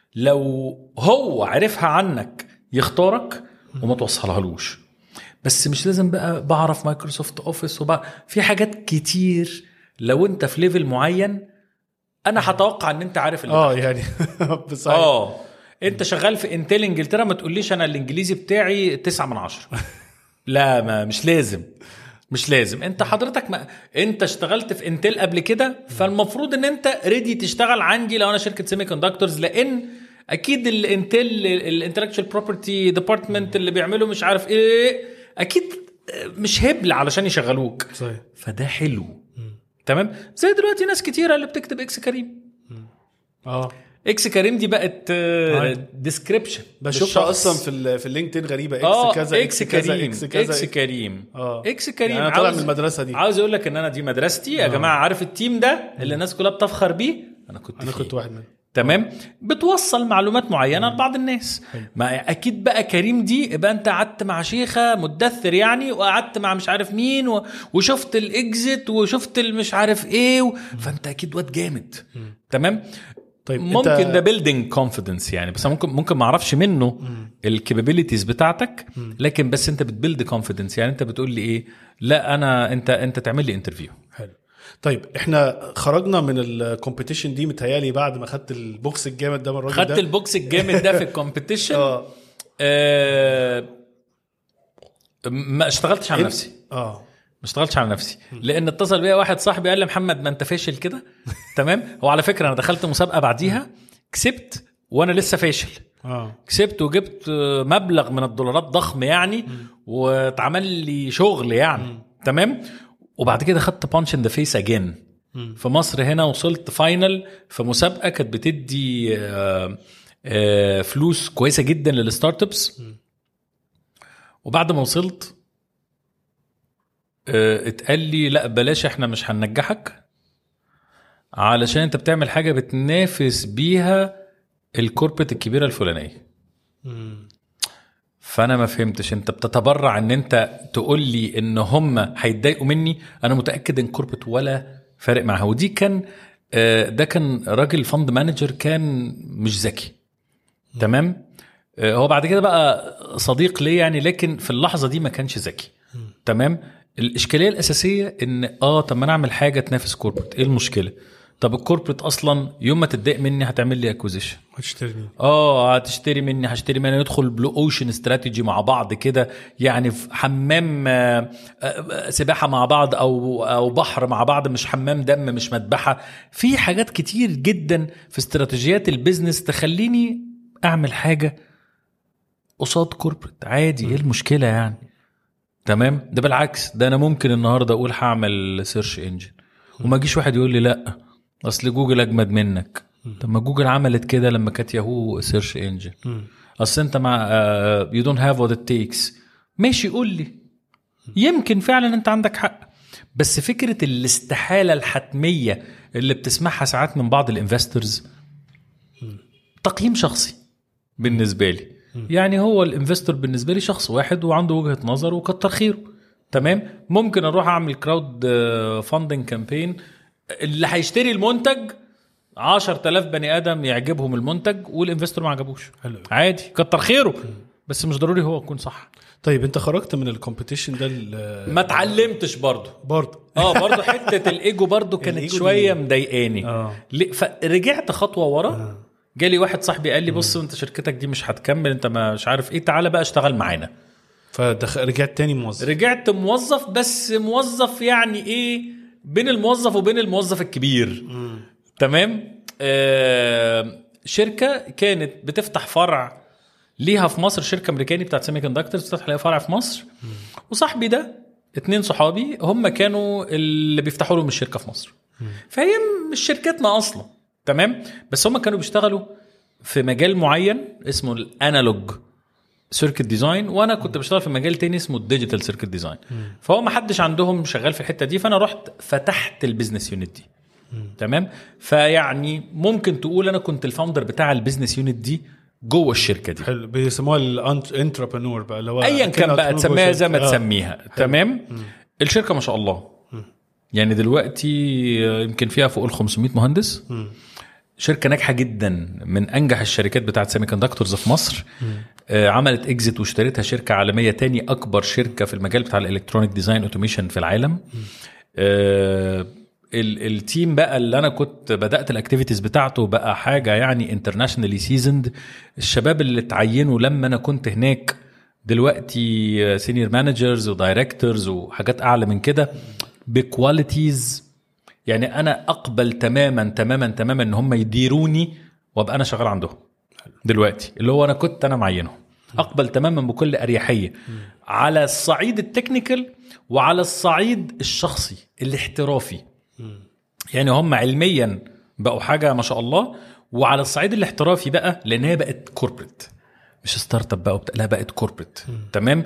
لو هو عرفها عنك يختارك وما توصلهالوش. بس مش لازم بقى بعرف مايكروسوفت اوفيس وبقى في حاجات كتير. لو انت في ليفل معين انا هتوقع ان انت عارف اللي اه يعني بصحيح. اه انت شغال في انتل انجلترا ما تقوليش انا الانجليزي بتاعي تسعة من عشرة. لا ما مش لازم مش لازم انت حضرتك ما انت اشتغلت في انتل قبل كده فالمفروض ان انت ريدي تشتغل عندي لو انا شركه سيمي كوندكتورز. لان اكيد الانتل الانتلكتشوال بروبرتي ديبارتمنت اللي بيعملوا مش عارف ايه اكيد مش هبل علشان يشغلوك. صحيح. فده حلو. تمام. زي دلوقتي ناس كتيره اللي بتكتب اكس كريم. اه اكس كريم دي بقت ديسكريبشن بشوفها اصلا في ال في اللينكدين غريبه. اكس كذا اكس كريم اكس كذا اكس كريم اه اكس كريم. يعني انا طالع من المدرسه دي. عاوز اقول لك ان انا دي مدرستي يا جماعه. عارف التيم ده اللي الناس كلها بتفخر بيه انا كنت انا كنت واحد منهم. تمام. بتوصل معلومات معينه لبعض الناس. ما اكيد بقى كريم دي يبقى انت قعدت مع شيخه مدثر يعني وقعدت مع مش عارف مين و... وشفت الاكزيت وشفت المش عارف ايه و... فانت اكيد واد جامد. تمام. طيب ممكن انت... ده building confidence يعني. بس ممكن ممكن ما اعرفش منه الكابابيلتيز بتاعتك لكن بس انت بتبيلد confidence يعني. انت بتقول لي ايه لا انا انت انت تعمل لي انترفيو. حلو. طيب احنا خرجنا من الكومبيتيشن دي متهيالي بعد ما خدت البوكس الجامد ده من الراجل ده. خدت البوكس الجامد ده في الكومبيتيشن. اه آه، ما اشتغلتش على نفسي. اه ما اشتغلتش على نفسي لان اتصل بيا واحد صاحبي قال لي محمد ما انت فاشل كده. تمام. هو على فكره انا دخلت مسابقه بعديها كسبت وانا لسه فاشل. اه كسبت وجبت مبلغ من الدولارات ضخم يعني واتعمل لي شغل يعني. تمام. وبعد كده خدت بانش ان ذا فيس اجين في مصر هنا. وصلت فاينل في مسابقه كانت بتدي آآ آآ فلوس كويسه جدا للستارت ابس. وبعد ما وصلت اتقال لي لا بلاش احنا مش هننجحك علشان انت بتعمل حاجه بتنافس بيها الكوربريت الكبيره الفلانيه. فانا ما فهمتش. انت بتتبرع ان انت تقول لي ان هم هيتضايقوا مني. انا متاكد ان كوربريت ولا فارق معها. ودي كان ده كان راجل فند مانجر كان مش ذكي. تمام. هو بعد كده بقى صديق ليه يعني لكن في اللحظه دي ما كانش ذكي. تمام. الاشكاليه الاساسيه ان اه طب ما نعمل حاجه تنافس كوربريت. ايه المشكله؟ طب الكوربريت اصلا يوم ما تتضايق مني هتعمل لي اكوزيشن. هتشتري اه هتشتري مني هشتري مني ندخل بلو اوشن استراتيجي مع بعض كده يعني في حمام سباحه مع بعض او او بحر مع بعض. مش حمام دم مش مذبحه. في حاجات كتير جدا في استراتيجيات البيزنس تخليني اعمل حاجه قصاد كوربريت عادي. ايه المشكله يعني؟ تمام. ده بالعكس ده انا ممكن النهارده اقول هعمل سيرش انجن وما اجيش واحد يقول لي لا اصل جوجل اجمد منك. طب ما جوجل عملت كده لما كانت ياهو سيرش انجن. اصل انت مع يو دونت هاف وات ات تيكس. ماشي قول لي يمكن فعلا انت عندك حق. بس فكره الاستحاله الحتميه اللي بتسمعها ساعات من بعض الانفسترز تقييم شخصي بالنسبه لي يعني. هو الانفستور بالنسبه لي شخص واحد وعنده وجهه نظر وكتر خيره. تمام. ممكن اروح اعمل كراود فاندنج كامبين اللي هيشتري المنتج عشرة آلاف بني ادم يعجبهم المنتج والانفستور ما عجبوش. حلو. عادي كتر خيره. بس مش ضروري هو يكون صح. طيب انت خرجت من الكومبيتيشن ده ما اتعلمتش برضو برضو اه برضو حته الايجو برضو كانت شويه مضايقاني. اه فرجعت خطوه ورا. آه. جالي واحد صاحبي قال لي بص انت شركتك دي مش هتكمل انت مش عارف ايه تعالى بقى اشتغل معانا. فرجعت تاني موظف. رجعت موظف بس موظف يعني ايه بين الموظف وبين الموظف الكبير. م. تمام. آه شركة كانت بتفتح فرع ليها في مصر. شركة امريكاني بتاعت سيمي كوندكتورز بتفتح لها فرع في مصر. م. وصاحبي ده اتنين صحابي هم كانوا اللي بيفتحوا لهم الشركة في مصر. م. فهي مش شركتنا اصلا. تمام. بس هم كانوا بيشتغلوا في مجال معين اسمه الانالوج سيركت ديزاين وانا كنت بشتغل في مجال تاني اسمه الديجيتال سيركت ديزاين. فهو ما حدش عندهم شغال في الحته دي. فانا رحت فتحت البيزنس يونت دي. تمام. فيعني ممكن تقول انا كنت الفاوندر بتاع البيزنس يونت دي جوه الشركه دي. حلو. بيسموها الانتربرنور بقى لو ايا كان بقى تسميها زي ما تسميها. تمام. مم. الشركه ما شاء الله مم. يعني دلوقتي يمكن فيها فوق ال خمسمية مهندس. مم. شركه ناجحه جدا من انجح الشركات بتاعه سيمي كوندكتورز في مصر. آه عملت اكزيت واشتريتها شركه عالميه تاني اكبر شركه في المجال بتاع الالكترونيك ديزاين اوتوميشن في العالم. آه التيم بقى اللي انا كنت بدات الاكتيفيتيز بتاعته بقى حاجه يعني انترناشونالي سيزند. الشباب اللي اتعينوا لما انا كنت هناك دلوقتي سينيور مانجرز ودايركتورز وحاجات اعلى من كده بكواليتيز. يعني انا اقبل تماما تماما تماما ان هم يديروني وابقى انا شغال عندهم دلوقتي اللي هو انا كنت انا معينهم. اقبل تماما بكل اريحيه على الصعيد التكنيكال وعلى الصعيد الشخصي الاحترافي. يعني هم علميا بقوا حاجه ما شاء الله، وعلى الصعيد الاحترافي بقى لان هي بقت كوربريت مش ستارت اب بقى، لا بقت كوربريت تمام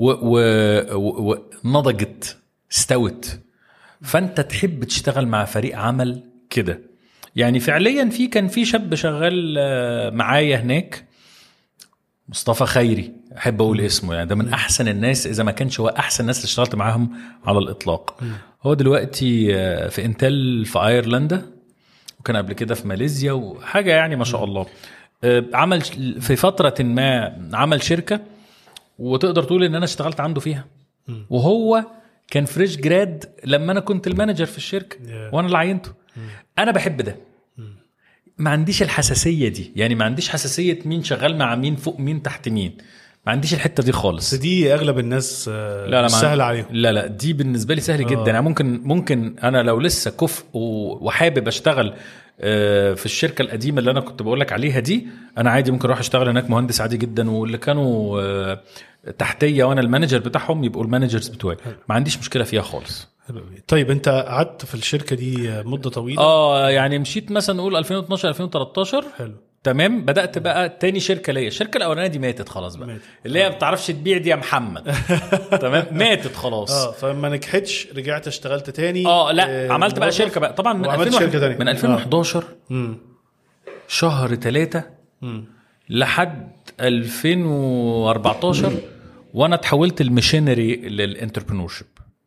ونضجت استوت. فانت تحب تشتغل مع فريق عمل كده. يعني فعليا في كان في شاب شغال معايا هناك مصطفى خيري، احب اقول اسمه، يعني ده من احسن الناس اذا ما كانش هو احسن الناس اللي اشتغلت معاهم على الاطلاق. هو دلوقتي في انتل في ايرلندا، وكان قبل كده في ماليزيا وحاجه يعني ما شاء الله. عمل في فتره ما عمل شركه وتقدر تقول ان انا اشتغلت عنده فيها، وهو كان فريش جراد لما انا كنت المانجر في الشركه وانا اللي عينته. انا بحب ده، ما عنديش الحساسيه دي، يعني ما عنديش حساسيه مين شغال مع مين فوق مين تحت مين، ما عنديش الحته دي خالص. دي اغلب الناس لا لا سهل عليهم. لا لا دي بالنسبه لي سهل جدا. يعني ممكن ممكن انا لو لسه كفء وحابب اشتغل في الشركه القديمه اللي انا كنت بقول لك عليها دي، انا عادي ممكن اروح اشتغل هناك مهندس عادي جدا، واللي كانوا تحتيه وانا المانجر بتاعهم يبقوا المانجرز بتوعي، ما عنديش مشكله فيها خالص. طيب انت قعدت في الشركه دي مده طويله؟ اه يعني مشيت مثلا نقول ألفين واثناشر ألفين وتلتاشر. حلو تمام. بدات بقى تاني شركه ليا، الشركه الاولانيه دي ماتت خلاص بقى، ماتت. اللي هي ما بتعرفش تبيع دي يا محمد. تمام ماتت خلاص. اه فما نجحتش رجعت اشتغلت تاني. اه لا آه عملت بقى شركه بقى طبعا من ألفين من ألفين وحداشر آه. شهر ثلاثة لحد ألفين وأربعتاشر وانا تحولت الميشنري للانتربرنورشيب.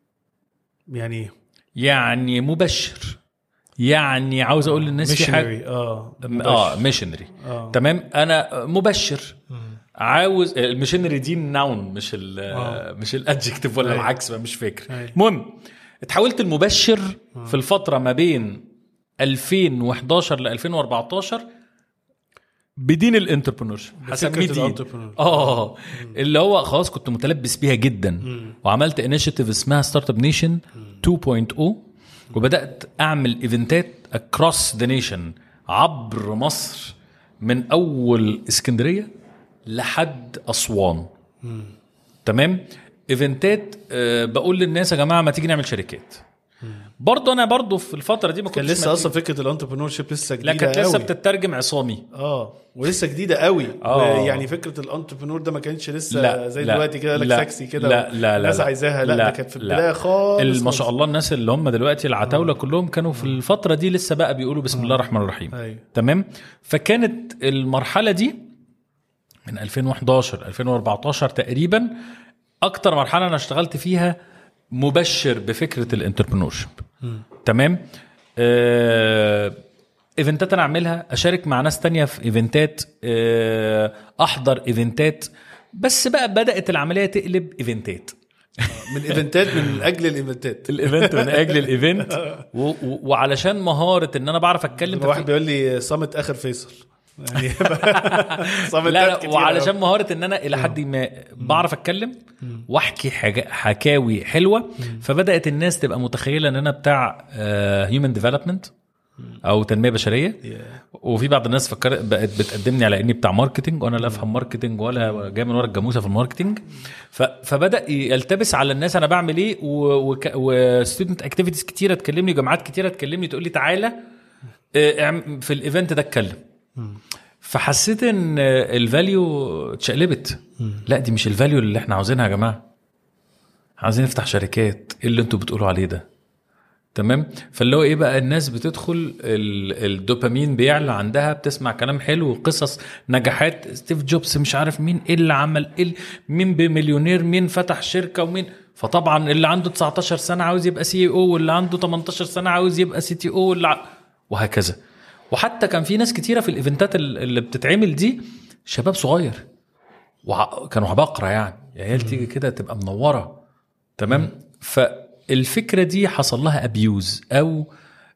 يعني يعني مبشر، يعني عاوز اقول للناس في حاجه اه اه ميشنري آه. تمام. انا مبشر مم. عاوز الميشنري دي ناون مش ال آه. مش الادجكتيف ولا العكس مش فاكر. المهم اتحولت المبشر آه. في الفتره ما بين ألفين وحداشر ل ألفين وأربعتاشر بدين الانتربرنور، هسميه دين اه مم. اللي هو خلاص كنت متلبس بيها جدا. مم. وعملت انيشيتيف اسمها ستارت اب نيشن تو بوينت او، وبدأت أعمل إيفنتات across the nation عبر مصر من أول اسكندرية لحد أسوان. مم. تمام. إيفنتات أه بقول للناس يا جماعة ما تيجي نعمل شركات. برضو أنا برضو في الفترة دي ما كنتش كان لسه أصلا فكرة الانتربرنورشيب لسه جديدة. لا كانت لسه بتترجم عصامي اه ولسه جديدة قوي. آه. يعني فكرة الانتربرنور ده ما كانش لسه لا زي لا دلوقتي كده لك سكسي كده لا لا الناس عايزاها. لا, لا, لا كانت في البداية خالص. ما شاء الله الناس اللي هم دلوقتي العتاولة آه. كلهم كانوا في الفترة دي لسه بقى بيقولوا بسم الله الرحمن الرحيم. آه. تمام. فكانت المرحلة دي من ألفين وحداشر ألفين وأربعتاشر تقريبا أكتر مرحلة أنا اشتغلت فيها مبشر بفكرة الانتربرنورشيب. تمام. اه ايفنتات انا اعملها، اشارك مع ناس تانية في ايفنتات، اه احضر ايفنتات، بس بقى بدأت العملية تقلب ايفنتات من ايفنتات من اجل الايفنتات الايفنت من اجل الايفنت وعلشان مهارة ان انا بعرف اتكلم. واحد بيقول لي صامت اخر فيصل يعني لا, لا وعلشان مهارة ان انا الى حد ما بعرف اتكلم واحكي حكاوي حلوة. فبدأت الناس تبقى متخيلة ان انا بتاع هيومن ديفلوبمنت او تنمية بشرية. وفي بعض الناس فكرت بقت بتقدمني على اني بتاع ماركتينج، وانا لا افهم ماركتينج ولا جاي من ورا الجاموسة في الماركتينج. فبدأ يلتبس على الناس انا بعمل ايه. وستودنت اكتيفيتيز كتيرة تكلمني، جامعات كتيرة تكلمني تقول لي تعالى في الايفنت ده اتكلم. فحسيت ان الفاليو اتشقلبت. لا دي مش الفاليو اللي احنا عاوزينها يا جماعه، عاوزين نفتح شركات. ايه اللي انتوا بتقولوا عليه ده؟ تمام. فاللي هو ايه بقى، الناس بتدخل الدوبامين بيعلى عندها، بتسمع كلام حلو وقصص نجاحات ستيف جوبز مش عارف مين ايه اللي عمل ايه، مين بمليونير، مين فتح شركه ومين. فطبعا اللي عنده تسعتاشر سنه عاوز يبقى سي او، واللي عنده تمنتاشر سنه عاوز يبقى سي تي او، وهكذا. وحتى كان في ناس كتيره في الايفنتات اللي بتتعمل دي شباب صغير وكانوا عباقره يعني عيال تيجي كده تبقى منوره تمام. فالفكره دي حصل لها ابيوز او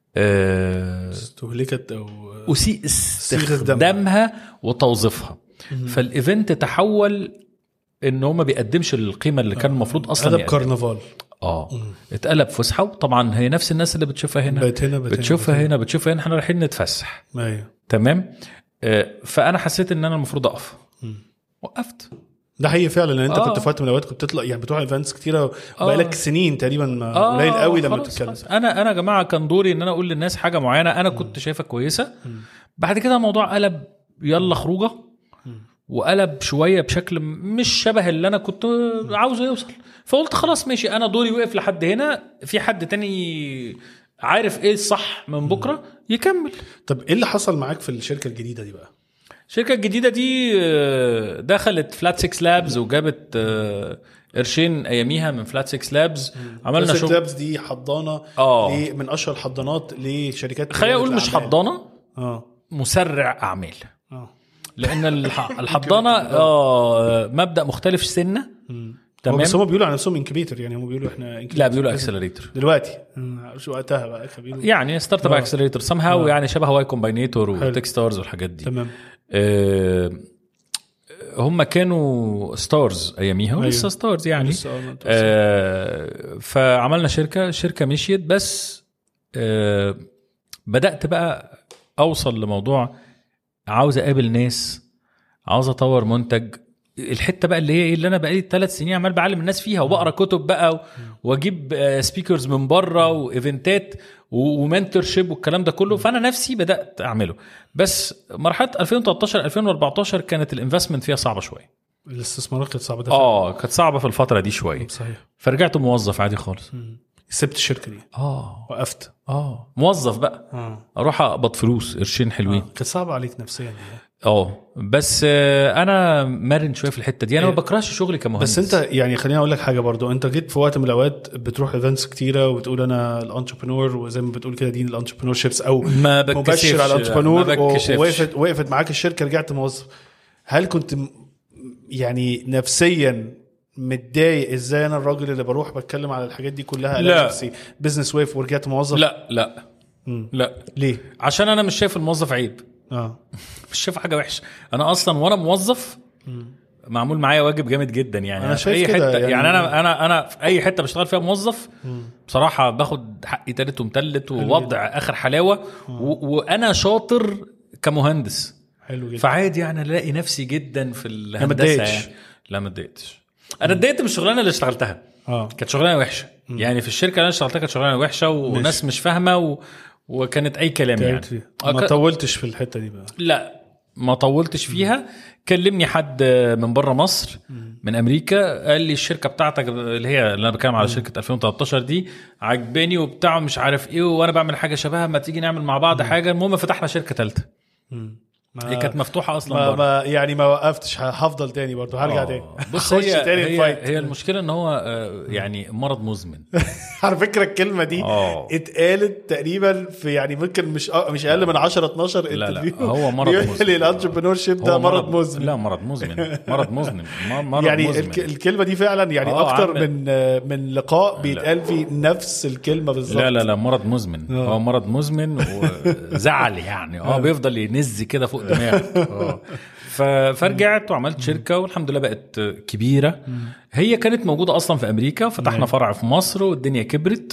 آه استهلكت او اسيء استخدامها وتوظيفها. فالايفنت تحول ان هو ما بيقدمش القيمه اللي كان المفروض اصلا قلب كارنفال. اه اتقلب فسحه. وطبعا هي نفس الناس اللي بتشوفها هنا, هنا بتشوفها هنا, هنا بتشوفها هنا احنا رايحين نتفسح. ايوه تمام. آه فانا حسيت ان انا المفروض اقف. وقفت. ده حقيقي فعلا لان انت آه. كنت في وقت من الاوقات كنت بتطلع يعني بتروح ايفنتس كتيره آه. بقالك سنين تقريبا قليل آه. قوي لما تتكلم. انا انا يا جماعه كان دوري ان انا اقول للناس حاجه معينه انا كنت شايفها كويسه. بعد كده الموضوع قلب يلا خروجه وقلب شويه بشكل مش شبه اللي انا كنت عاوزه يوصل. فقلت خلاص ماشي انا دوري وقف لحد هنا. في حد تاني عارف ايه الصح من بكره يكمل. طب ايه اللي حصل معاك في الشركه الجديده دي بقى؟ الشركه الجديده دي دخلت فلات سيكس لابز وجابت قرشين اياميها من فلات سيكس لابز. عملنا شغل. فلات لابز دي حضانه آه. من اشهر الحضانات لشركات. خلينا اقول مش حضانه اه مسرع اعمال. اه لان الحضانه اه مبدا مختلف سنه. تمام. بس هم بيقولوا على نفسهم انكبيتر يعني هم بيقولوا احنا لا بيقولوا اكسلريتور دلوقتي شو وقتها بقى بيقولوا يعني ستارت اب اكسلريتور سم هاو يعني شبه واي كومباينيتور وتك ستارز والحاجات دي. تمام. آه هم كانوا ستارز اياميها ولسه أيوه. ستارز يعني آه فعملنا شركه الشركه مشيت بس آه بدات بقى اوصل لموضوع عاوز اقابل ناس عاوز اطور منتج. الحته بقى اللي هي ايه اللي انا بقالي ثلاث سنين عمال بعلم الناس فيها وبقرا كتب بقى واجيب سبيكرز من بره وايفنتات ومنتورشيب والكلام ده كله. فانا نفسي بدات اعمله بس مرحله ألفين وثلاثة عشر ألفين وأربعتاشر كانت الانفستمنت فيها صعبه شويه. الاستثمارات كانت صعبه اه كانت صعبه في الفتره دي شويه. صحيح. فرجعت موظف عادي خالص. سبت الشركه دي اه وقفت اه موظف بقى آه. اروح اقبض فلوس قرشين حلوين. آه. كانت صعبه عليك نفسيا دي. اه بس انا مرن شويه في الحته دي. انا ما بكرهش شغلي كمهندس. بس انت يعني خليني اقول لك حاجه برضو. انت جيت في وقت من الاوقات بتروح ايفنتس كتيره وبتقول انا الانتربرنور وزي ما بتقول كده دين الانتربرنور شيبس او ما مبشر على الانتربرنور ووقفت وقفت معاك الشركه رجعت موظف. هل كنت يعني نفسيا متضايق ازاي انا الراجل اللي بروح بتكلم على الحاجات دي كلها لا نفسي بزنس ويف ورجعت موظف؟ لا لا م. لا ليه؟ عشان انا مش شايف الموظف عيب. اه مش شايف حاجه وحشه. انا اصلا وانا موظف م. معمول معايا واجب جامد جدا يعني. انا في اي حته يعني, يعني انا انا انا في اي حته بشتغل فيها موظف م. بصراحه باخد حقي تالت ومتلت ووضع اخر حلاوه و... وانا شاطر كمهندس. حلو جدا. فعادي يعني الاقي نفسي جدا في الهندسه. يعني. لا ما اتضايقتش. انا اتضايقت من الشغلانه اللي اشتغلتها. اه كانت شغلانه وحشه. م. يعني في الشركه اللي انا اشتغلتها كانت شغلانه وحشه وناس مش فاهمه و... وكانت اي كلام يعني. ما طولتش في الحته دي بقى؟ لا ما طولتش فيها. م. كلمني حد من بره مصر م. من امريكا قال لي الشركه بتاعتك اللي هي اللي انا بتكلم على شركه ألفين وثلاثة عشر دي عجباني وبتاع مش عارف ايه وانا بعمل حاجه شبهها ما تيجي نعمل مع بعض م. حاجه. المهم فتحنا شركه ثالثه. هي كانت مفتوحه اصلا ما, ما يعني ما وقفتش هفضل تاني برضو هرجع تاني. بص هي تاني هي, هي المشكله ان هو يعني مرض مزمن. على فكره الكلمه دي أوه. اتقالت تقريبا في يعني ممكن مش مش اقل من عشرة اتناشر لا لا هو مرض مزمن. الانتربرنور شيب ده مرض مزمن. لا مرض مزمن مرض مزمن مرض يعني مزمن. الكلمه دي فعلا يعني اكتر من من لقاء بيتقال فيه نفس الكلمه بالظبط. لا لا لا مرض مزمن. هو مرض مزمن وزعل يعني اه بيفضل ينز كده فوق دماغك. فرجعت وعملت شركة والحمد لله بقت كبيرة. هي كانت موجودة أصلا في أمريكا فتحنا فرع في مصر والدنيا كبرت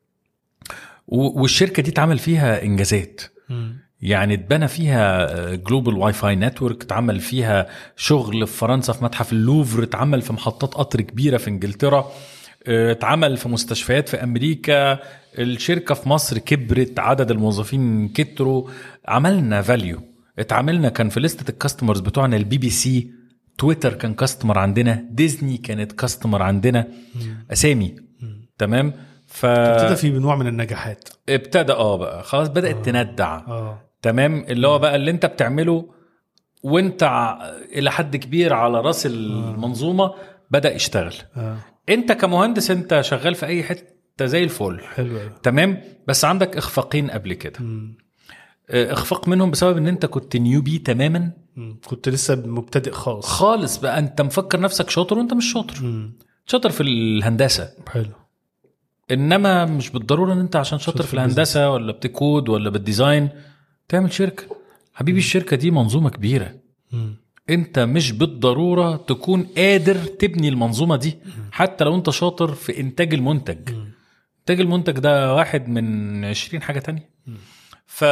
والشركة دي تعمل فيها إنجازات. يعني اتبنى فيها جلوبال واي فاي نتورك اتعمل فيها شغل في فرنسا في متحف اللوفر اتعمل في محطات قطر كبيرة في إنجلترا اتعمل في مستشفيات في أمريكا. الشركة في مصر كبرت عدد الموظفين كتروا عملنا فاليو. اتعاملنا كان في لستة الكاستمرز بتوعنا البي بي سي تويتر كان كاستمر عندنا ديزني كانت كاستمر عندنا أسامي مم. تمام. ف ابتدى في نوع من النجاحات ابتدى اه بقى خلاص بدأت آه. تندع آه. تمام اللي هو بقى اللي انت بتعمله وانت الى حد كبير على راس المنظومة آه. بدأ يشتغل آه. انت كمهندس انت شغال في اي حتة زي الفل حلو. تمام بس عندك اخفاقين قبل كده. اخفاق منهم بسبب ان انت كنت نيوبي تماما. كنت لسه مبتدئ خالص خالص بقى، انت مفكر نفسك شاطر وانت مش شاطر. مم. شاطر في الهندسه حلو، انما مش بالضروره ان انت عشان شاطر في الهندسه ولا بتكود ولا بالديزاين تعمل شركه. حبيبي الشركه دي منظومه كبيره. مم. انت مش بالضروره تكون قادر تبني المنظومه دي. مم. حتى لو انت شاطر في انتاج المنتج. مم. انتاج المنتج ده واحد من عشرين حاجه تانية. مم. ف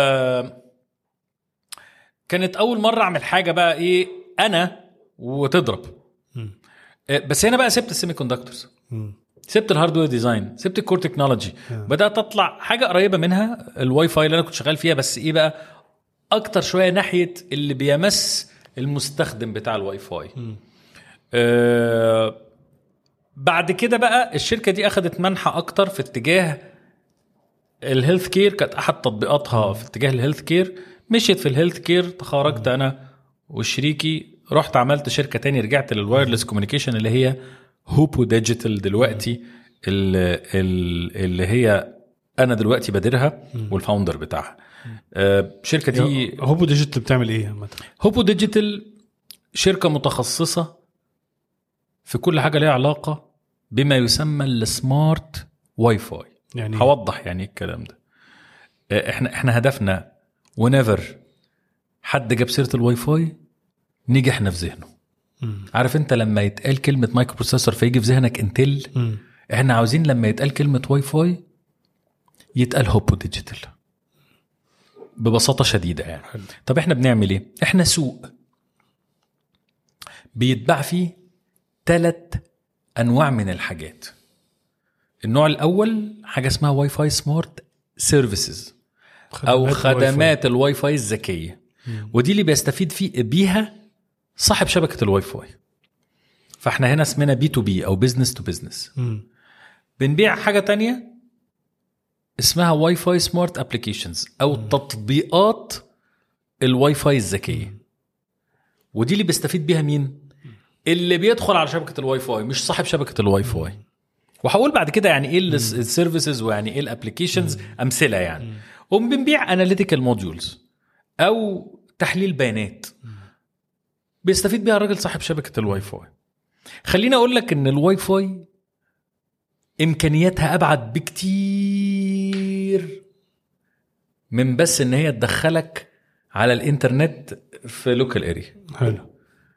كانت اول مره اعمل حاجه بقى ايه انا وتضرب. مم. بس هنا بقى سبت السيمي كوندكتورز، سبت الهاردوير ديزاين، سبت الكور تكنولوجي. بدات اطلع حاجه قريبه منها الواي فاي اللي انا كنت شغال فيها، بس ايه بقى اكتر شويه ناحيه اللي بيمس المستخدم بتاع الواي فاي. آه بعد كده بقى الشركه دي اخذت منحى اكتر في اتجاه الهيلث كير. كانت احد تطبيقاتها في اتجاه الهيلث كير، مشيت في الهيلث كير، تخرجت انا وشريكي، رحت عملت شركه تاني، رجعت للوايرلس كوميونيكيشن اللي هي هوبو ديجيتال دلوقتي، اللي, اللي هي انا دلوقتي بديرها والفاوندر بتاعها. الشركه دي هوبو ديجيتال بتعمل ايه مثلا؟ هوبو ديجيتال شركه متخصصه في كل حاجه ليها علاقه بما يسمى السمارت واي فاي. يعني هوضح يعني الكلام ده. احنا احنا هدفنا ونيفر حد جاب سيره الواي فاي نيجي احنا في ذهنه. مم. عارف انت لما يتقال كلمه مايكرو بروسيسور فيجي في ذهنك انتل. مم. احنا عاوزين لما يتقال كلمه واي فاي يتقال هوبو ديجيتال ببساطه شديده يعني. حل. طب احنا بنعمل ايه؟ احنا سوق بيتباع فيه ثلاث انواع من الحاجات. النوع الاول حاجه اسمها واي فاي سمارت سيرفيسز او خدمات الواي فاي الذكيه. مم. ودي اللي بيستفيد فيه بيها صاحب شبكه الواي فاي. فاحنا هنا اسمنا بي تو بي او بيزنس تو بيزنس. بنبيع حاجه تانية اسمها واي فاي سمارت ابليكيشنز او مم. تطبيقات الواي فاي الذكيه. ودي اللي بيستفيد بيها مين؟ اللي بيدخل على شبكه الواي فاي، مش صاحب شبكه الواي فاي. وهقول بعد كده يعني ايه السيرفيسز ويعني ايه الابليكيشنز، امثله يعني. وبنبيع اناليتيكال موديولز او تحليل بيانات بيستفيد بيها الراجل صاحب شبكه الواي فاي. خليني اقول لك ان الواي فاي امكانياتها ابعد بكتير من بس ان هي تدخلك على الانترنت في لوكال اريا. حلو.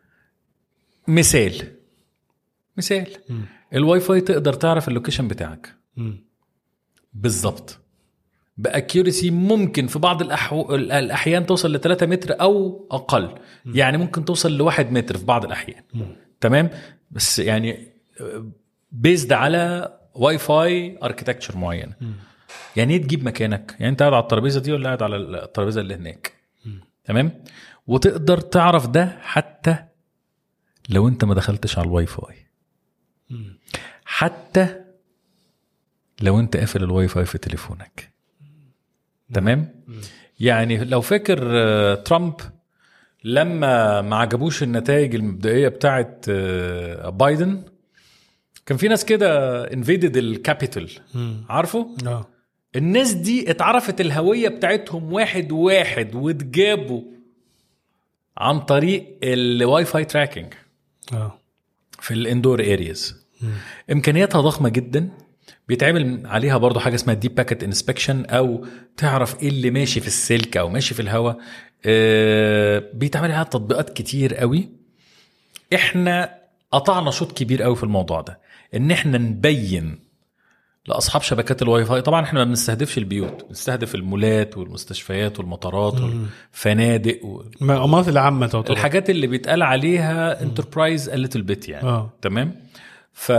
مثال مثال م. الواي فاي تقدر تعرف اللوكيشن بتاعك بالظبط باكيورسي، ممكن في بعض الأحو... الاحيان توصل لثلاثة متر او اقل. م. يعني ممكن توصل لواحد متر في بعض الاحيان. م. تمام. بس يعني بيزد على واي فاي اركيتكتشر معينه. م. يعني ايه تجيب مكانك؟ يعني انت قاعد على الترابيزه دي ولا قاعد على الترابيزه اللي هناك؟ م. تمام. وتقدر تعرف ده حتى لو انت ما دخلتش على الواي فاي. م. حتى لو انت قافل الواي فاي في تليفونك. م. تمام. م. يعني لو فاكر ترامب لما ما عجبوش النتائج المبدئيه بتاعه بايدن، كان في ناس كده انفيدد الكابيتال، عارفه؟ اه الناس دي اتعرفت الهويه بتاعتهم واحد واحد واتجابوا عن طريق الواي فاي تراكنج اه في الاندور ارياز. امكانياتها ضخمه جدا، بيتعمل عليها برضو حاجه اسمها ديب باكيت انسبكشن او تعرف ايه اللي ماشي في السلك او ماشي في الهواء. اه بيتعمل عليها تطبيقات كتير قوي. احنا قطعنا شوط كبير قوي في الموضوع ده، ان احنا نبين لاصحاب شبكات الواي فاي. طبعا احنا ما بنستهدفش البيوت، بنستهدف المولات والمستشفيات والمطارات والفنادق والاماكن العامه تعتبر الحاجات اللي بيتقال عليها انتربرايز a little bit يعني. آه. تمام. ف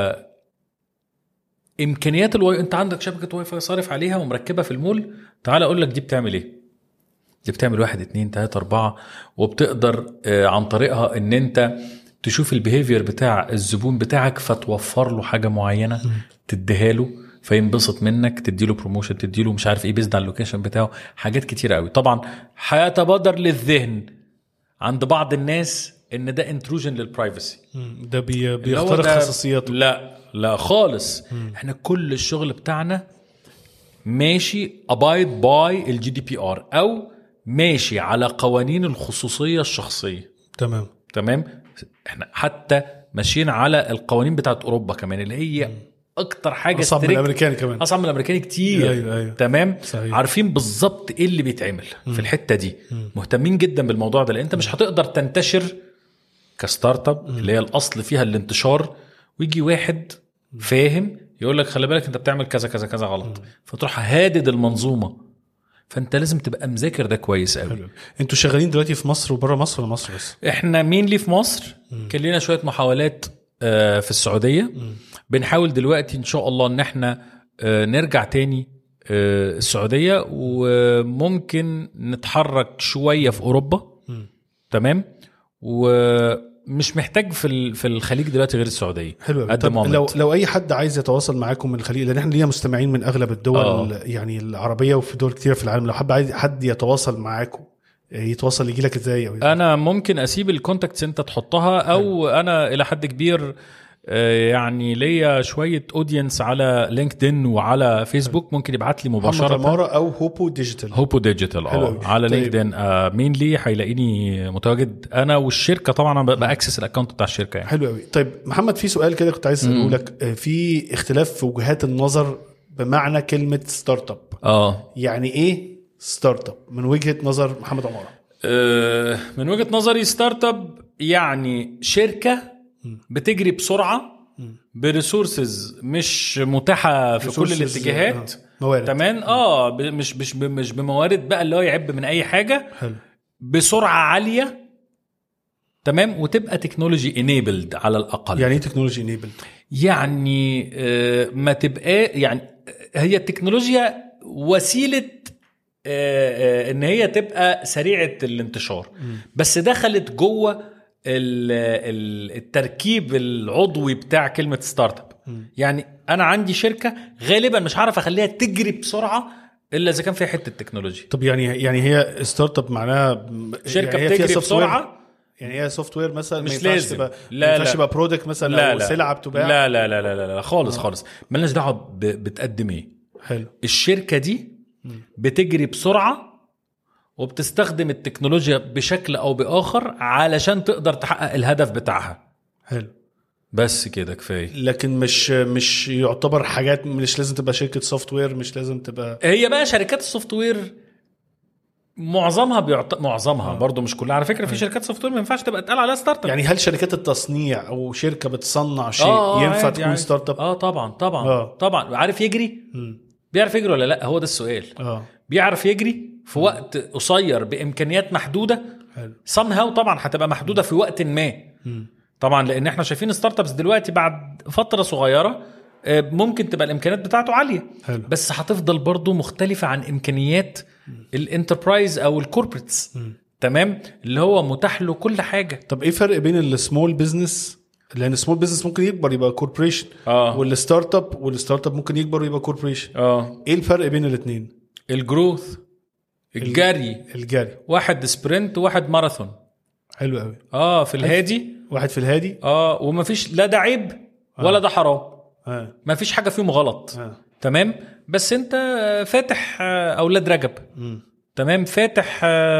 امكانيات الواي، انت عندك شبكه واي فاي صارف عليها ومركبه في المول، تعال اقول لك دي بتعمل ايه. دي بتعمل واحد اتنين تلاتة اربعة، وبتقدر عن طريقها ان انت تشوف البيهيفير بتاع الزبون بتاعك فتوفر له حاجه معينه تديها له فينبسط منك، تديله بروموشن، تديله مش عارف ايه بيزد على اللوكيشن بتاعه، حاجات كتيره قوي. طبعا هيتبادر للذهن عند بعض الناس ان ده انتروجن للبرايفسي، ده بي بيخترق خصوصياته. لا لا خالص. مم. احنا كل الشغل بتاعنا ماشي abide by الجي دي بي ار او ماشي على قوانين الخصوصيه الشخصيه. تمام تمام. احنا حتى ماشيين على القوانين بتاعت اوروبا كمان اللي هي اكتر حاجه اصعب من الامريكان كمان، اصعب من الامريكان كتير. أيوة أيوة. تمام. صحيح. عارفين بالظبط ايه اللي بيتعمل في الحته دي. مم. مهتمين جدا بالموضوع ده، لان انت مش هتقدر تنتشر كستارت اب اللي هي الاصل فيها الانتشار، ويجي واحد فاهم يقول لك خلي بالك انت بتعمل كذا كذا كذا غلط، فتروح هادد المنظومه. فانت لازم تبقى مذاكر ده كويس قوي. حلو. انتوا شغالين دلوقتي في مصر وبره مصر ولا مصر بس؟ احنا مين لي في مصر. كان لنا شويه محاولات في السعوديه. مم. بنحاول دلوقتي ان شاء الله ان احنا نرجع تاني السعوديه، وممكن نتحرك شويه في اوروبا. م. تمام. ومش محتاج في في الخليج دلوقتي غير السعوديه. حلو. طب لو لو اي حد عايز يتواصل معاكم من الخليج، لان احنا لينا مستمعين من اغلب الدول آه. يعني العربيه وفي دول كتير في العالم، لو حد عايز حد يتواصل معاكم يتواصل يجي لك ازاي؟ أو انا ممكن اسيب الكونتاكتس انت تحطها، او حلو. انا الى حد كبير يعني ليا شويه اودينس على لينكدين وعلى فيسبوك، ممكن يبعت لي مباشره. محمد عمارة او هوبو ديجيتال. هوبو ديجيتال اه على طيب. لينكدين آه مين لي هيلاقيني متواجد انا والشركه. طبعا انا باكسس الاكونت بتاع الشركه يعني. حلو قوي. طيب محمد، في سؤال كده كنت عايز اساله لك. في اختلاف في وجهات النظر بمعنى كلمه ستارت اب. اه يعني ايه ستارت اب من وجهه نظر محمد عمارة؟ آه من وجهه نظري ستارت اب يعني شركه بتجري بسرعة بريسورسز مش متاحة في كل الاتجاهات. آه. تمام. اه مش مش مش بموارد بقى اللي هو يعب من اي حاجة. حلو. بسرعة عالية. تمام. وتبقى تكنولوجي انيبلد على الاقل. يعني ايه تكنولوجي انيبلد؟ يعني آه ما تبقى يعني هي التكنولوجيا وسيلة آه آه ان هي تبقى سريعة الانتشار. م. بس دخلت جوه التركيب العضوي بتاع كلمة ستارت اب. يعني أنا عندي شركة غالبا مش عارف أخليها تجري بسرعة إلا إذا كان فيها حتة تكنولوجيا. طب يعني يعني هي ستارت اب معناها شركة يعني بتجري بسرعة. يعني هي سوفت وير مثلا مش لازم تبقى لا ما ينفعش يبقى برودكت مثلا لا أو لا سلعة بتباع. لا لا لا لا, لا, لا خالص آه. خالص مالناش دعوة بتقدم إيه. حلو. الشركة دي بتجري بسرعة وبتستخدم التكنولوجيا بشكل او باخر علشان تقدر تحقق الهدف بتاعها. حلو. بس كده كفايه. لكن مش مش يعتبر حاجات مش لازم تبقى شركه سوفت وير، مش لازم تبقى هي بقى شركات السوفت وير معظمها بيعط... معظمها آه. برضو مش كلها على فكره. في شركات سوفت وير ما ينفعش تبقى تقال عليها ستارت اب. يعني هل شركات التصنيع او شركه بتصنع شيء آه ينفع تكون يعني. ستارت اب؟ اه طبعا طبعا آه. طبعا. عارف يجري م. بيعرف يجري ولا لا؟ هو ده السؤال. اه بيعرف يجري في وقت قصير بامكانيات محدوده. somehow طبعا هتبقى محدوده في وقت ما. م. طبعا لان احنا شايفين ستارت ابس دلوقتي بعد فتره صغيره ممكن تبقى الامكانيات بتاعته عاليه. حلو. بس هتفضل برضو مختلفه عن امكانيات الانتربرايز او الكوربريتس. تمام. اللي هو متاح له كل حاجه. طب ايه فرق بين السمول بزنس؟ لان السمول بزنس ممكن يكبر يبقى كوربريشن. اه والستارت اب والستارت اب ممكن يكبر ويبقى كوربريشن. اه ايه الفرق بين الاثنين؟ الجروث، الجري. الجري واحد سبرنت وواحد ماراثون. حلو قوي. اه في الهادي. واحد في الهادي. اه ومفيش لا ده عيب ولا آه. ده حرام. آه. مفيش حاجه فيهم غلط. آه. تمام. بس انت فاتح اولاد رجب. م. تمام. فاتح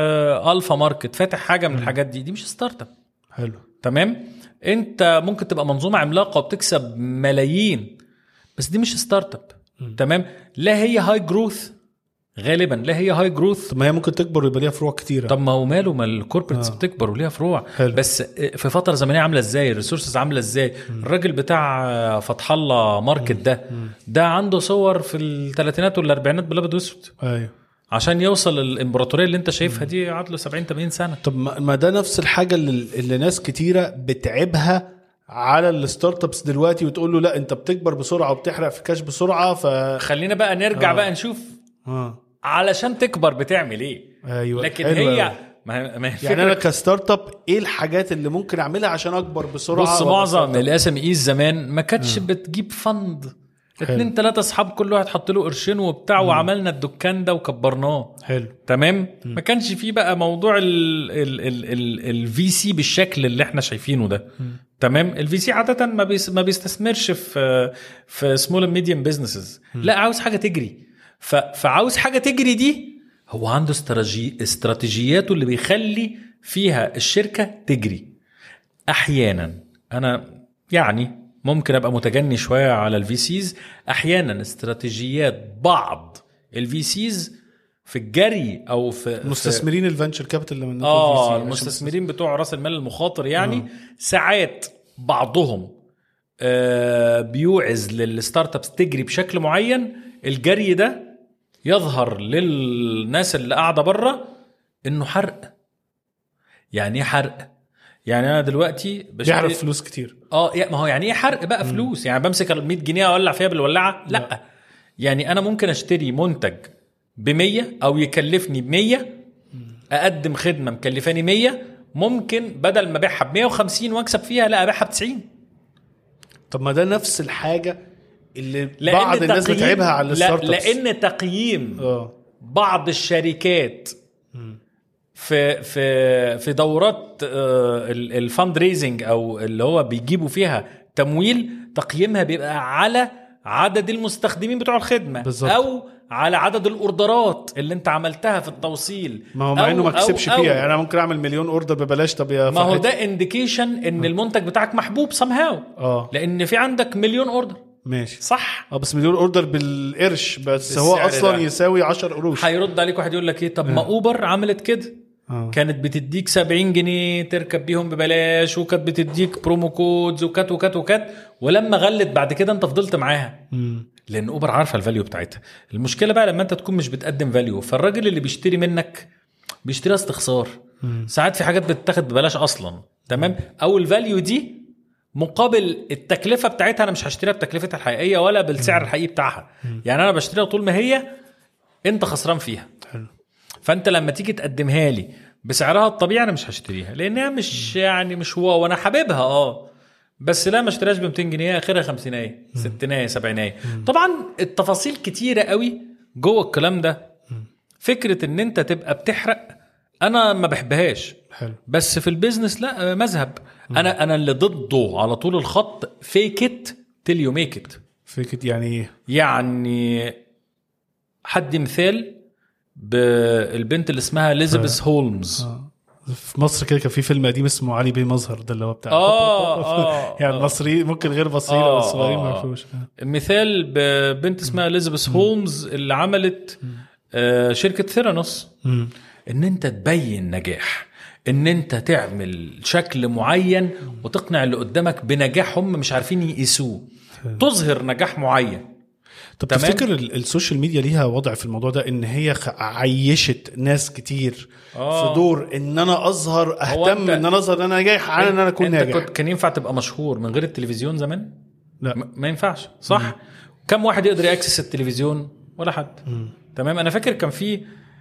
الفا ماركت، فاتح حاجه من م. الحاجات دي. دي مش ستارت اب. حلو. تمام. انت ممكن تبقى منظومه عملاقه وبتكسب ملايين، بس دي مش ستارت اب. تمام. لا هي هاي جروث غالبا، لا هي هاي جروث. طب ما هي ممكن تكبر ويبقى ليها فروع كتيره. طب ما هو ماله، ما الكوربريتس آه. بتكبر وليها فروع. حلو. بس في فتره زمنيه عامله ازاي، الريسورسز عامله ازاي. م. الراجل بتاع فتح الله ماركت ده م. ده عنده صور في الثلاثينات والاربعينات بالابيض واسود. ايوه. عشان يوصل الامبراطوريه اللي انت شايفها دي قعد له سبعين ثمانين سنه. طب ما ده نفس الحاجه اللي, اللي ناس كتيره بتعبها على الستارت ابس دلوقتي، وتقول له لا انت بتكبر بسرعه وبتحرق في كاش بسرعه. فخلينا بقى نرجع آه. بقى نشوف آه. علشان تكبر بتعمل ايه. أيوة. لكن هي ما ما يعني انا كستارت اب ايه الحاجات اللي ممكن اعملها عشان اكبر بسرعه؟ بص معظم الاس ام ايز زمان ما كانتش بتجيب فند. اتنين تلاتة اصحاب كل واحد حط له قرشين وبتاع مم. وعملنا الدكان ده وكبرناه. حلو. تمام. مم. ما كانش فيه بقى موضوع الفي سي بالشكل اللي احنا شايفينه ده. مم. تمام. الفي سي عاده ما بيس ما بيستثمرش في في سمول اند ميديوم بزنسز. لا عاوز حاجه تجري. فعاوز حاجه تجري دي هو عنده استراتيجي استراتيجياته اللي بيخلي فيها الشركة تجري. احيانا انا يعني ممكن ابقى متجني شوية على الفي سيز، احيانا استراتيجيات بعض الفي سيز في الجري او في مستثمرين الفنتشر كابيتال اللي من اه المستثمرين بتوع راس المال المخاطر يعني آه. ساعات بعضهم آه بيوعز للستارت ابس تجري بشكل معين، الجري ده يظهر للناس اللي قاعده بره انه حرق. يعني ايه حرق؟ يعني انا دلوقتي بيعرف فلوس كتير. اه ما هو يعني ايه حرق بقى؟ فلوس مم. يعني بمسك ال مية جنيه اولع فيها بالولاعه؟ لا. لا يعني انا ممكن اشتري منتج بمية او يكلفني بمية، اقدم خدمه مكلفاني مية، ممكن بدل ما ابيعها بمية وخمسين واكسب فيها لا ابيعها بتسعين. طب ما ده نفس الحاجه اللي بعض الناس بتعيبها على الستارت ابس. لان تقييم أوه. بعض الشركات في في في دورات الفاند ريزنج او اللي هو بيجيبوا فيها تمويل، تقييمها بيبقى على عدد المستخدمين بتوع الخدمه بالزبط. او على عدد الاوردرات اللي انت عملتها في التوصيل. ما هو مع انه ما كسبش فيها، يعني انا ممكن اعمل مليون اوردر ببلاش. طب يا ما هو ده انديكيشن ان المنتج بتاعك محبوب somehow اه لان في عندك مليون اوردر. ماشي صح. اه بس مليون اوردر بالقرش بس هو اصلا ده. يساوي عشر قروش. هيرد عليك واحد يقول لك ايه؟ طب ما اوبر عملت كده آه. كانت بتديك سبعين جنيه تركب بيهم ببلاش، وكانت بتديك برومو كودز وكات وكات وكات، ولما غلت بعد كده انت فضلت معاها مم. لان اوبر عارفه الفاليو بتاعتها. المشكله بقى لما انت تكون مش بتقدم فاليو، فالراجل اللي بيشتري منك بيشتري استخسار. مم. ساعات في حاجات بتتاخد ببلاش اصلا، تمام، او الفاليو دي مقابل التكلفه بتاعتها انا مش هشتريها بتكلفتها الحقيقيه ولا بالسعر مم. الحقيقي بتاعها. مم. يعني انا بشتريها طول ما هي انت خسران فيها. حلو. فانت لما تيجي تقدمها لي بسعرها الطبيعي انا مش هشتريها لانها مش يعني مش هو وانا حاببها اه بس لا ما اشتريهاش ب مئتين جنيه، اخرها خمسينية ستينية سبعينية. طبعا التفاصيل كتيره قوي جوه الكلام ده. فكره ان انت تبقى بتحرق انا ما بحبهاش. حلو. بس في البيزنس لا مذهب. انا انا اللي ضده على طول الخط fake it till you make it. fake it يعني ايه؟ يعني حد مثال بالبنت اللي اسمها إليزابيث هولمز. آه. في مصر كده كان في فيلم قديم اسمه علي بيه مظهر، ده اللي هو بتاع آه آه يعني المصري ممكن غير مصري آه بس صغيرين ما يعرفوش. مثال ببنت اسمها إليزابيث هولمز اللي عملت آه شركة ثيرانوس. ان انت تبين نجاح، ان انت تعمل شكل معين وتقنع اللي قدامك بنجاح هم مش عارفين يقيسوه، تظهر نجاح معين. طب تمام؟ تفتكر السوشيال ميديا ليها وضع في الموضوع ده، ان هي عيشت ناس كتير آه. في دور ان انا اظهر اهتم ان انا اظهر ان انا ناجح عن ان انا اكون ناجح؟ انت كان ينفع تبقى مشهور من غير التلفزيون زمان؟ لا م- ما ينفعش صح. مم. كم واحد يقدر يأكسس التلفزيون؟ ولا حد. مم. تمام. انا فاكر كان في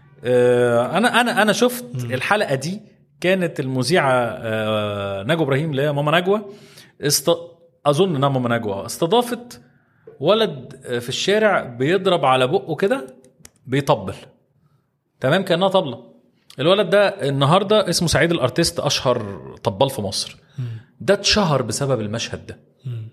آه انا انا انا شفت مم. الحلقه دي كانت المذيعه آه نجوى ابراهيم اللي هي ماما نجوى است... اظن انها ماما نجوى استضافت ولد في الشارع بيضرب على بقه كده بيطبل، تمام، كأنها طبلة. الولد ده النهاردة اسمه سعيد الارتيست، اشهر طبال في مصر. ده اتشهر بسبب المشهد ده.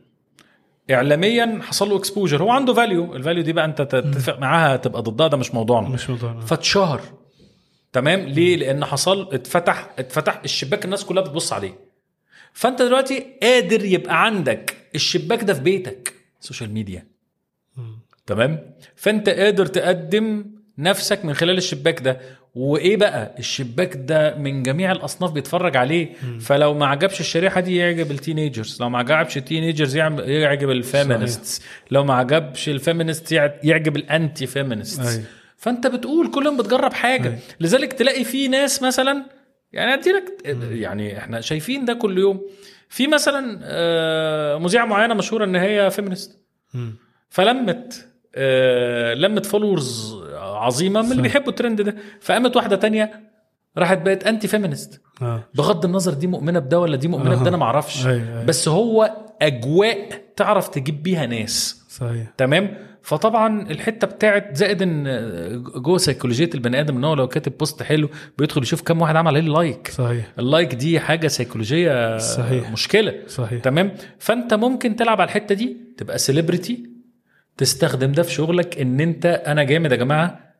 اعلاميا حصل له اكسبوجر، هو عنده فاليو، الفاليو دي بقى انت تتفق معاها تبقى ضدها، ده مش موضوعنا، مش موضوعنا. فاتشهر، تمام. ليه؟ لان حصل اتفتح اتفتح الشباك، الناس كلها بتبص عليه. فانت دلوقتي قادر يبقى عندك الشباك ده في بيتك، سوشيال ميديا. مم. تمام. فانت قادر تقدم نفسك من خلال الشباك ده. وايه بقى الشباك ده من جميع الاصناف بيتفرج عليه. مم. فلو ما عجبش الشريحه دي يعجب التينيجرز، لو ما عجبش التينيجرز يعجب الفيمينستس، لو ما عجبش الفيمينست يعجب الانتي فيمينستس. فانت بتقول كلهم بتجرب حاجه. أي. لذلك تلاقي في ناس مثلا، يعني اديلك يعني احنا شايفين ده كل يوم، في مثلا مذيعه معينه مشهوره ان هي فيمينست، فلمت لمت فولورز عظيمه من اللي بيحبوا الترند ده، فقامت واحده تانية راحت بقت انتي فيمينست. آه. بغض النظر دي مؤمنه بده ولا دي مؤمنه آه. بده انا ما اعرفش. بس هو اجواء تعرف تجيب بيها ناس. صحيح. تمام. فطبعا الحته بتاعت زائد ان جوه سيكولوجيه البني ادم ان هو لو كاتب بوست حلو بيدخل يشوف كم واحد عمل عليه لايك. صحيح. اللايك دي حاجه سيكولوجيه. صحيح. مشكله. صحيح. تمام. فانت ممكن تلعب على الحته دي، تبقى سيلبرتي، تستخدم ده في شغلك، ان انت انا جامد يا جماعه،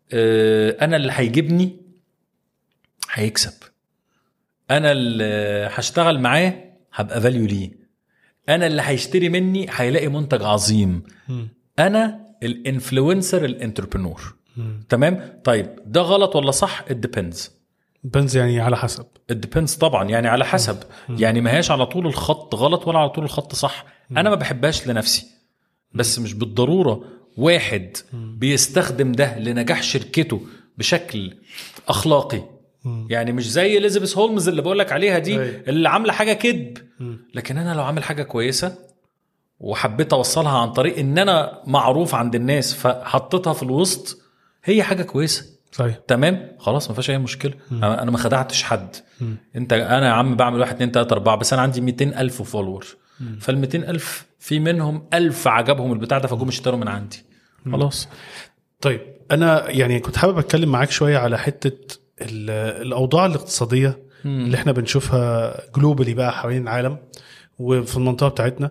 انا اللي هيجيبني هيكسب، انا اللي هشتغل معاه هبقى فاليو ليه، انا اللي هيشتري مني هيلاقي منتج عظيم. م. انا الانفلونسر الانتربرنور. تمام. طيب ده غلط ولا صح؟ it depends. depends يعني على حسب. it depends طبعا، يعني على حسب. م. يعني ما هياش على طول الخط غلط ولا على طول الخط صح. م. انا ما بحبهاش لنفسي، بس مش بالضرورة واحد م. بيستخدم ده لنجاح شركته بشكل اخلاقي. م. يعني مش زي إليزابيث هولمز اللي بقولك عليها دي، أي. اللي عاملة حاجة كذب. لكن انا لو عامل حاجة كويسة وحبيت اوصلها عن طريق ان انا معروف عند الناس فحطيتها في الوسط، هي حاجة كويسة. صحيح. تمام. خلاص ما فيهاش اي مشكلة. م. انا ما خدعتش حد. م. انت انا يا عم بعمل واحد اتنين تلاتة اربعة، بس انا عندي ميتين الف فولور، فالميتين الف في منهم الف عجبهم البتاع ده فجوم اشتروا من عندي. خلاص. طيب انا يعني كنت حابب اتكلم معاك شوية على حتة الاوضاع الاقتصادية م. اللي احنا بنشوفها جلوبالي بقى حوالين العالم وفي المنطقة بتاعتنا،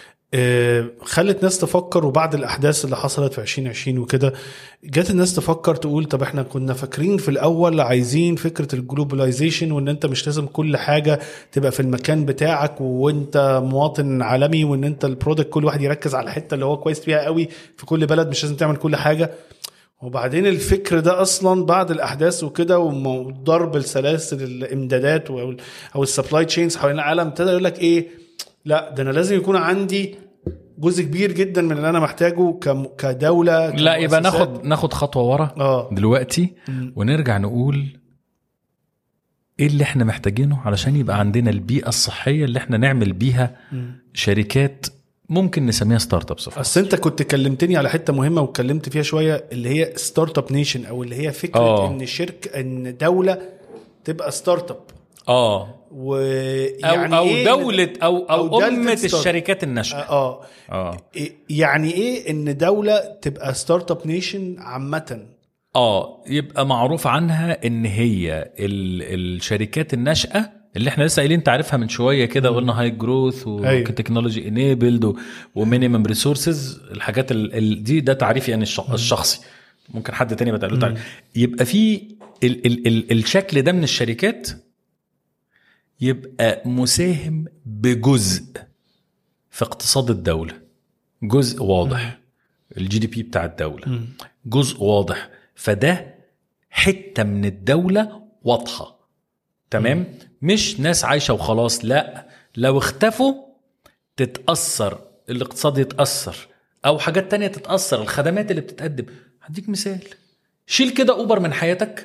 خلت ناس تفكر. وبعد الأحداث اللي حصلت في عشرين عشرين وكده جات الناس تفكر تقول طب احنا كنا فاكرين في الأول عايزين فكرة الجلوباليزيشن، وان انت مش لازم كل حاجة تبقى في المكان بتاعك وانت مواطن عالمي، وان انت البرودكت كل واحد يركز على الحتة اللي هو كويس فيها قوي في كل بلد، مش لازم تعمل كل حاجة. وبعدين الفكر ده أصلا بعد الأحداث وكده وضرب السلاسل الإمدادات أو السبلاي تشينز حوالين العالم ابتدى يقول لك إيه، لا ده أنا لازم يكون عندي جزء كبير جدا من اللي أنا محتاجه كدولة. لا يبقى ناخد ناخد خطوة ورا آه. دلوقتي م. ونرجع نقول إيه اللي إحنا محتاجينه علشان يبقى عندنا البيئة الصحية اللي إحنا نعمل بيها م. شركات ممكن نسميها ستارت ابس. اصل انت كنت كلمتني على حته مهمه واتكلمت فيها شويه اللي هي ستارت اب نيشن، او اللي هي فكره أوه. ان شركه ان دوله تبقى ستارت اب اه ويعني او, أو إيه دوله او او, أو امه الشركات الناشئه. اه اه يعني ايه ان دوله تبقى ستارت اب نيشن عامه؟ اه يبقى معروف عنها ان هي الشركات الناشئه اللي احنا لسه قايلين تعرفها من شويه كده، قلنا هاي جروث وتكنولوجي انيبلد ومينيمم ريسورسز، الحاجات ال دي ده تعريفي يعني الشخصي، ممكن حد تاني بتقول تعريف. يبقى في ال ال ال الشكل ده من الشركات يبقى مساهم بجزء في اقتصاد الدوله، جزء واضح، الجي دي بي بتاع الدوله جزء واضح، فده حته من الدوله واضحه. تمام. مش ناس عايشة وخلاص، لا، لو اختفوا تتأثر الاقتصاد، يتأثر او حاجات تانية تتأثر، الخدمات اللي بتتقدم. هديك مثال، شيل كده اوبر من حياتك،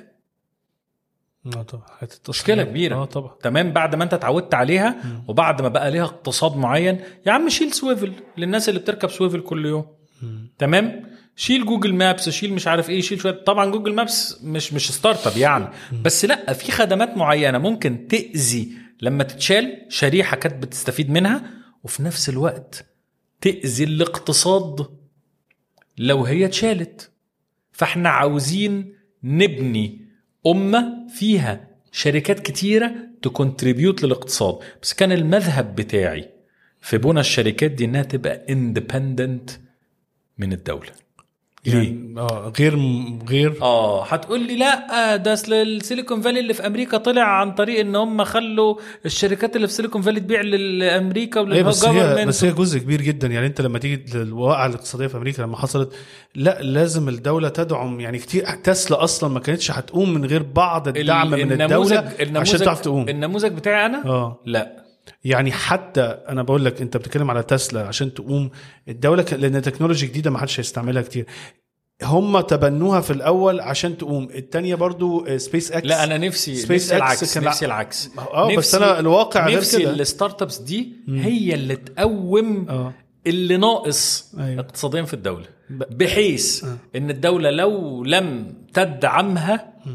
اه طبعا مشكلة كبيرة. اه طبعا. تمام. بعد ما انت اتعودت عليها م. وبعد ما بقى ليها اقتصاد معين، يا عم شيل سويفل للناس اللي بتركب سويفل كل يوم. م. تمام. شيل جوجل مابس، شيل مش عارف ايه، شيل شويه. طبعا جوجل مابس مش مش ستارت اب يعني، بس لا، في خدمات معينه ممكن تاذي لما تتشال، شريحه كانت بتستفيد منها، وفي نفس الوقت تاذي الاقتصاد لو هي اتشالت. فاحنا عاوزين نبني امه فيها شركات كتيره تكونتريبيوت للاقتصاد، بس كان المذهب بتاعي في بناء الشركات دي انها تبقى اندبندنت من الدوله. يعني اه غير غير اه هتقول لي لا، ده اصل السيليكون فالي اللي في امريكا طلع عن طريق ان هم خلوا الشركات اللي في سيليكون فالي تبيع لامريكا وللجفرمنت. بس هي جزء كبير جدا. يعني انت لما تيجي للواقعه الاقتصاديه في امريكا لما حصلت، لا لازم الدوله تدعم. يعني كتير تسلا اصلا ما كانتش هتقوم من غير بعض الدعم من الدوله عشان تعرف تقوم. النموذج بتاعي انا آه. لا يعني حتى انا بقول لك انت بتتكلم على تسلا عشان تقوم الدوله، لان تكنولوجي جديده ما حدش هيستعملها كتير، هم تبنوها في الاول عشان تقوم. التانية برضو سبيس اكس. لا انا نفسي نفسي العكس، نفسي العكس اه بس انا الواقع غير كده. الستارت ابس دي م. هي اللي تقوم أوه. اللي ناقص أيوه. اقتصاديا في الدوله، بحيث أه. ان الدوله لو لم تدعمها م.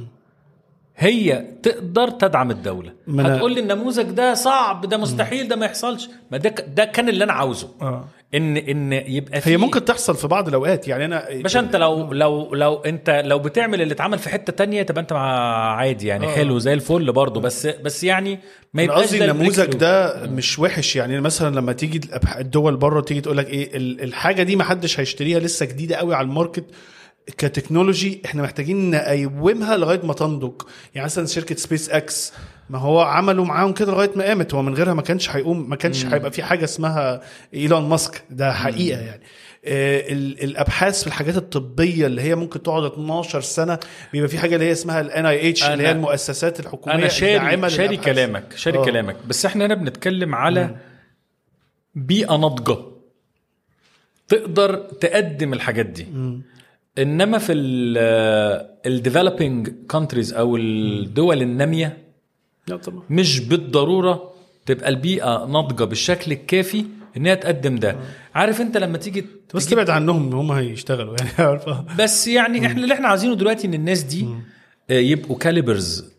هي تقدر تدعم الدولة. هتقول لي النموذج ده صعب، ده مستحيل، ده ما يحصلش. ما ده ده كان اللي انا عاوزه. آه. ان ان يبقى هي ممكن تحصل في بعض الاوقات. يعني انا باش انت لو لو لو انت لو بتعمل اللي اتعمل في حتة تانية تبقى انت عادي يعني آه. حلو زي الفل برضو. بس بس يعني ما يبقاش قصدي النموذج ده مش وحش. يعني مثلا لما تيجي الدول بره تيجي تقول لك ايه الحاجة دي ما حدش هيشتريها، لسه جديدة قوي على الماركت، كتكنولوجي احنا محتاجين نقومها لغايه ما تنضج. يعني مثلا شركه سبيس اكس ما هو عملوا معاهم كده لغايه ما قامت, هو من غيرها ما كانش هيقوم, ما كانش هيبقى في حاجه اسمها ايلون ماسك, ده حقيقه. مم. يعني آه الابحاث في الحاجات الطبيه اللي هي ممكن تقعد اتناشر سنه, بيبقى في حاجه اللي هي اسمها الان اي اتش اللي هي المؤسسات الحكوميه. انا شاري, شاري كلامك شاري أوه. كلامك بس احنا هنا بنتكلم على مم. بيئه ناضجه تقدر تقدم الحاجات دي. مم. انما في الديفلوبينج كونتريز او الدول الناميه مش بالضروره تبقى البيئه ناضجه بالشكل الكافي انها تقدم ده. عارف انت لما تيجي بس تبعد عنهم ان هم هيشتغلوا يعني عارفه. بس يعني احنا اللي احنا عايزينه دلوقتي ان الناس دي يبقوا كاليبرز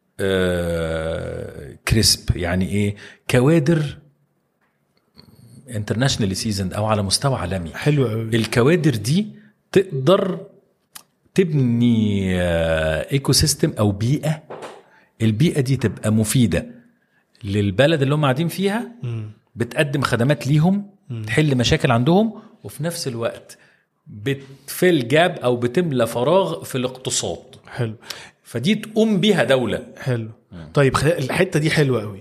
كريسب, يعني ايه, كوادر انترناشنالي سيزند او على مستوى عالمي. حلو قوي. الكوادر دي تقدر تبني ايكو سيستم او بيئه, البيئه دي تبقى مفيده للبلد اللي هم قاعدين فيها, بتقدم خدمات ليهم, تحل مشاكل عندهم, وفي نفس الوقت بتفل جاب او بتملى فراغ في الاقتصاد. حلو. فدي تقوم بيها دوله. حلو. طيب الحته دي حلوه قوي.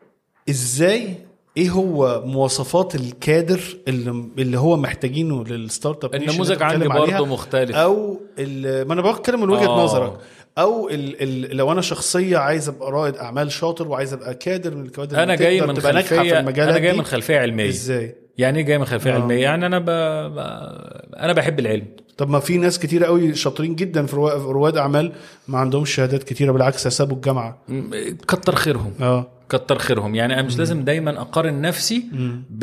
ازاي, ايه هو مواصفات الكادر اللي, اللي هو محتاجينه للستارت اب؟ النموذج عندي برضه مختلف, او ما انا بتكلم من وجهه آه. نظرك, او ال ال لو انا شخصيه عايز ابقى رائد اعمال شاطر وعايز ابقى كادر من الكوادر, انا جاي من خلفيه انا جاي من خلفيه علميه. ازاي يعني جاي من خلفيه آه. علميه, يعني انا ب... ب... انا بحب العلم. طب ما في ناس كتيره قوي شاطرين جدا في رواد اعمال ما عندهمش شهادات كتيره, بالعكس سابوا الجامعه. كتر خيرهم. اه كتر خيرهم. يعني انا مش مم. لازم دايما اقارن نفسي ب...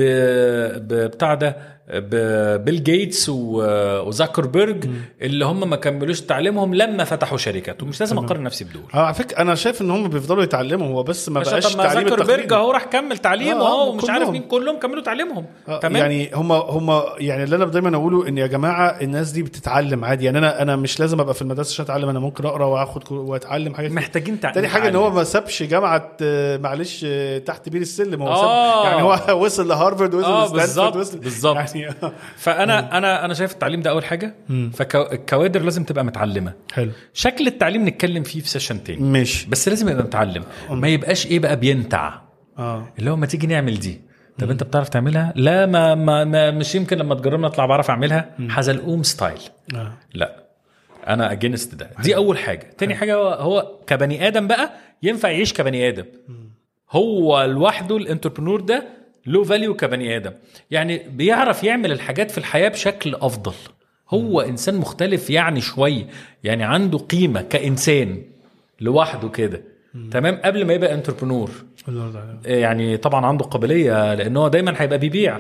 بتاع ده بيل جيتس وزاكربيرج اللي هم ما كملوش تعليمهم لما فتحوا شركات, ومش لازم اقارن نفسي بدول. اه على فكره انا شايف ان هم بيفضلوا يتعلموا, هو بس ما بقاش تعليم التقليدي. زاكربيرج اهو راح كمل تعليمه اهو, ومش عارف مين كلهم كملوا تعليمهم. آه تمام. يعني هم هم يعني اللي انا دايما اقوله ان يا جماعه الناس دي بتتعلم عادي. يعني انا انا مش لازم ابقى في المدرسه عشان اتعلم, انا ممكن اقرا واخد واتعلم حاجات. محتاجين تعليم. تاني حاجه ان هو ما سابش جامعه معلش تحت بير السلم, هو آه. يعني هو وصل لهارفارد, وصل آه لستانفورد, وصل بالظبط يعني فانا مم. انا انا شايف التعليم ده اول حاجه. فالكوادر لازم تبقى متعلمه. حلو. شكل التعليم نتكلم فيه في سيشن تاني, مش بس لازم يبقى متعلم. ما يبقاش ايه بقى بينتع اه اللي هو ما تيجي نعمل دي, طب انت بتعرف تعملها؟ لا ما, ما, ما مش يمكن لما تجربنا اطلع بعرف اعملها. حزلقوم ستايل. آه. لا انا اجينست ده. دي اول حاجه. تاني حاجه هو, هو كبني ادم بقى ينفع يعيش كبني ادم. هو لوحده الانتربرنور ده له فاليو كبني آدم, يعني بيعرف يعمل الحاجات في الحياة بشكل أفضل. هو م. إنسان مختلف يعني شوي, يعني عنده قيمة كإنسان لوحده كده. تمام. قبل ما يبقى انتربرنور يعني طبعا عنده قابلية, لأنه دايما هيبقى بيبيع.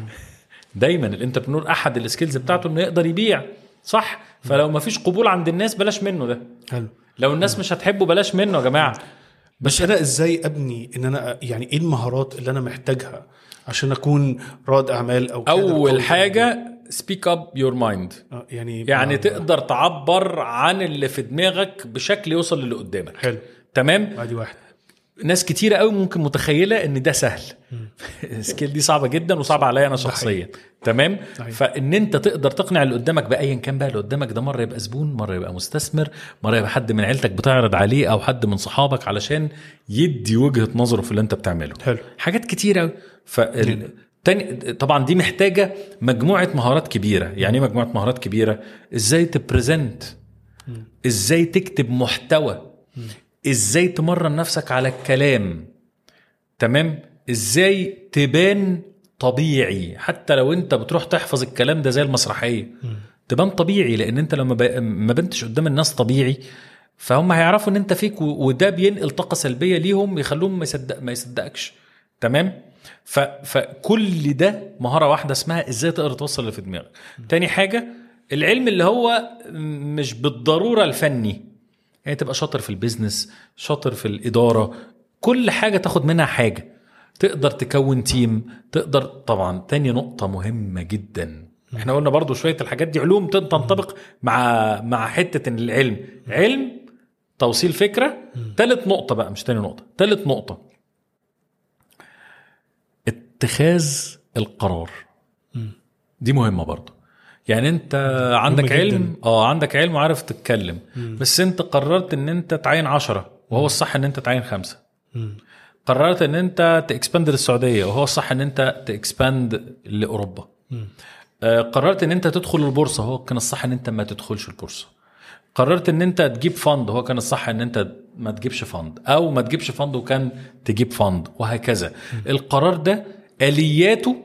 دايما الانتربرنور أحد السكيلز بتاعته إنه يقدر يبيع, صح؟ فلو ما فيش قبول عند الناس بلاش منه ده. حلو. لو الناس مش هتحبه بلاش منه يا جماعة. بس انا ازاي ابني ان انا يعني ايه المهارات اللي انا محتاجها عشان اكون رائد اعمال او اول حاجه speak up your mind. آه يعني يعني تقدر تعبر عن اللي في دماغك بشكل يوصل للي قدامك. حلو. تمام. ادي واحد. ناس كتيره قوي ممكن متخيله ان ده سهل. السكيل دي صعبه جدا وصعبه عليا انا شخصيا. تمام. فان انت تقدر تقنع اللي قدامك بايا كان بقى اللي قدامك ده, مره يبقى زبون, مره يبقى مستثمر, مره يبقى حد من عيلتك بتعرض عليه, او حد من صحابك علشان يدي وجهه نظره في اللي انت بتعمله. حلو. حاجات كتيره قوي. فال... تاني طبعا دي محتاجه مجموعه مهارات كبيره. يعني مجموعه مهارات كبيره, ازاي تبريزنت, ازاي تكتب محتوى, ازاي تمرن نفسك على الكلام, تمام, ازاي تبان طبيعي حتى لو انت بتروح تحفظ الكلام ده زي المسرحيه, تبان طبيعي. لان انت لما ب... ما بنتش قدام الناس طبيعي فهم هيعرفوا ان انت فيك, وده بينقل طاقه سلبيه ليهم يخلوهم ما يصدق ما يصدقكش. تمام. ف... فكل ده مهاره واحده اسمها ازاي تقدر توصل اللي في دماغك. تاني حاجه العلم اللي هو مش بالضروره الفني, يعني تبقى شاطر في البيزنس, شاطر في الاداره, كل حاجه تاخد منها حاجه, تقدر تكون تيم, تقدر. طبعا تاني نقطه مهمه جدا, احنا قلنا برضو شويه الحاجات دي علوم تنطبق مع مع حته ان العلم علم توصيل فكره. ثالث نقطه بقى, مش تاني نقطه, ثالث نقطه اتخاذ القرار. دي مهمه برضو. يعني انت عندك علم اه عندك علم وعارف تتكلم، مم. بس انت قررت ان انت تعين عشرة وهو الصح ان انت تعين خمسة. مم. قررت ان انت تاكسباند للسعوديه وهو الصح ان انت تاكسباند لاوروبا. آه قررت ان انت تدخل البورصه، هو كان الصح ان انت ما تدخلش البورصه. قررت ان انت تجيب فند، هو كان الصح ان انت ما تجيبش فند، او ما تجيبش فند وكان تجيب فند، وهكذا. م. القرار ده الياته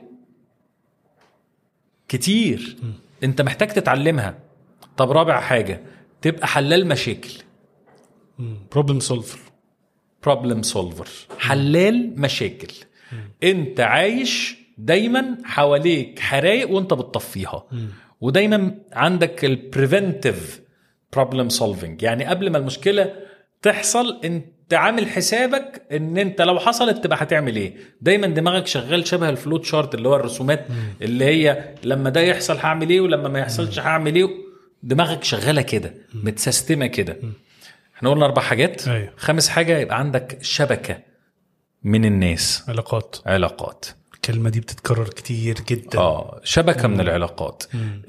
كتير، م. انت محتاج تتعلمها. طب رابع حاجه، تبقى حلال مشاكل. بروبلم سولفر. بروبلم سولفر، حلال مشاكل. م. انت عايش دايما حواليك حرايق وانت بتطفيها، م. ودايما عندك البريفنتيف بروبلم سولفينج، يعني قبل ما المشكله تحصل انت عامل حسابك ان انت لو حصلت تبقى هتعمل ايه. دايما دماغك شغال شبه الفلوت شارت اللي هو الرسومات، م. اللي هي لما ده يحصل هعمل ايه ولما ما يحصلش هعمل ايه. دماغك شغاله كده، متسيستمه كده. احنا قلنا اربع حاجات. أيوه. خامس حاجه يبقى عندك شبكه من الناس، علاقات. علاقات الكلمه دي بتتكرر كتير جدا. اه شبكه مم. من العلاقات.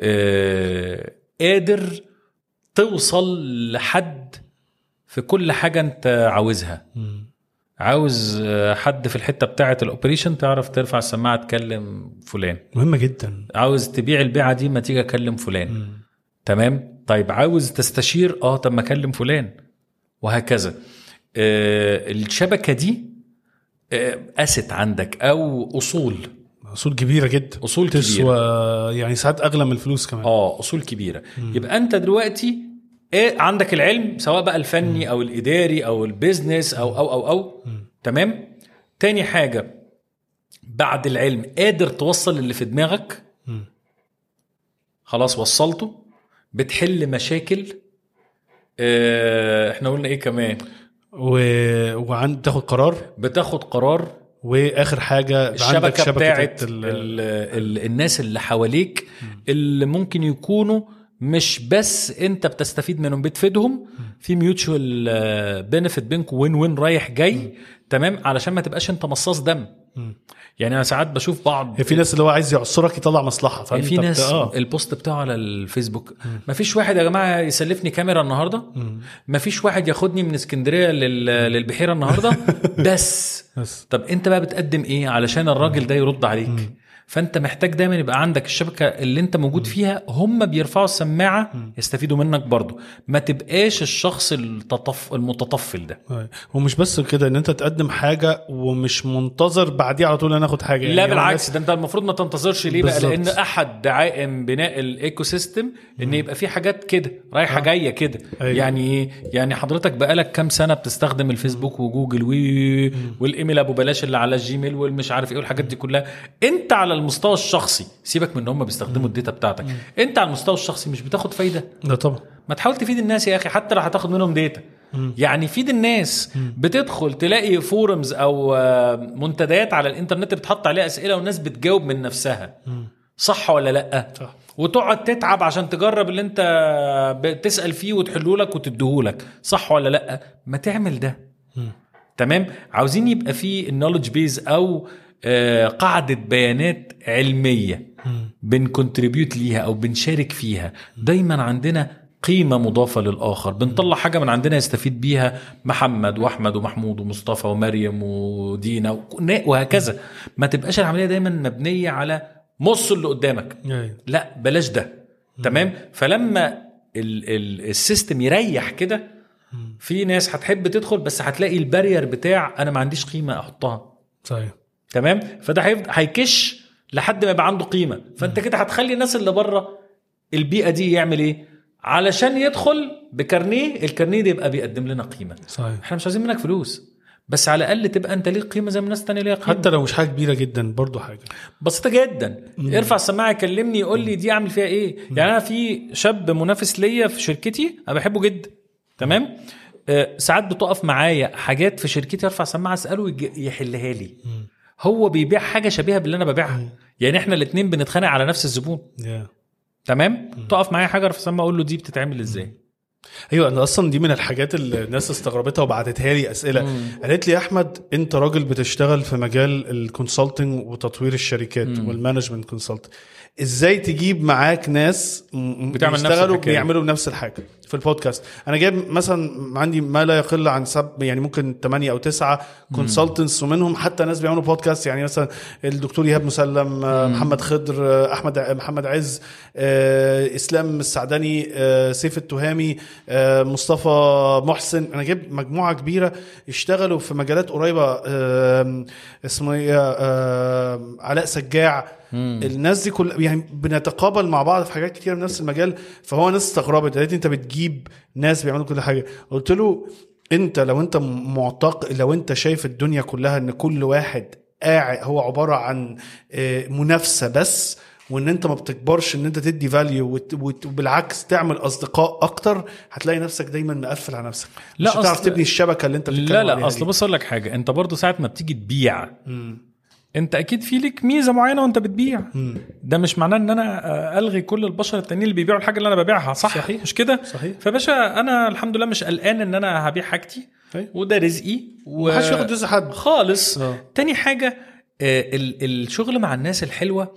آه قادر توصل لحد في كل حاجه انت عاوزها. مم. عاوز حد في الحته بتاعه الاوبريشن، تعرف ترفع السماعه تكلم فلان، مهمه جدا. عاوز تبيع البيعه دي، ما تيجي اكلم فلان. مم. تمام. طيب عاوز تستشير، اه طب ما اكلم فلان، وهكذا. آه الشبكه دي آه اسيت عندك او اصول اصول كبيره جدا، اصول تسوى كبيرة. يعني ساعات اغلى من الفلوس كمان. اه اصول كبيره. مم. يبقى انت دلوقتي ايه عندك العلم، سواء بقى الفني او الاداري او البيزنس او او او او مم. تمام. تاني حاجه بعد العلم، قادر توصل اللي في دماغك. مم. خلاص وصلته، بتحل مشاكل. اه احنا قلنا ايه كمان، و... وعند تاخد قرار بتاخد قرار. واخر حاجه الشبكه بتاعت ال... ال... ال... الناس اللي حواليك، م. اللي ممكن يكونوا مش بس انت بتستفيد منهم، بتفيدهم. م. في ميوتشوال بينفيت بينكم، وين وين رايح جاي. م. تمام، علشان ما تبقاش انت مصاص دم. م. يعني انا ساعات بشوف بعض، في ناس اللي هو عايز يعصرك يطلع مصلحه. يعني في ناس آه. البوست بتاعه على الفيسبوك، ما فيش واحد يا جماعه يسلفني كاميرا النهارده، ما فيش واحد ياخدني من اسكندريه للبحيره النهارده. بس طب انت بقى بتقدم ايه علشان الراجل ده يرد عليك؟ فانت محتاج دايما يبقى عندك الشبكه اللي انت موجود فيها، هم بيرفعوا السماعه يستفيدوا منك برضو. ما تبقاش الشخص التطف المتطفل ده. ومش بس كده ان انت تقدم حاجه ومش منتظر بعديه على طول انا اخد حاجه. لا يعني بالعكس، ده انت المفروض ما تنتظرش. ليه بقى؟ لان احد دعائم بناء الايكو سيستم ان يبقى في حاجات كده رايحه آه. جايه كده. أيوة. يعني ايه؟ يعني حضرتك بقالك كام سنه بتستخدم الفيسبوك وجوجل وي والايميل ابو بلاش اللي على الجيميل والمش عارف ايه والحاجات دي كلها. انت على المستوى الشخصي، سيبك من ان هم بيستخدموا الداتا بتاعتك، مم. انت على المستوى الشخصي مش بتاخد فايده. لا طبعا. ما تحاول تفيد الناس يا اخي، حتى لو هتاخد منهم داتا. مم. يعني فيد الناس. مم. بتدخل تلاقي فورمز او منتديات على الانترنت بتحط عليها اسئله والناس بتجاوب من نفسها. مم. صح ولا لا؟ صح. وتقعد تتعب عشان تجرب اللي انت بتسال فيه وتحله لك وتديهولك. صح ولا لا؟ ما تعمل ده. مم. تمام. عاوزين يبقى فيه النولج بيز او قاعدة بيانات علمية بنكونتريبيوت ليها أو بنشارك فيها. دايما عندنا قيمة مضافة للآخر، بنطلع حاجة من عندنا يستفيد بيها محمد وأحمد ومحمود ومصطفى ومريم ودينا وهكذا. ما تبقاش العملية دايما مبنية على مص اللي قدامك. لا بلاش ده. تمام. فلما السيستم يريح كده، في ناس هتحب تدخل بس هتلاقي البارير بتاع أنا ما عنديش قيمة أحطها. صحيح. تمام. فده هيكش لحد ما يبقى عنده قيمه. فانت كده هتخلي الناس اللي بره البيئه دي يعمل ايه علشان يدخل بكارنيه، الكارنيه ده يبقى بيقدم لنا قيمه. صحيح. احنا مش عايزين منك فلوس، بس على الاقل تبقى انت ليك قيمه زي ما الناس الثانيه ليها قيمه، حتى لو مش حاجه كبيره جدا، برضو حاجه بسيطه جدا. مم. ارفع السماعه يكلمني يقول لي دي اعمل فيها ايه. مم. يعني انا في شاب منافس ليا في شركتي انا بحبه جدا. تمام. أه ساعات بتقف معايا حاجات في شركتي، ارفع سماعه اساله يحلها لي. مم. هو بيبيع حاجه شبيهه باللي انا ببيعها. مم. يعني احنا الاثنين بنتخانق على نفس الزبون. yeah. تمام. مم. تقف معايا حاجه في السماء اقول له دي بتتعمل ازاي. ايوه انا اصلا دي من الحاجات اللي الناس استغربتها وبعتتها لي اسئله. مم. قالت لي يا احمد انت راجل بتشتغل في مجال الكونسلتنج وتطوير الشركات والمانجمنت كونسلت، ازاي تجيب معاك ناس بيشتغلوا بيعملوا نفس الحاجه في البودكاست؟ انا جايب مثلا عندي ما لا يقل عن سب يعني ممكن ثمانية او تسعة كونسلتنتس، ومنهم حتى ناس بيعملوا بودكاست، يعني مثلا الدكتور إيهاب مسلم، مم. محمد خضر، احمد محمد عز، اسلام السعدني، سيف التهامي، مصطفى محسن. انا جايب مجموعه كبيره اشتغلوا في مجالات قريبه، اسمه ايه، علاء سجاع. مم. الناس دي كل يعني بنتقابل مع بعض في حاجات كتير من نفس المجال. فهو ناس استغربت، قالت انت بتجيب ناس بيعملوا كل حاجه. قلت له انت لو انت معتقد، لو انت شايف الدنيا كلها ان كل واحد قاعد هو عباره عن منافسه بس، وان انت ما بتكبرش ان انت تدي فاليو وبالعكس تعمل اصدقاء اكتر، هتلاقي نفسك دايما مقفل على نفسك، مش هتعرف تبني الشبكه اللي انت بتتكلم عليها. لا لا اصل بص اقول لك حاجه، انت برضو ساعه ما بتيجي تبيع م. انت اكيد في لك ميزه معينه وانت بتبيع. مم. ده مش معناه ان انا الغي كل البشر التانيين اللي بيبيعوا الحاجه اللي انا ببيعها، صح؟ صحيح. مش كده؟ صحيح. فباشا انا الحمد لله مش قلقان ان انا هبيع حاجتي، وده رزقي ومحدش و... ياخد رزق حد خالص. أوه. تاني حاجه الشغل مع الناس الحلوه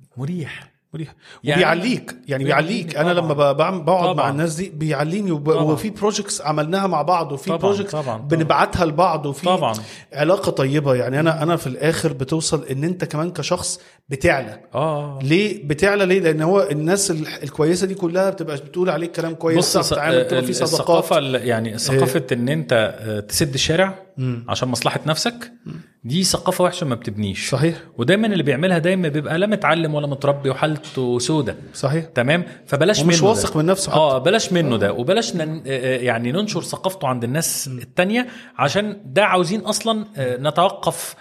مريح مريح يعني وبيعليك يعني بيعليك. انا لما بقعد مع الناس دي بيعليني، وب... وفي بروجكتس عملناها مع بعض، وفي بروجكتس بنبعتها لبعض، وفي طبعًا. علاقه طيبه. يعني انا انا في الاخر بتوصل ان انت كمان كشخص بتعلى. اه ليه بتعلى؟ ليه؟ لان هو الناس الكويسه دي كلها بتبقى بتقول عليك كلام كويس، تعالى بتبقى في صداقات. الثقافه يعني ثقافه إيه؟ ان انت تسد الشارع مم. عشان مصلحه نفسك، دي ثقافه وحشه ما بتبنيش. صحيح. ودايما اللي بيعملها دايما بيبقى لا متعلم ولا متربي وحالته سودة. صحيح. تمام. فبلاش منه، مش واثق من نفسه حتى. اه بلاش منه ده، وبلاش نن... يعني ننشر ثقافته عند الناس م. التانية، عشان ده عاوزين اصلا نتوقف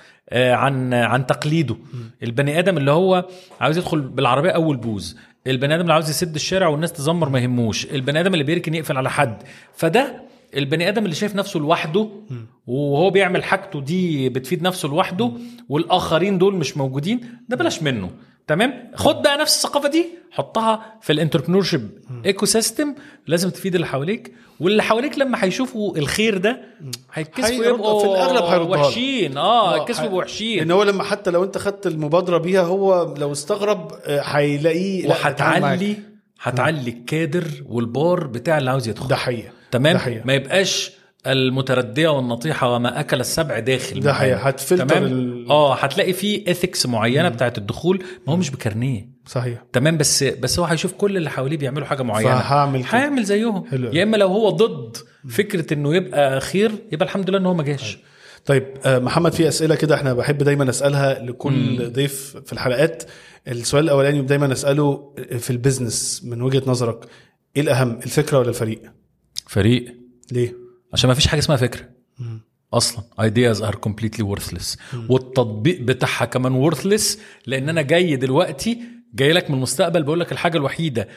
عن عن تقليده. م. البني ادم اللي هو عاوز يدخل بالعربيه اول بوز، البني ادم اللي عاوز يسد الشارع والناس تزمر ما يهموش، البني ادم اللي بيركن يقفل على حد. فده البني ادم اللي شايف نفسه لوحده وهو بيعمل حاجته دي بتفيد نفسه لوحده، والاخرين دول مش موجودين، ده بلاش منه. تمام. خد بقى نفس الثقافه دي حطها في الانتربرنورشيب ايكو سيستم، لازم تفيد اللي حواليك، واللي حواليك لما هيشوفوا الخير ده هيتكسفوا يبقوا في الاغلب هيردوا وحشين. اه هيتكسفوا وحشين. ان هو لما حتى لو انت خدت المبادره بيها، هو لو استغرب هيلاقيه وهتعلي هتعلي الكادر والبار بتاع اللي عاوز يدخل. ده حقيقة. تمام. ده حقيقة. ما يبقاش المتردية والنطيحة وما أكل السبع داخل. ده حقيقة. هتفلتر ال... اه هتلاقي فيه إثكس معينة بتاعت الدخول، ما هو مش بكرنيه. صحيح. تمام. بس بس هو هيشوف كل اللي حواليه بيعملوا حاجة معينة، فهعمل هيعمل زيهم. حلو. يا إما لو هو ضد فكرة إنه يبقى خير، يبقى الحمد لله إنه هو ما جاش. طيب محمد، في أسئلة كده احنا بحب دايما أسألها لكل مم. ضيف في الحلقات. السؤال الأولاني دايما أسأله في البيزنس من وجهة نظرك، ايه الأهم، الفكرة ولا الفريق؟ فريق. ليه؟ عشان ما فيش حاجة اسمها فكرة مم. أصلا ideas are completely worthless. مم. والتطبيق بتاعها كمان worthless، لأن أنا جاي دلوقتي جاي لك من المستقبل بقول لك الحاجة الوحيدة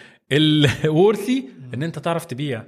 الورثي إن أنت تعرف تبيع.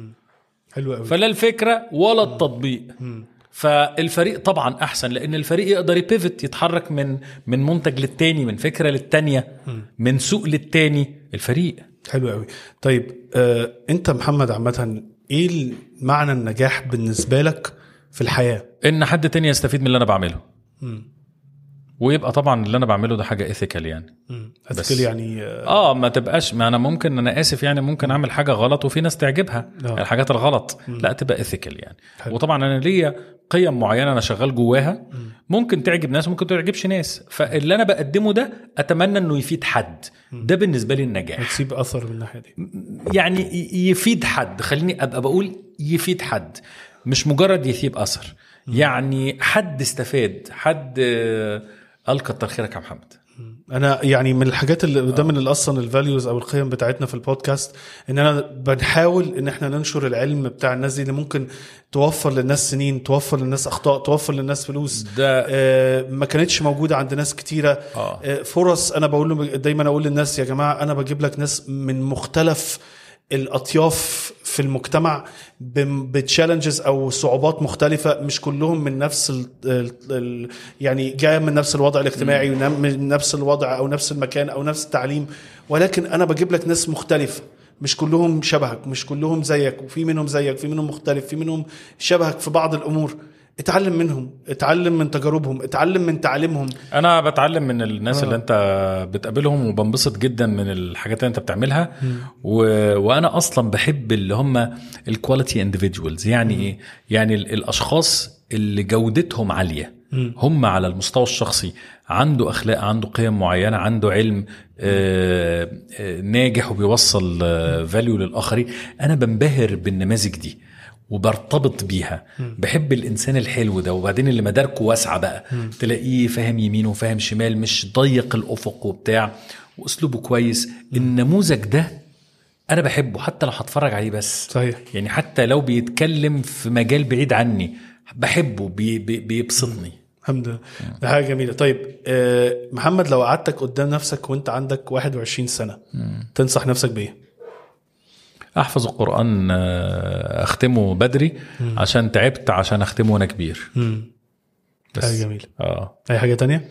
حلو قوي. فلا الفكرة ولا التطبيق. مم. فالفريق طبعا احسن، لان الفريق يقدر يبيفت، يتحرك من من منتج للتاني، من فكره للتانيه، من سوق للتاني. الفريق حلو قوي. طيب آه، انت محمد عامه ايه معنى النجاح بالنسبه لك في الحياه؟ ان حد تاني يستفيد من اللي انا بعمله. م. ويبقى طبعا اللي انا بعمله ده حاجه ايثيكال يعني. ايثيكال يعني اه, آه ما تبقاش، ما انا ممكن انا اسف يعني ممكن اعمل حاجه غلط وفي ناس تعجبها آه. الحاجات الغلط. م. لا تبقى ايثيكال يعني. حلو. وطبعا انا ليا قيم معينه انا شغال جواها، م. ممكن تعجب ناس ممكن تعجبش ناس، فاللي انا بقدمه ده اتمنى انه يفيد حد. م. ده بالنسبه لي النجاح، تسيب اثر من الناحيه دي، يعني يفيد حد. خليني ابقى بقول يفيد حد، مش مجرد يثيب اثر. م. يعني حد استفاد، حد قال كتر خيرك يا محمد. انا يعني من الحاجات اللي ده من اصلا الفاليوز او القيم بتاعتنا في البودكاست، ان انا بنحاول ان احنا ننشر العلم بتاع الناس دي اللي ممكن توفر للناس سنين، توفر للناس اخطاء، توفر للناس فلوس آه ما كانتش موجوده عند ناس كتيره. آه. آه فرص. انا بقول دايما اقول للناس يا جماعه انا بجيب لك ناس من مختلف الاطياف في المجتمع بتشالنجز او صعوبات مختلفه، مش كلهم من نفس ال ال يعني جاي من نفس الوضع الاجتماعي، من نفس الوضع او نفس المكان او نفس التعليم، ولكن انا بجيب لك ناس مختلفه مش كلهم شبهك، مش كلهم زيك، وفي منهم زيك، في منهم مختلف، في منهم شبهك في بعض الامور. اتعلم منهم، اتعلم من تجاربهم، اتعلم من تعليمهم. انا بتعلم من الناس آه. اللي انت بتقابلهم وبنبسط جدا من الحاجات اللي انت بتعملها. و... وانا اصلا بحب اللي هم الكواليتي انديفيدوالز. يعني ايه؟ يعني الاشخاص اللي جودتهم عالية، هم على المستوى الشخصي عنده اخلاق، عنده قيم معينة، عنده علم، آه آه ناجح وبيوصل آه فاليو للاخرين. انا بنبهر بالنماذج دي وبرتبط بيها. بحب الانسان الحلو ده، وبعدين اللي مداركه واسعه بقى، تلاقيه فاهم يمين وفاهم شمال، مش ضيق الافق وبتاع، واسلوبه كويس. النموذج ده انا بحبه حتى لو هتفرج عليه بس. صحيح. يعني حتى لو بيتكلم في مجال بعيد عني بحبه، بي بي بيبسطني. الحمد لله، ده حاجه جميله. طيب آه محمد، لو قعدتك قدام نفسك وانت عندك واحد وعشرين سنه، مم. تنصح نفسك بايه؟ احفظ القرآن، اختمه بدري. مم. عشان تعبت عشان اختمه وانا كبير. بس حاجة جميلة. اه اي حاجة تانية؟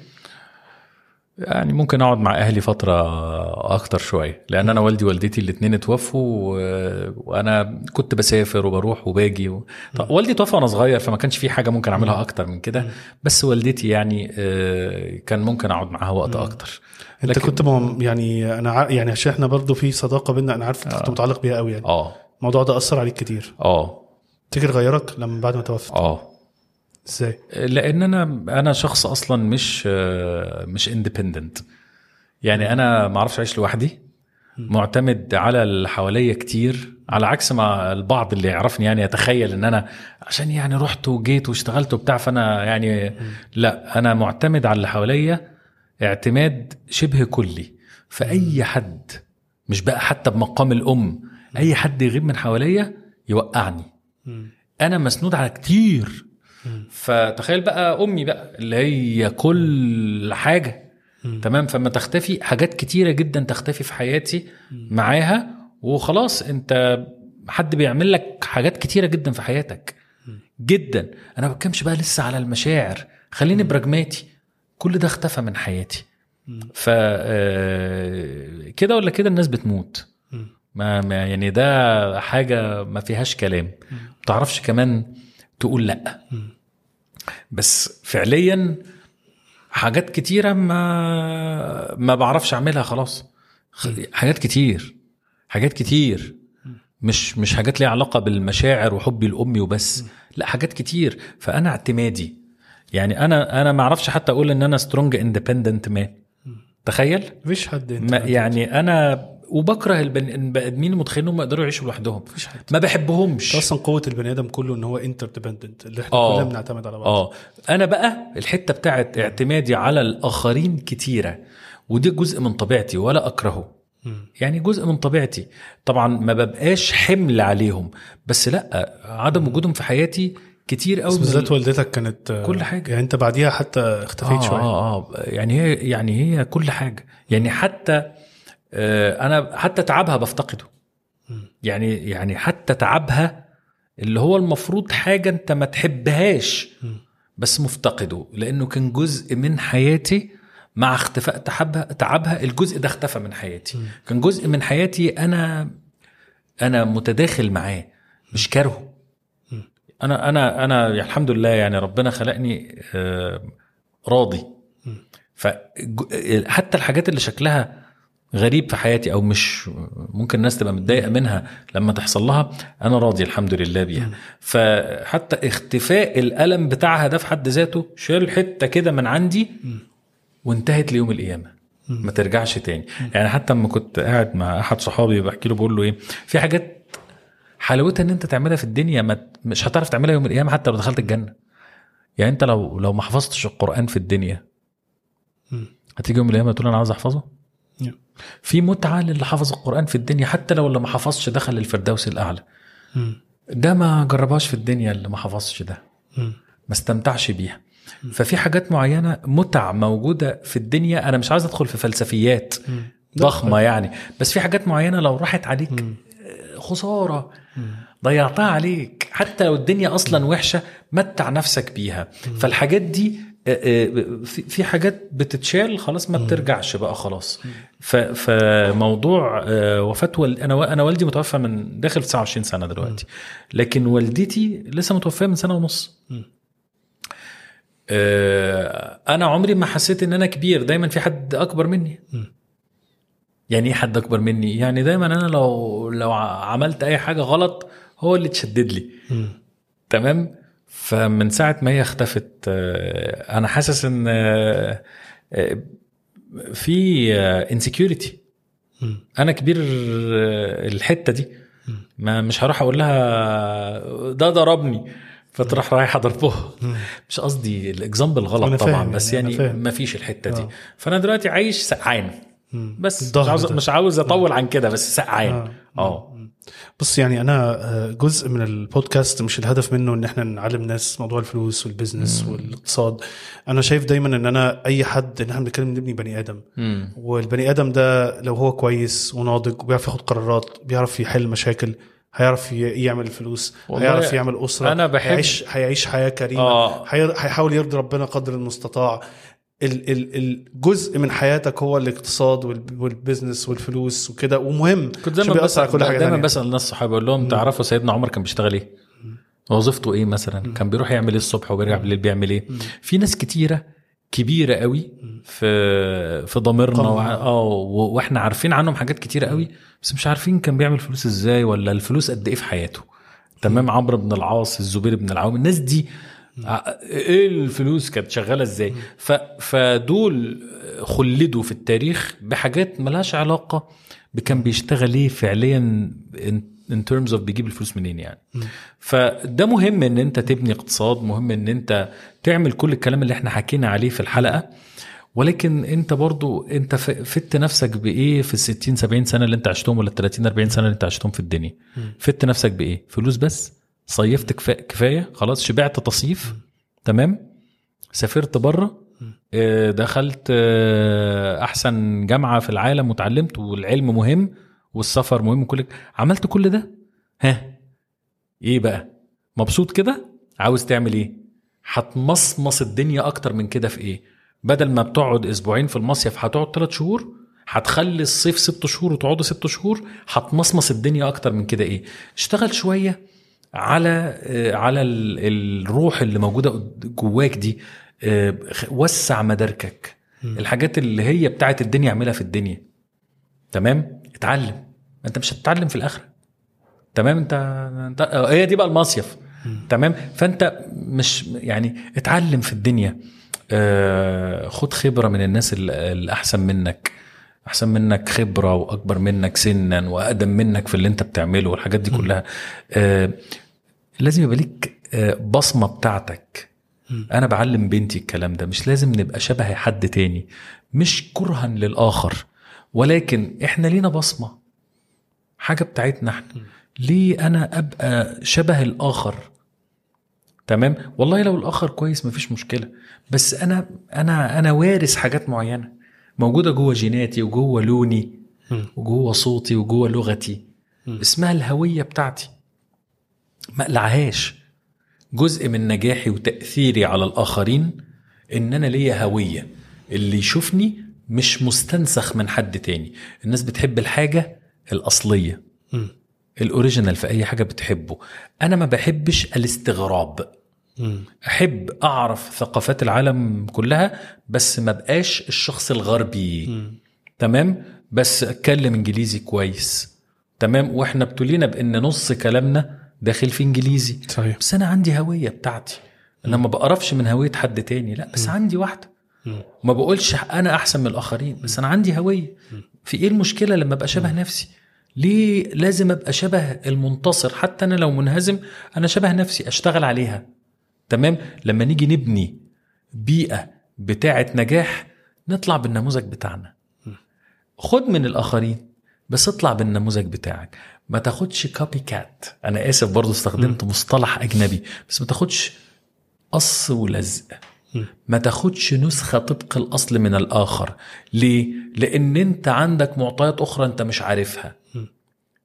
يعني ممكن اقعد مع اهلي فترة اكتر شوية، لان انا والدي والدتي الاتنين اتوفوا، وانا كنت بسافر وبروح وباجي و... والدي توفى وانا صغير، فما كانش في حاجة ممكن اعملها اكتر من كده. بس والدتي يعني كان ممكن اقعد معها وقت اكتر. انت لكن... كنت مم... يعني انا ع... يعني عشان احنا برضو في صداقة بينا، انا عارف انت كنت متعلق بيها قوي يعني. اه الموضوع ده اثر عليك كتير؟ اه تفتكر غيرك لما بعد ما توفت؟ اه ازاي؟ لان انا انا شخص اصلا مش مش اندبندنت. يعني انا ما اعرفش اعيش لوحدي، معتمد على اللي حواليا كتير، على عكس ما البعض اللي يعرفني يعني يتخيل ان انا عشان يعني رحت وجيت واشتغلت وبتاع فانا يعني لا، انا معتمد على اللي حواليا اعتماد شبه كلي. فاي حد، مش بقى حتى بمقام الام، اي حد يغيب من حواليا يوقعني. انا مسنود على كتير. فتخيل بقى امي بقى اللي هي كل حاجه تمام، فما تختفي حاجات كتيره جدا تختفي في حياتي معاها، وخلاص انت حد بيعمل لك حاجات كتيره جدا في حياتك جدا. انا ما بتكلمش بقى لسه على المشاعر، خليني براجماتي، كل ده اختفى من حياتي. ف كده ولا كده الناس بتموت، ما يعني ده حاجه ما فيهاش كلام. ما تعرفش كمان تقول لا. بس فعليا حاجات كتيرة ما ما بعرفش اعملها خلاص. حاجات كتير حاجات كتير مش مش حاجات ليها علاقة بالمشاعر وحبي الأمي وبس، لا حاجات كتير. فأنا اعتمادي يعني أنا أنا ما اعرفش حتى أقول إن أنا سترونج اندبندنت مان. تخيل مفيش حد يعني أنا وبكره البني ادمين متخيلين ما يقدروا يعيشوا لوحدهم، ما بحبهمش اصلا. قوه البني ادم كله ان هو انترديبندنت، اللي احنا آه. كلنا بنعتمد على بعض. اه انا بقى الحته بتاعت اعتمادي على الاخرين كتيره، ودي جزء من طبيعتي ولا اكرهه. م. يعني جزء من طبيعتي طبعا، ما ببقاش حمل عليهم، بس لا عدم وجودهم في حياتي كتير قوي. بالذات والدتك كانت كل حاجه، يعني انت بعديها حتى اختفيت آه شويه. اه اه يعني هي يعني هي كل حاجه. يعني حتى انا حتى تعبها بفتقده. يعني يعني حتى تعبها اللي هو المفروض حاجة انت ما تحبهاش بس مفتقده، لانه كان جزء من حياتي. مع اختفاء تعبها تعبها الجزء ده اختفى من حياتي. كان جزء من حياتي انا انا متداخل معاه، مش كارهه. انا انا انا يعني الحمد لله، يعني ربنا خلقني راضي. فحتى الحاجات اللي شكلها غريب في حياتي او مش ممكن الناس تبقى متضايقه منها لما تحصل لها، انا راضي الحمد لله بيها. فحتى اختفاء الالم بتاعها ده في حد ذاته شال حته كده من عندي وانتهت ليوم القيامه، ما ترجعش تاني. يعني حتى لما كنت قاعد مع احد صحابي بحكي له، بقول له ايه، في حاجات حلاوتها ان انت تعملها في الدنيا ما مش هتعرف تعملها يوم القيامه حتى لو دخلت الجنه. يعني انت لو لو ما حفظتش القران في الدنيا هتيجي يوم القيامه تقول انا عاوز احفظه. في متعة للي حفظ القرآن في الدنيا، حتى لو اللي ما حفظش دخل الفردوس الأعلى. ده ما جربهاش في الدنيا، اللي ما حفظش ده ما استمتعش بيها. ففي حاجات معينة متع موجودة في الدنيا. أنا مش عايز أدخل في فلسفيات ضخمة يعني، بس في حاجات معينة لو راحت عليك خسارة، ضيعتها عليك. حتى لو الدنيا أصلا وحشة متع نفسك بيها. فالحاجات دي في في حاجات بتتشال خلاص ما بترجعش بقى خلاص. فموضوع وفاة وال... انا انا والدي متوفى من داخل تسعة وعشرين سنه دلوقتي، لكن والدتي لسه متوفاه من سنه ونص. انا عمري ما حسيت ان انا كبير، دايما في حد اكبر مني. يعني ايه حد اكبر مني؟ يعني دايما انا لو لو عملت اي حاجه غلط هو اللي تشدد لي. تمام. فمن ساعة ما هي اختفت أنا حاسس إن في insecurity. أنا كبير الحتة دي، ما مش هروح أقول لها ده ضربني فتروح رايحة ضربه. مش قصدي الإكزامبل غلط طبعا، بس يعني, يعني ما فيش الحتة دي. فأنا دلوقتي عايش سقعان بس، مش عاوز, مش عاوز أطول عن كده، بس سقعان. اه بص يعني انا جزء من البودكاست مش الهدف منه ان احنا نعلم ناس موضوع الفلوس والبيزنس مم. والاقتصاد. انا شايف دايما ان انا اي حد ان احنا بنتكلم نبني بني ادم، مم. والبني ادم ده لو هو كويس وناضج وبيعرف ياخد قرارات، بيعرف يحل مشاكل، هيعرف يعمل فلوس، هيعرف يعمل اسره، أنا بحب... هيعيش هيعيش حياه كريمه، آه. هيحاول يرضي ربنا قدر المستطاع. الجزء من حياتك هو الاقتصاد والبيزنس والفلوس وكده، ومهم. كنت دايما بسأل كل حاجه دايما بسأل الناس صحابي اقول لهم تعرفوا سيدنا عمر كان بيشتغل ايه؟ وظيفته ايه مثلا؟ م. كان بيروح يعمل ايه الصبح وبيرجع بالليل بيعمل ايه؟ م. في ناس كتيره كبيره قوي في في ضميرنا اه واحنا عارفين عنهم حاجات كتيره قوي، بس مش عارفين كان بيعمل فلوس ازاي ولا الفلوس قد ايه في حياته. تمام. عمرو بن العاص، الزبير بن العوام، الناس دي ايه الفلوس كانت شغاله ازاي؟ فدول خلدوا في التاريخ بحاجات ملهاش علاقه بكان بيشتغل ايه فعليا in terms of بيجيب الفلوس منين يعني. فده مهم ان انت تبني اقتصاد، مهم ان انت تعمل كل الكلام اللي احنا حكينا عليه في الحلقه، ولكن انت برضو انت فت نفسك بايه في الستين سبعين سنه اللي انت عشتهم، ولا التلاتين اربعين سنه اللي انت عشتهم في الدنيا؟ فت نفسك بايه؟ فلوس بس؟ صيفت كفاية خلاص، شبعت تصيف، تمام، سافرت بره، دخلت احسن جامعة في العالم وتعلمت، والعلم مهم والسفر مهم وكل، عملت كل ده، ها ايه بقى؟ مبسوط كده؟ عاوز تعمل ايه؟ هتمصمص الدنيا اكتر من كده في ايه؟ بدل ما بتقعد اسبوعين في المصيف هتقعد ثلاث شهور، هتخلي الصيف ست شهور وتقعدوا ست شهور، هتمصمص الدنيا اكتر من كده ايه؟ اشتغل شوية على على الروح اللي موجوده جواك دي، وسع مداركك، الحاجات اللي هي بتاعت الدنيا اعملها في الدنيا. تمام. اتعلم، انت مش هتتعلم في الاخره. تمام. انت, انت هي دي بقى المصيف. تمام. فانت مش يعني اتعلم في الدنيا، خد خبره من الناس اللي احسن منك، احسن منك خبره واكبر منك سنا واقدم منك في اللي انت بتعمله، والحاجات دي كلها. لازم يبقى ليك بصمة بتاعتك. أنا بعلم بنتي الكلام ده، مش لازم نبقى شبه حد تاني، مش كرها للآخر، ولكن إحنا لينا بصمة، حاجة بتاعتنا إحنا. ليه أنا أبقى شبه الآخر؟ تمام. والله لو الآخر كويس مفيش مشكلة، بس أنا أنا أنا وارث حاجات معينة موجودة جوه جيناتي وجوه لوني وجوه صوتي وجوه لغتي، اسمها الهوية بتاعتي، ما قلعهاش. جزء من نجاحي وتأثيري على الآخرين إن أنا ليا هوية، اللي يشوفني مش مستنسخ من حد تاني. الناس بتحب الحاجة الأصلية، م. الأوريجينال في أي حاجة بتحبه. أنا ما بحبش الاستغراب، م. أحب أعرف ثقافات العالم كلها، بس ما بقاش الشخص الغربي. م. تمام. بس أتكلم إنجليزي كويس، تمام، وإحنا بتولينا بأن نص كلامنا داخل في انجليزي. صحيح. بس انا عندي هويه بتاعتي، انا ما بقرفش من هويه حد تاني، لا بس م. عندي واحده. م. ما بقولش انا احسن من الاخرين، بس انا عندي هويه. في ايه المشكله لما ابقى شبه م. نفسي؟ ليه لازم ابقى شبه المنتصر؟ حتى انا لو منهزم انا شبه نفسي، اشتغل عليها. تمام. لما نيجي نبني بيئه بتاعه نجاح، نطلع بالنموذج بتاعنا. م. خد من الاخرين بس اطلع بالنموذج بتاعك، ما تاخدش كوبي كات. انا اسف برضو استخدمت م. مصطلح اجنبي، بس ما تاخدش قص ولزق، م. ما تاخدش نسخة طبق الاصل من الاخر. ليه؟ لان انت عندك معطيات اخرى انت مش عارفها. م.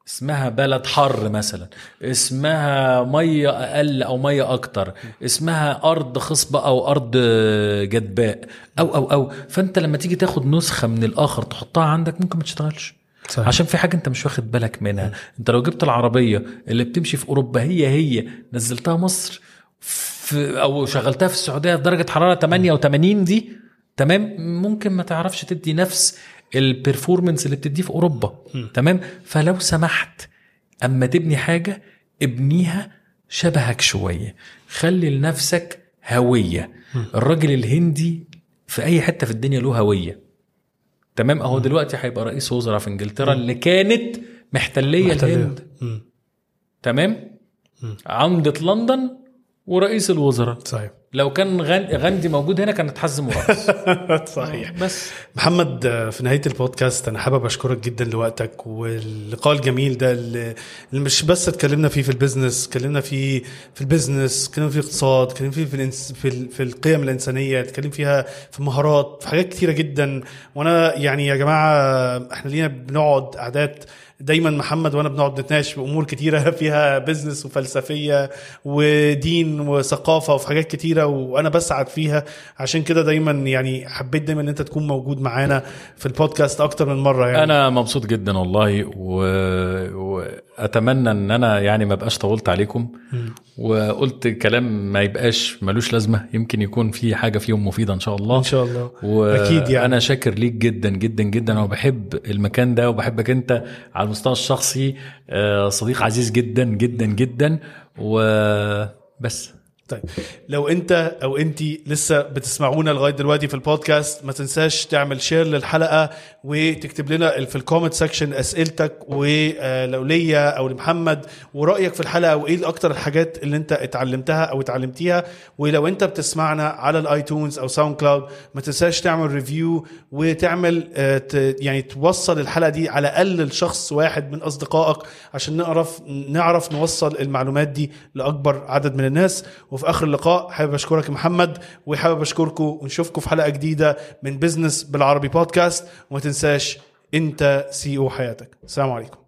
اسمها بلد حر مثلا، اسمها مية أقل أو مية أكتر، اسمها أرض خصبة أو أرض جدباء أو أو أو فأنت لما تيجي تاخد نسخة من الآخر تحطها عندك ممكن ما تشتغلش. صحيح. عشان في حاجة انت مش واخد بالك منها. م. انت لو جبت العربية اللي بتمشي في اوروبا هي هي نزلتها مصر في او شغلتها في السعودية في درجة حرارة ثمانية وثمانين دي تمام، ممكن ما تعرفش تدي نفس البرفورمنس اللي بتديه في اوروبا. م. تمام. فلو سمحت اما تبني حاجة ابنيها شبهك شوية، خلي لنفسك هوية. م. الراجل الهندي في اي حتة في الدنيا له هوية. تمام. اهو دلوقتي هيبقى رئيس وزراء في انجلترا اللي كانت محتلية, محتلية. الهند. م. تمام. م. عمدة لندن ورئيس الوزراء. صحيح. لو كان غاندي موجود هنا كانت تحزم رأس. صحيح. بس محمد في نهاية البودكاست أنا حابب أشكرك جدا لوقتك واللقاء الجميل ده اللي مش بس اتكلمنا فيه في البيزنس، اتكلمنا فيه في البيزنس، اتكلمنا فيه اقتصاد، اتكلمنا فيه في الانس... في, ال... في القيم الإنسانية، اتكلم فيها في مهارات، في حاجات كتيرة جدا. وأنا يعني يا جماعة احنا لينا بنقعد أعداد دايما محمد وانا بنقعد نتناقش في امور كتيره فيها بيزنس وفلسفيه ودين وثقافه وفي حاجات كتيره وانا بسعد فيها. عشان كده دايما يعني حبيت دايما ان انت تكون موجود معانا في البودكاست اكتر من مره. يعني انا مبسوط جدا والله و... واتمنى ان انا يعني ما بقاش طولت عليكم م. وقلت كلام ما يبقاش ملوش لازمه، يمكن يكون في حاجه فيهم مفيده ان شاء الله. ان شاء الله. واكيد يعني انا شاكر ليك جدا جدا جدا وبحب المكان ده وبحبك انت على المستوى الشخصي، صديق عزيز جدا جدا جدا وبس. طيب لو انت او انتي لسه بتسمعونا لغايه دلوقتي في البودكاست ما تنساش تعمل شير للحلقه وتكتب لنا في الكومنت سيكشن اسئلتك ولو ليا او لمحمد ورايك في الحلقه وايه اكتر الحاجات اللي انت اتعلمتها او اتعلمتيها. ولو انت بتسمعنا على الايتونز او ساوند كلاود ما تنساش تعمل ريفيو وتعمل يعني توصل الحلقه دي على الاقل لشخص واحد من اصدقائك عشان نعرف نعرف نوصل المعلومات دي لاكبر عدد من الناس. وفي آخر اللقاء حابب أشكرك محمد وحابب أشكركم ونشوفكم في حلقة جديدة من بيزنس بالعربي بودكاست. وما تنساش أنت سي او حياتك. السلام عليكم.